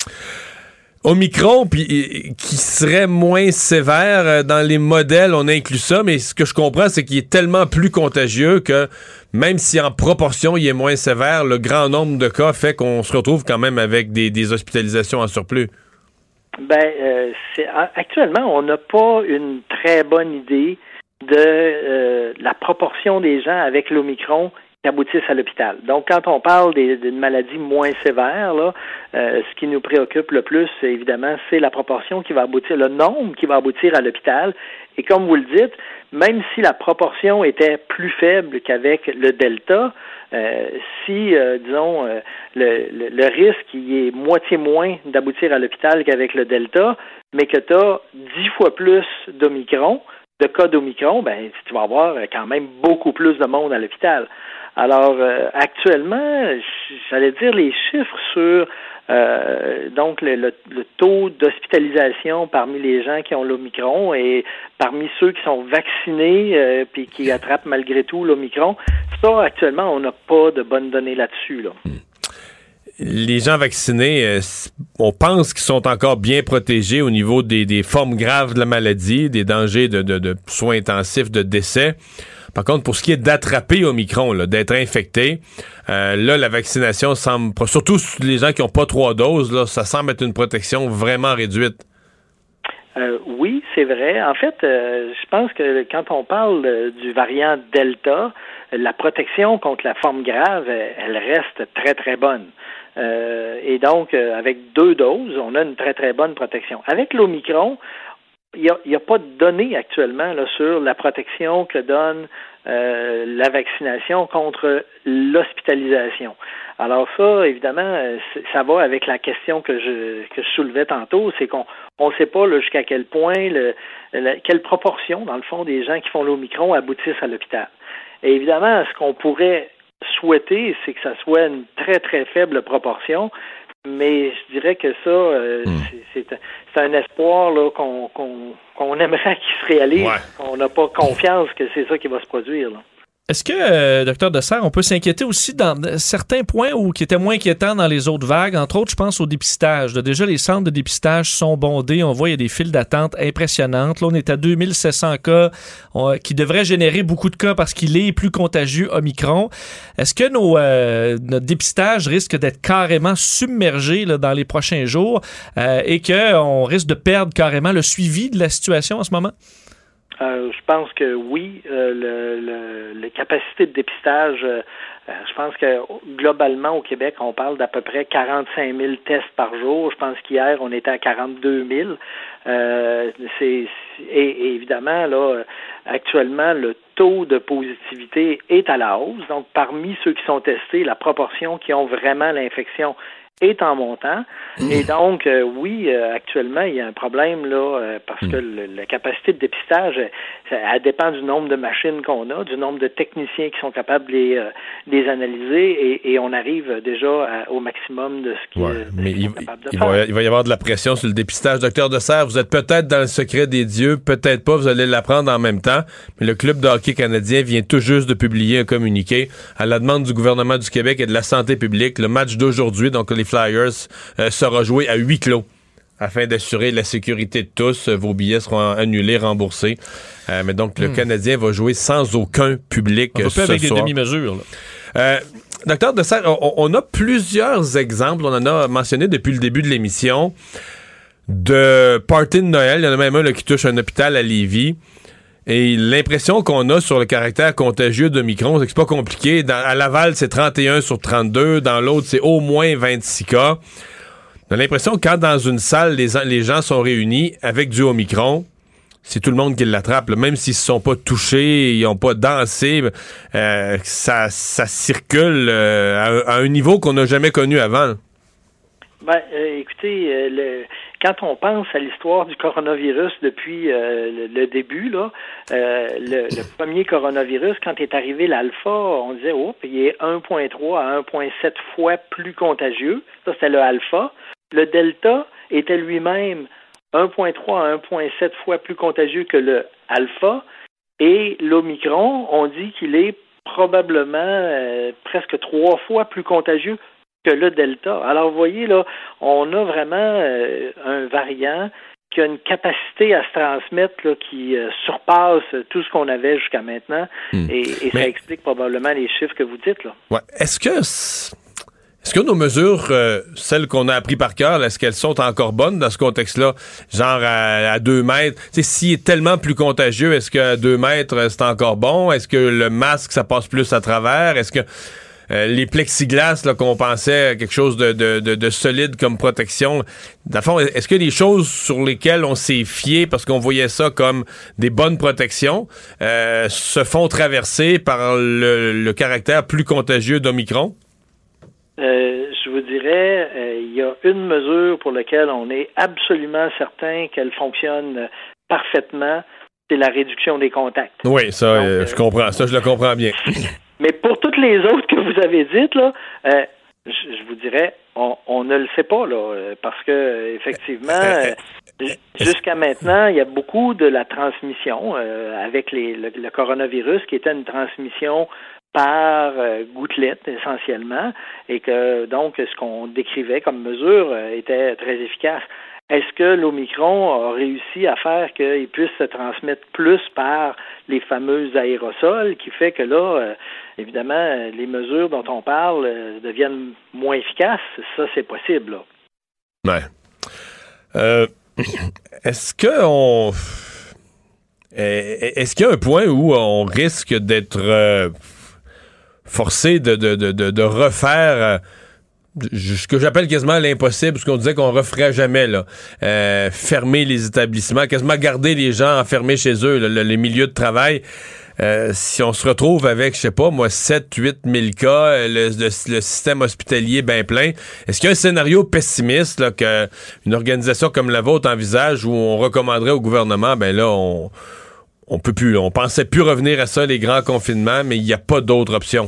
Omicron, puis qui serait moins sévère dans les modèles, on inclut ça, mais ce que je comprends, c'est qu'il est tellement plus contagieux que même si en proportion il est moins sévère, le grand nombre de cas fait qu'on se retrouve quand même avec des hospitalisations en surplus. Ben, actuellement, on n'a pas une très bonne idée de la proportion des gens avec l'Omicron qui aboutissent à l'hôpital. Donc, quand on parle d'une maladie moins sévère, là, ce qui nous préoccupe le plus, évidemment, c'est la proportion qui va aboutir, le nombre qui va aboutir à l'hôpital. Et comme vous le dites, même si la proportion était plus faible qu'avec le Delta, si, disons, le risque il est moitié moins d'aboutir à l'hôpital qu'avec le Delta, mais que tu as 10 fois plus d'Omicron, de cas d'Omicron, ben tu vas avoir quand même beaucoup plus de monde à l'hôpital. Alors, actuellement, j'allais dire les chiffres sur donc le taux d'hospitalisation parmi les gens qui ont l'Omicron et parmi ceux qui sont vaccinés puis qui attrapent malgré tout l'Omicron, ça, actuellement, on n'a pas de bonnes données là-dessus, là. Les gens vaccinés, on pense qu'ils sont encore bien protégés au niveau des formes graves de la maladie, des dangers de soins intensifs, de décès. Par contre, pour ce qui est d'attraper Omicron, là, d'être infecté, là, la vaccination semble, surtout les gens qui n'ont pas 3 doses, là, ça semble être une protection vraiment réduite. Oui, c'est vrai. En fait, je pense que quand on parle du variant Delta, la protection contre la forme grave, elle reste très, très bonne. Et donc, avec 2 doses, on a une très, très bonne protection. Avec l'Omicron, il n'y a pas de données actuellement là, sur la protection que donne la vaccination contre l'hospitalisation. Alors ça, évidemment, ça va avec la question que je soulevais tantôt, c'est qu'on ne sait pas là, jusqu'à quel point, quelle proportion, dans le fond, des gens qui font l'Omicron aboutissent à l'hôpital. Et évidemment, ce qu'on pourrait souhaiter, c'est que ça soit une très, très faible proportion, mais je dirais que ça, c'est un espoir là, qu'on aimerait qu'il se réalise. Ouais. On n'a pas confiance que c'est ça qui va se produire, là. Est-ce que, Dr. Dessert, on peut s'inquiéter aussi dans certains points qui étaient moins inquiétants dans les autres vagues? Entre autres, je pense au dépistage. Déjà, les centres de dépistage sont bondés. On voit, il y a des files d'attente impressionnantes. Là, on est à 2700 cas qui devraient générer beaucoup de cas parce qu'il est plus contagieux Omicron. Est-ce que notre dépistage risque d'être carrément submergé là, dans les prochains jours et qu'on risque de perdre carrément le suivi de la situation en ce moment? Je pense que oui, les capacités de dépistage, je pense que globalement au Québec, on parle d'à peu près 45 000 tests par jour. Je pense qu'hier, on était à 42 000. Et évidemment, là, actuellement, le taux de positivité est à la hausse. Donc, parmi ceux qui sont testés, la proportion qui ont vraiment l'infection est en montant. Et donc, oui, actuellement, il y a un problème là parce que la capacité de dépistage, elle dépend du nombre de machines qu'on a, du nombre de techniciens qui sont capables de les analyser et on arrive déjà au maximum de ce qu'ils sont capables de faire. Il va y avoir de la pression sur le dépistage. Docteur Dessert, vous êtes peut-être dans le secret des dieux, peut-être pas, vous allez l'apprendre en même temps, mais le Club de hockey canadien vient tout juste de publier un communiqué à la demande du gouvernement du Québec et de la santé publique. Le match d'aujourd'hui, donc les Flyers, sera joué à huis clos afin d'assurer la sécurité de tous. Vos billets seront annulés, remboursés. Mais donc, le Canadien va jouer sans aucun public ce soir. Avec des demi-mesures. Docteur Dessert, on a plusieurs exemples. On en a mentionné depuis le début de l'émission de party de Noël. Il y en a même un là, qui touche un hôpital à Lévis. Et l'impression qu'on a sur le caractère contagieux d'Omicron, c'est que c'est pas compliqué. À Laval, c'est 31 sur 32. Dans l'autre, c'est au moins 26 cas. On a l'impression que quand dans une salle, les gens sont réunis avec du Omicron, c'est tout le monde qui l'attrape. Là. Même s'ils ne se sont pas touchés, ils n'ont pas dansé, ça circule à un niveau qu'on n'a jamais connu avant. Écoutez, quand on pense à l'histoire du coronavirus depuis le début, là, le premier coronavirus, quand est arrivé l'alpha, on disait, il est 1,3 à 1,7 fois plus contagieux. Ça, c'était le alpha. Le delta était lui-même 1,3 à 1,7 fois plus contagieux que le alpha. Et l'Omicron, on dit qu'il est probablement presque 3 fois plus contagieux que le delta. Alors, vous voyez, là, on a vraiment un variant qui a une capacité à se transmettre là, qui surpasse tout ce qu'on avait jusqu'à maintenant. Et ça explique probablement les chiffres que vous dites, là. Ouais. Est-ce que nos mesures, celles qu'on a appris par cœur, est-ce qu'elles sont encore bonnes dans ce contexte-là? Genre à 2 mètres. Tu sais, s'il est tellement plus contagieux, est-ce qu'à 2 mètres, c'est encore bon? Est-ce que le masque, ça passe plus à travers? Est-ce que les plexiglas, là, qu'on pensait à quelque chose de solide comme protection, dans le fond, est-ce que les choses sur lesquelles on s'est fié parce qu'on voyait ça comme des bonnes protections se font traverser par le caractère plus contagieux d'Omicron? Je vous dirais, il y a une mesure pour laquelle on est absolument certain qu'elle fonctionne parfaitement, c'est la réduction des contacts. Oui, ça, donc, je comprends. Ça, je le comprends bien. Mais pour toutes les autres que vous avez dites, là, je vous dirais, on ne le sait pas, là, parce que effectivement, jusqu'à maintenant, il y a beaucoup de la transmission avec le coronavirus qui était une transmission par gouttelettes essentiellement, et que donc ce qu'on décrivait comme mesure était très efficace. Est-ce que l'Omicron a réussi à faire qu'il puisse se transmettre plus par les fameux aérosols, qui fait que là, évidemment, les mesures dont on parle deviennent moins efficaces? Ça, c'est possible, là. Ouais. Est-ce qu'il y a un point où on risque d'être forcé de refaire ce que j'appelle quasiment l'impossible, ce qu'on disait qu'on referait jamais, là, fermer les établissements, quasiment garder les gens enfermés chez eux, les milieux de travail. Si on se retrouve avec, je sais pas, moi, 7-8 000 cas, le système hospitalier bien plein, est-ce qu'il y a un scénario pessimiste là, qu'une organisation comme la vôtre envisage où on recommanderait au gouvernement, ben là, on peut plus, on pensait plus revenir à ça, les grands confinements, mais il n'y a pas d'autre option?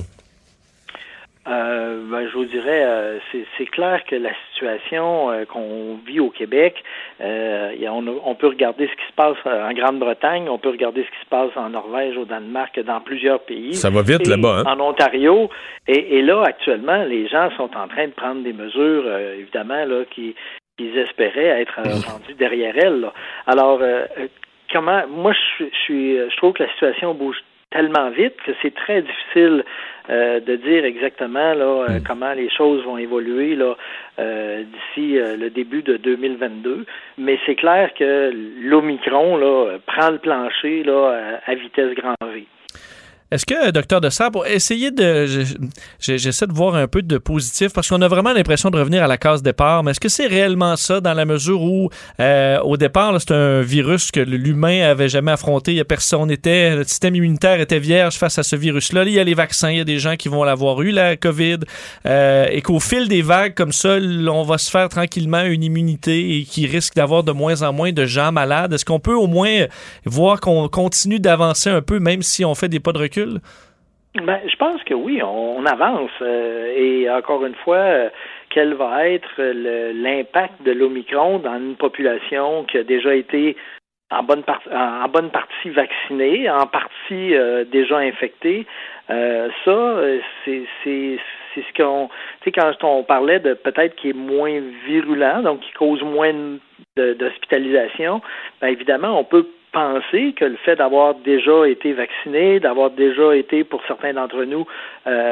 Je vous dirais, c'est clair que la situation qu'on vit au Québec, on peut regarder ce qui se passe en Grande-Bretagne, on peut regarder ce qui se passe en Norvège, au Danemark, dans plusieurs pays. Ça va vite là-bas, hein? En Ontario. Et là, actuellement, les gens sont en train de prendre des mesures, évidemment, là, qu'ils espéraient être rendus derrière elles. Là. Alors, moi, je trouve que la situation bouge tellement vite que c'est très difficile de dire exactement là comment les choses vont évoluer là d'ici le début de 2022. Mais c'est clair que l'Omicron là prend le plancher là à vitesse grand V. Est-ce que, Dr. Dessert, pour essayer j'essaie de voir un peu de positif, parce qu'on a vraiment l'impression de revenir à la case départ, mais est-ce que c'est réellement ça, dans la mesure où, au départ, là, c'est un virus que l'humain avait jamais affronté, le système immunitaire était vierge face à ce virus-là, il y a les vaccins, il y a des gens qui vont l'avoir eu, la COVID, et qu'au fil des vagues, comme ça, on va se faire tranquillement une immunité et qui risque d'avoir de moins en moins de gens malades. Est-ce qu'on peut au moins voir qu'on continue d'avancer un peu, même si on fait des pas de recul? Je pense que oui, on avance. Et encore une fois, quel va être l'impact de l'Omicron dans une population qui a déjà été en bonne partie vaccinée, en partie déjà infectée? Ça, c'est ce qu'on... Tu sais, quand on parlait de peut-être qui est moins virulent, donc qui cause moins d'hospitalisation, bien évidemment, on peut penser que le fait d'avoir déjà été vacciné, d'avoir déjà été, pour certains d'entre nous,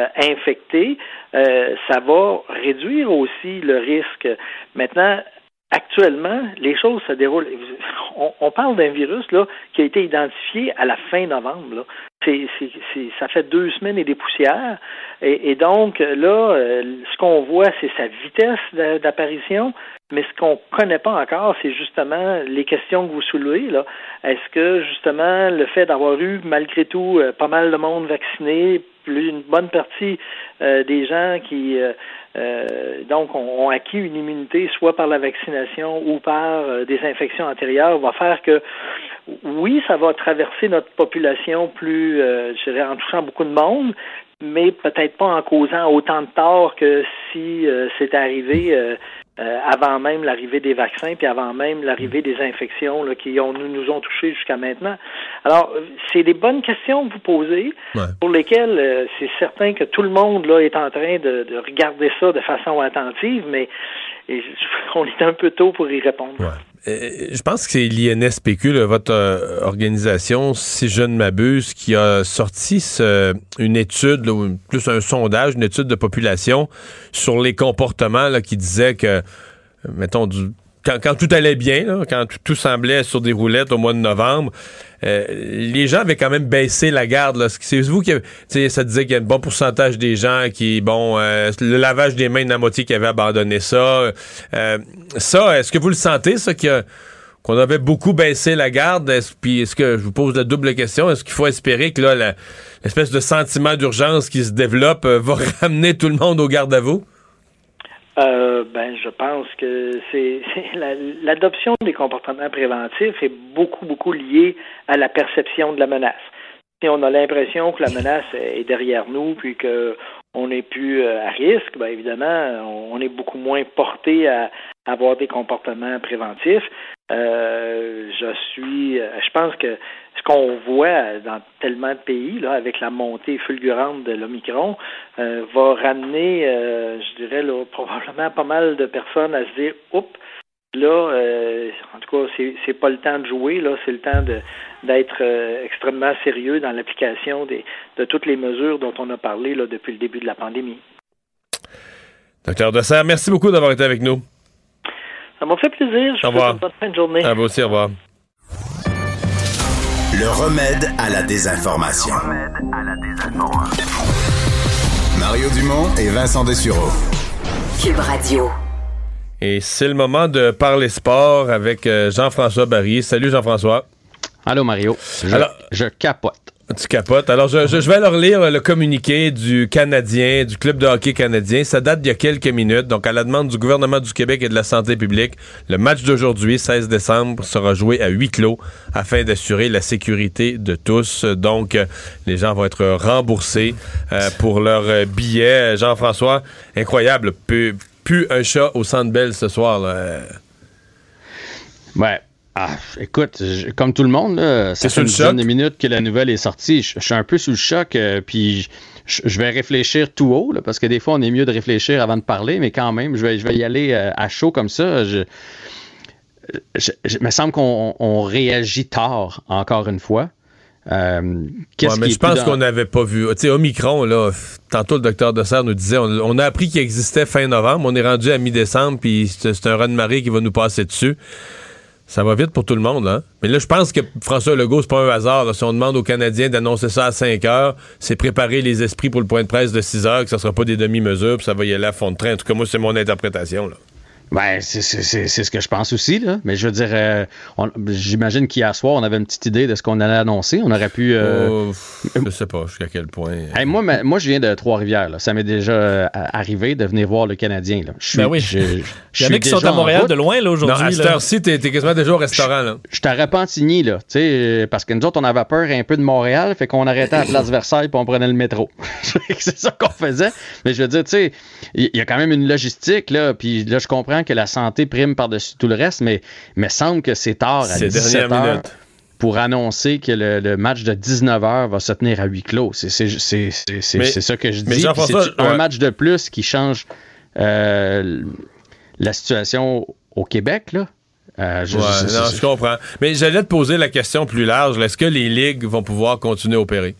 infecté, ça va réduire aussi le risque. Maintenant, actuellement, les choses se déroulent. On parle d'un virus là qui a été identifié à la fin novembre. Là. Ça fait 2 semaines et des poussières. Et donc, là, ce qu'on voit, c'est sa vitesse d'apparition, mais ce qu'on ne connaît pas encore, c'est justement les questions que vous soulevez. Là. Est-ce que, justement, le fait d'avoir eu, malgré tout, pas mal de monde vacciné, une bonne partie des gens qui donc ont acquis une immunité soit par la vaccination ou par des infections antérieures, va faire que oui, ça va traverser notre population plus, je dirais, en touchant beaucoup de monde, mais peut-être pas en causant autant de tort que si c'était arrivé avant même l'arrivée des vaccins, puis avant même l'arrivée des infections là, qui nous ont touchés jusqu'à maintenant. Alors, c'est des bonnes questions que vous posez, pour lesquelles c'est certain que tout le monde là est en train de regarder ça de façon attentive, mais on est un peu tôt pour y répondre. Je pense que c'est l'INSPQ, votre organisation, si je ne m'abuse, qui a sorti une étude, là, plus un sondage, une étude de population sur les comportements là, qui disait que, mettons, quand tout allait bien, là, quand tout semblait sur des roulettes au mois de novembre, les gens avaient quand même baissé la garde. Là. C'est vous qui, ça disait qu'il y a un bon pourcentage des gens qui, le lavage des mains de la moitié qui avaient abandonné ça. Ça, est-ce que vous le sentez, ça, qu'on avait beaucoup baissé la garde? Puis est-ce que, je vous pose la double question, est-ce qu'il faut espérer que là, l'espèce de sentiment d'urgence qui se développe va ramener tout le monde au garde à vous? Je pense que c'est l'adoption des comportements préventifs est beaucoup liée à la perception de la menace. Si on a l'impression que la menace est derrière nous, puis que on n'est plus à risque, bien évidemment, on est beaucoup moins porté à avoir des comportements préventifs. Je pense que ce qu'on voit dans tellement de pays, là, avec la montée fulgurante de l'Omicron, va ramener, je dirais, là, probablement pas mal de personnes à se dire, oups, là, en tout cas, c'est pas le temps de jouer, là, c'est le temps d'être extrêmement sérieux dans l'application de toutes les mesures dont on a parlé là, depuis le début de la pandémie. Dr. Dessert, merci beaucoup d'avoir été avec nous. Ça m'a fait plaisir. Je vous souhaite une bonne fin de journée. À vous aussi, au revoir. Le remède à la désinformation. Mario Dumont et Vincent Dessureau. Cube Radio. Et c'est le moment de parler sport avec Jean-François Barry. Salut Jean-François. Allô Mario. Je capote. Tu capotes. Alors, je vais leur lire le communiqué du Canadien, du club de hockey canadien. Ça date d'il y a quelques minutes. Donc, à la demande du gouvernement du Québec et de la santé publique, le match d'aujourd'hui, 16 décembre, sera joué à huis clos afin d'assurer la sécurité de tous. Donc, les gens vont être remboursés pour leurs billets. Jean-François, incroyable. Plus un chat au Centre Bell ce soir. Là. Ouais. Écoute, comme tout le monde, là, ça fait une dizaine de minutes que la nouvelle est sortie. Je suis un peu sous le choc, puis je vais réfléchir tout haut, là, parce que des fois, on est mieux de réfléchir avant de parler, mais quand même, je vais y aller à chaud comme ça. Il me semble qu'on réagit tard, encore une fois. Mais je pense qu'on n'avait pas vu. Tu sais, Omicron, là, tantôt le docteur Dessert nous disait, on a appris qu'il existait fin novembre, on est rendu à mi-décembre, puis c'est un raz-de-marée qui va nous passer dessus. Ça va vite pour tout le monde, hein? Mais là, je pense que François Legault, c'est pas un hasard. Là. Si on demande aux Canadiens d'annoncer ça à 5 heures, c'est préparer les esprits pour le point de presse de 6 heures, que ça sera pas des demi-mesures, puis ça va y aller à fond de train. En tout cas, moi, c'est mon interprétation, là. Ben, c'est ce que je pense aussi, là. Mais je veux dire, j'imagine qu'hier soir, on avait une petite idée de ce qu'on allait annoncer. On aurait pu... je sais pas jusqu'à quel point... Hey, moi, je viens de Trois-Rivières, là. Ça m'est déjà arrivé de venir voir le Canadien, là. Il y en a qui sont à Montréal de loin, là, aujourd'hui. Non, à cette heure-ci, t'es quasiment déjà au restaurant, là. Je suis à Repentigny, là. Tu sais, parce que nous autres, on avait peur un peu de Montréal, fait qu'on arrêtait à la Place Versailles puis on prenait le métro. C'est ça qu'on faisait. Mais je veux dire, tu sais, il y a quand même une logistique, là. Puis là, je comprends que la santé prime par-dessus tout le reste, mais il me semble que c'est tard à 17h pour annoncer que le match de 19h va se tenir à huis clos. C'est ça que je dis. C'est un match de plus qui change la situation au Québec, là. Je comprends. Mais j'allais te poser la question plus large. Est-ce que les ligues vont pouvoir continuer à opérer?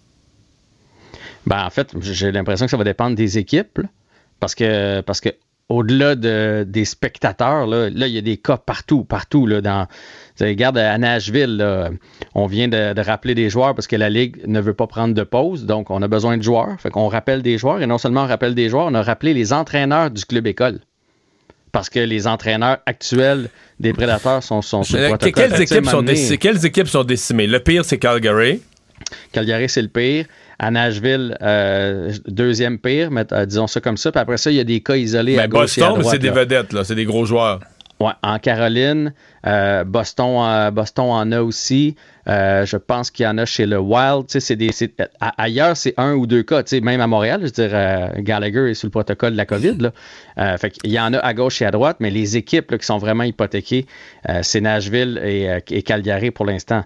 Ben, en fait, j'ai l'impression que ça va dépendre des équipes, là, parce que au-delà des spectateurs, là, il y a des cas partout, là, regarde, à Nashville, là, on vient de rappeler des joueurs parce que la Ligue ne veut pas prendre de pause, donc on a besoin de joueurs. Fait qu'on rappelle des joueurs, et non seulement on rappelle des joueurs, on a rappelé les entraîneurs du club école. Parce que les entraîneurs actuels des Prédateurs sont sur le protocole. Quelles équipes sont décimées? Le pire, c'est Calgary. Calgary, c'est le pire. À Nashville, deuxième pire, mais disons ça comme ça. Puis après ça, il y a des cas isolés à gauche et à droite. Boston, c'est des vedettes, là. C'est des gros joueurs. Ouais, en Caroline, Boston en a aussi. Je pense qu'il y en a chez le Wild. Ailleurs, c'est 1 ou 2 cas. Même à Montréal, je veux dire, Gallagher est sous le protocole de la COVID. Là. Fait qu'il y en a à gauche et à droite, mais les équipes là, qui sont vraiment hypothéquées, c'est Nashville et Calgary pour l'instant.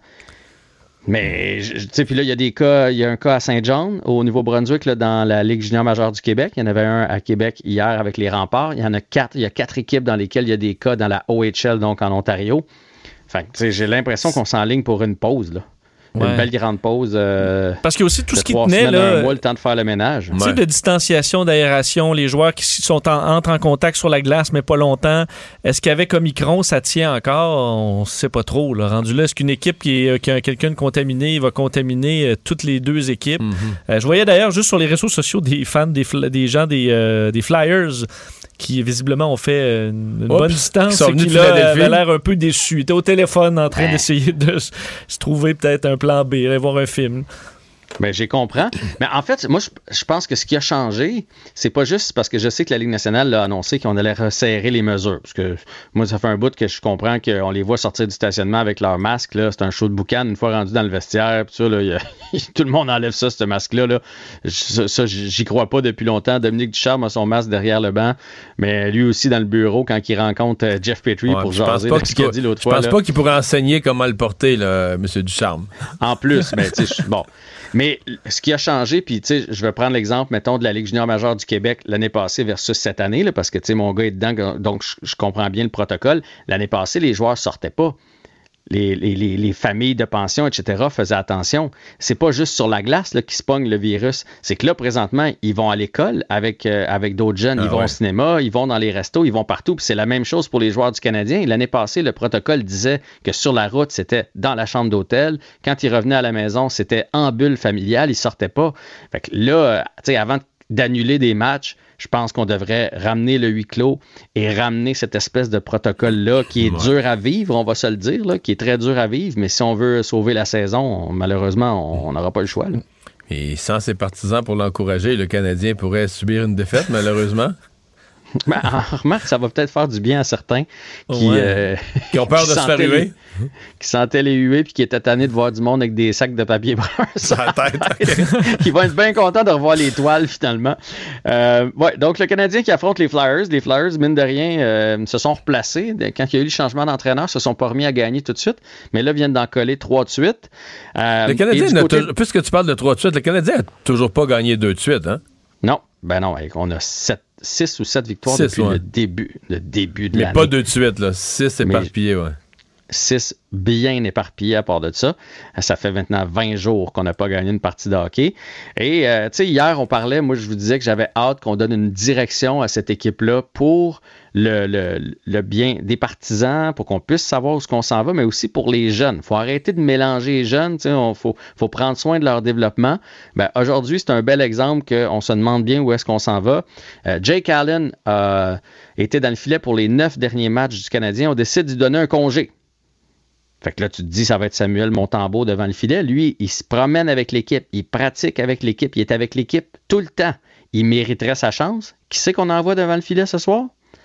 Mais, tu sais, puis là, il y a des cas, il y a un cas à Saint-John, au Nouveau-Brunswick, là, dans la Ligue junior majeure du Québec. Il y en avait un à Québec hier avec les Remparts. Il y a 4 équipes dans lesquelles il y a des cas dans la OHL, donc en Ontario. Fait que, tu sais, j'ai l'impression qu'on s'enligne pour une pause, là. Une belle grande pause. Parce qu'il y a aussi tout ce qui 3 tenait là, un mois, le temps de faire le ménage. Tu sais, de distanciation, d'aération, les joueurs qui entrent en contact sur la glace, mais pas longtemps. Est-ce qu'avec Omicron, ça tient encore? On ne sait pas trop. Là. Rendu là, est-ce qu'une équipe qui a quelqu'un de contaminé va contaminer toutes les deux équipes? Je voyais d'ailleurs juste sur les réseaux sociaux des fans, des gens des Flyers qui visiblement ont fait une bonne distance et qui là, avaient l'air un peu déçus. Ils étaient au téléphone en train d'essayer de se trouver peut-être un plan B, aller voir un film. Ben, j'y comprends. Mais en fait, moi, je pense que ce qui a changé, c'est pas juste parce que je sais que la Ligue nationale a annoncé qu'on allait resserrer les mesures. Parce que moi, ça fait un bout que je comprends qu'on les voit sortir du stationnement avec leur masque. Là. C'est un show de boucan une fois rendu dans le vestiaire. Puis ça, là, tout le monde enlève ça, ce masque-là. Là. Ça, j'y crois pas depuis longtemps. Dominique Ducharme a son masque derrière le banc. Mais lui aussi, dans le bureau, quand il rencontre Jeff Petrie pour jaser de ce qu'il a dit l'autre fois. Je pense pas qu'il pourrait enseigner comment le porter, là, M. Ducharme. En plus, mais tu sais, bon. Mais ce qui a changé, puis tu sais, je vais prendre l'exemple, mettons, de la Ligue junior majeure du Québec l'année passée versus cette année, là, parce que tu sais, mon gars est dedans, donc je comprends bien le protocole. L'année passée, les joueurs sortaient pas. Les familles de pension, etc., faisaient attention. C'est pas juste sur la glace là, qui se pogne le virus. C'est que là, présentement, ils vont à l'école avec d'autres jeunes. Ils vont au cinéma, ils vont dans les restos, ils vont partout. Puis c'est la même chose pour les joueurs du Canadien. Et l'année passée, le protocole disait que sur la route, c'était dans la chambre d'hôtel. Quand ils revenaient à la maison, c'était en bulle familiale. Ils sortaient pas. Fait que là, tu sais, avant d'annuler des matchs, je pense qu'on devrait ramener le huis clos et ramener cette espèce de protocole-là qui est dur à vivre, on va se le dire, là, qui est très dur à vivre, mais si on veut sauver la saison, malheureusement, on n'aura pas le choix. Là. Et sans ses partisans pour l'encourager, le Canadien pourrait subir une défaite, malheureusement. Ben, remarque, ça va peut-être faire du bien à certains qui ont peur de se faire huer. Qui sentaient les huées puis qui étaient tannés de voir du monde avec des sacs de papier brun sur la tête. Qui vont être bien contents de revoir les toiles finalement. Donc le Canadien qui affronte les Flyers. Les Flyers, mine de rien, se sont replacés. Quand il y a eu le changement d'entraîneur, se sont pas remis à gagner tout de suite. Mais là, viennent d'en coller 3 de suite. Le Canadien, puisque tu parles de 3 de suite, le Canadien n'a toujours pas gagné 2 de suite, hein? Non. Ben non, on a 6 ou 7 victoires depuis le début de l'année. Mais pas 2 de suite, là. 6 éparpillés, ouais. 6 bien éparpillés à part de ça. Ça fait maintenant 20 jours qu'on n'a pas gagné une partie de hockey. Et, tu sais, hier, on parlait, moi, je vous disais que j'avais hâte qu'on donne une direction à cette équipe-là pour le bien des partisans, pour qu'on puisse savoir où est-ce qu'on s'en va, mais aussi pour les jeunes. Il faut arrêter de mélanger les jeunes, il faut prendre soin de leur développement. Ben, aujourd'hui, c'est un bel exemple qu'on se demande bien où est-ce qu'on s'en va. Jake Allen était dans le filet pour les 9 derniers matchs du Canadien. On décide de lui donner un congé. Fait que là, tu te dis, ça va être Samuel Montembeault devant le filet. Lui, il se promène avec l'équipe, il pratique avec l'équipe, il est avec l'équipe tout le temps. Il mériterait sa chance. Qui c'est qu'on envoie devant le filet ce soir?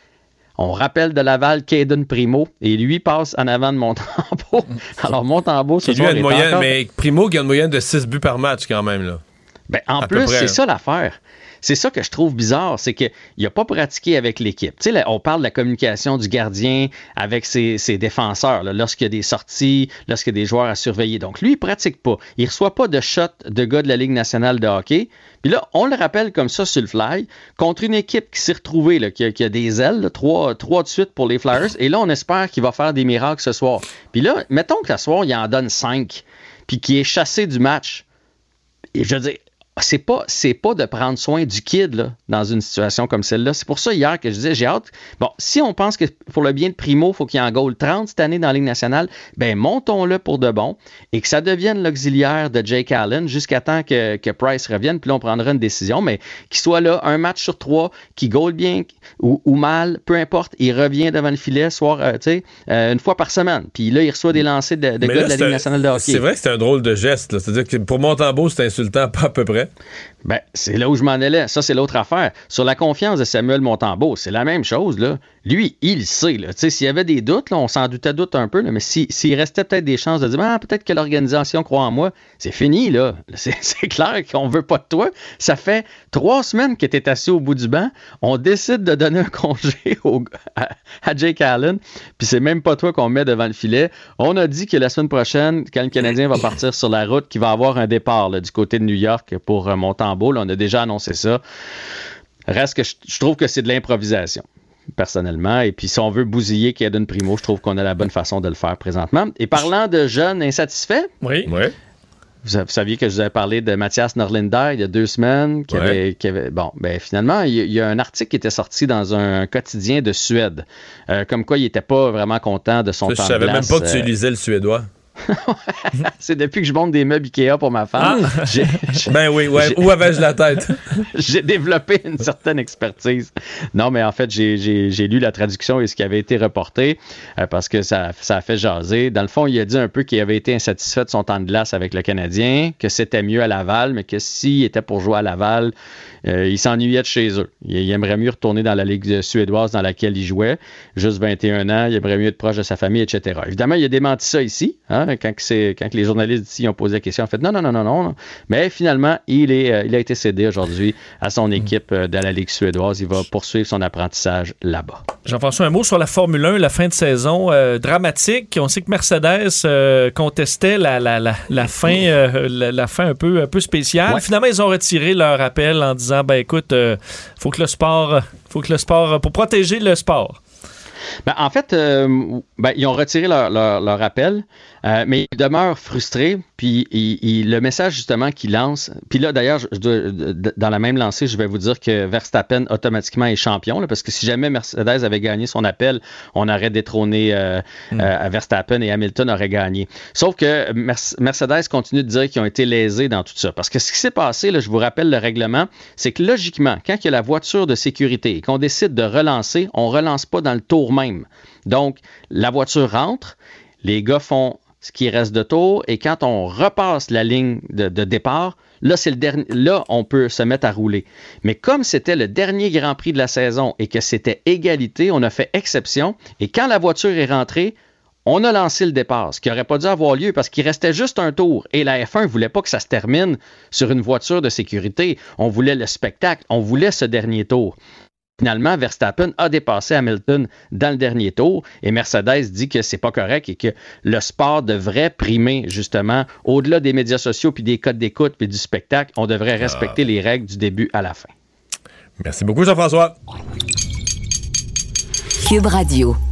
On rappelle de Laval Caden Primo et lui passe en avant de Montembeault. Alors, Montembeault, ce soir, il est mais Primo qui a une moyenne de 6 buts par match quand même, là. Ben, en plus, c'est ça l'affaire. C'est ça que je trouve bizarre, c'est qu'il n'a pas pratiqué avec l'équipe. Tu sais, on parle de la communication du gardien avec ses défenseurs, là, lorsqu'il y a des sorties, lorsqu'il y a des joueurs à surveiller. Donc, lui, il ne pratique pas. Il ne reçoit pas de shot de gars de la Ligue nationale de hockey. Puis là, on le rappelle comme ça sur le fly, contre une équipe qui s'est retrouvée, là, qui a des ailes, 3 de suite pour les Flyers. Et là, on espère qu'il va faire des miracles ce soir. Puis là, mettons que ce soir, il en donne 5, puis qu'il est chassé du match. Et je veux dire, c'est pas de prendre soin du kid là, dans une situation comme celle-là. C'est pour ça hier que je disais, j'ai hâte. Bon, si on pense que pour le bien de Primo, il faut qu'il y en goal 30 cette année dans la Ligue nationale, ben montons-le pour de bon et que ça devienne l'auxiliaire de Jake Allen jusqu'à temps que Price revienne. Puis là, on prendra une décision, mais qu'il soit là un match sur 3, qu'il goal bien ou mal, peu importe, il revient devant le filet une fois par semaine. Puis là, il reçoit des lancers de gars de la Ligue nationale de hockey. C'est vrai que c'est un drôle de geste. Là. C'est-à-dire que pour Montembeault, c'est insultant, pas à peu près. Ben, c'est là où je m'en allais. Ça, c'est l'autre affaire. Sur la confiance de Samuel Montembeault, c'est la même chose, là. Lui, il sait, là. Tu sais, s'il y avait des doutes, là, on s'en doutait un peu, là, mais s'il restait peut-être des chances de dire, peut-être que l'organisation croit en moi, c'est fini, là. C'est clair qu'on veut pas de toi. Ça fait 3 semaines que tu es assis au bout du banc. On décide de donner un congé à Jake Allen, puis c'est même pas toi qu'on met devant le filet. On a dit que la semaine prochaine, quand le Canadien va partir sur la route, qu'il va avoir un départ là, du côté de New York pour Montembeault. Là, on a déjà annoncé ça. Reste que je trouve que c'est de l'improvisation, personnellement. Et puis, si on veut bousiller Caden Primo, je trouve qu'on a la bonne façon de le faire présentement. Et parlant de jeunes insatisfaits, oui. Vous saviez que je vous avais parlé de Mathias Norlinder il y a 2 semaines. Finalement, il y a un article qui était sorti dans un quotidien de Suède. Comme quoi, il n'était pas vraiment content de son temps de glace. Je savais même pas que tu lisais le suédois. C'est depuis que je monte des meubles Ikea pour ma femme. Où avais-je la tête? J'ai développé une certaine expertise. Non, mais en fait, j'ai lu la traduction et ce qui avait été reporté parce que ça a fait jaser. Dans le fond, il a dit un peu qu'il avait été insatisfait de son temps de glace avec le Canadien, que c'était mieux à Laval, mais que s'il était pour jouer à Laval, il s'ennuyait de chez eux. Il aimerait mieux retourner dans la Ligue suédoise dans laquelle il jouait. Juste 21 ans, il aimerait mieux être proche de sa famille, etc. Évidemment, il a démenti ça ici. Quand les journalistes ici ont posé la question, en fait, non. Mais finalement, il a été cédé aujourd'hui à son équipe de la Ligue suédoise. Il va poursuivre son apprentissage là-bas. Jean-François, un mot sur la Formule 1, la fin de saison dramatique. On sait que Mercedes contestait la fin un peu spéciale. Ouais. Finalement, ils ont retiré leur appel en disant, écoute, faut que le sport, pour protéger le sport. En fait, ils ont retiré leur appel, mais ils demeurent frustrés. Puis le message justement qu'ils lancent, puis là d'ailleurs, dans la même lancée, je vais vous dire que Verstappen automatiquement est champion, là, parce que si jamais Mercedes avait gagné son appel, on aurait détrôné Verstappen et Hamilton aurait gagné. Sauf que Mercedes continue de dire qu'ils ont été lésés dans tout ça. Parce que ce qui s'est passé, là, je vous rappelle le règlement, c'est que logiquement, quand il y a la voiture de sécurité et qu'on décide de relancer, on ne relance pas dans le tour même. Donc, la voiture rentre, les gars font ce qui reste de tour, et quand on repasse la ligne de départ, là, là, on peut se mettre à rouler. Mais comme c'était le dernier Grand Prix de la saison et que c'était égalité, on a fait exception, et quand la voiture est rentrée, on a lancé le départ, ce qui n'aurait pas dû avoir lieu parce qu'il restait juste un tour, et la F1 ne voulait pas que ça se termine sur une voiture de sécurité. On voulait le spectacle, on voulait ce dernier tour. Finalement, Verstappen a dépassé Hamilton dans le dernier tour et Mercedes dit que c'est pas correct et que le sport devrait primer justement au-delà des médias sociaux puis des codes d'écoute puis du spectacle. On devrait respecter les règles du début à la fin. Merci beaucoup, Jean-François. Cube Radio.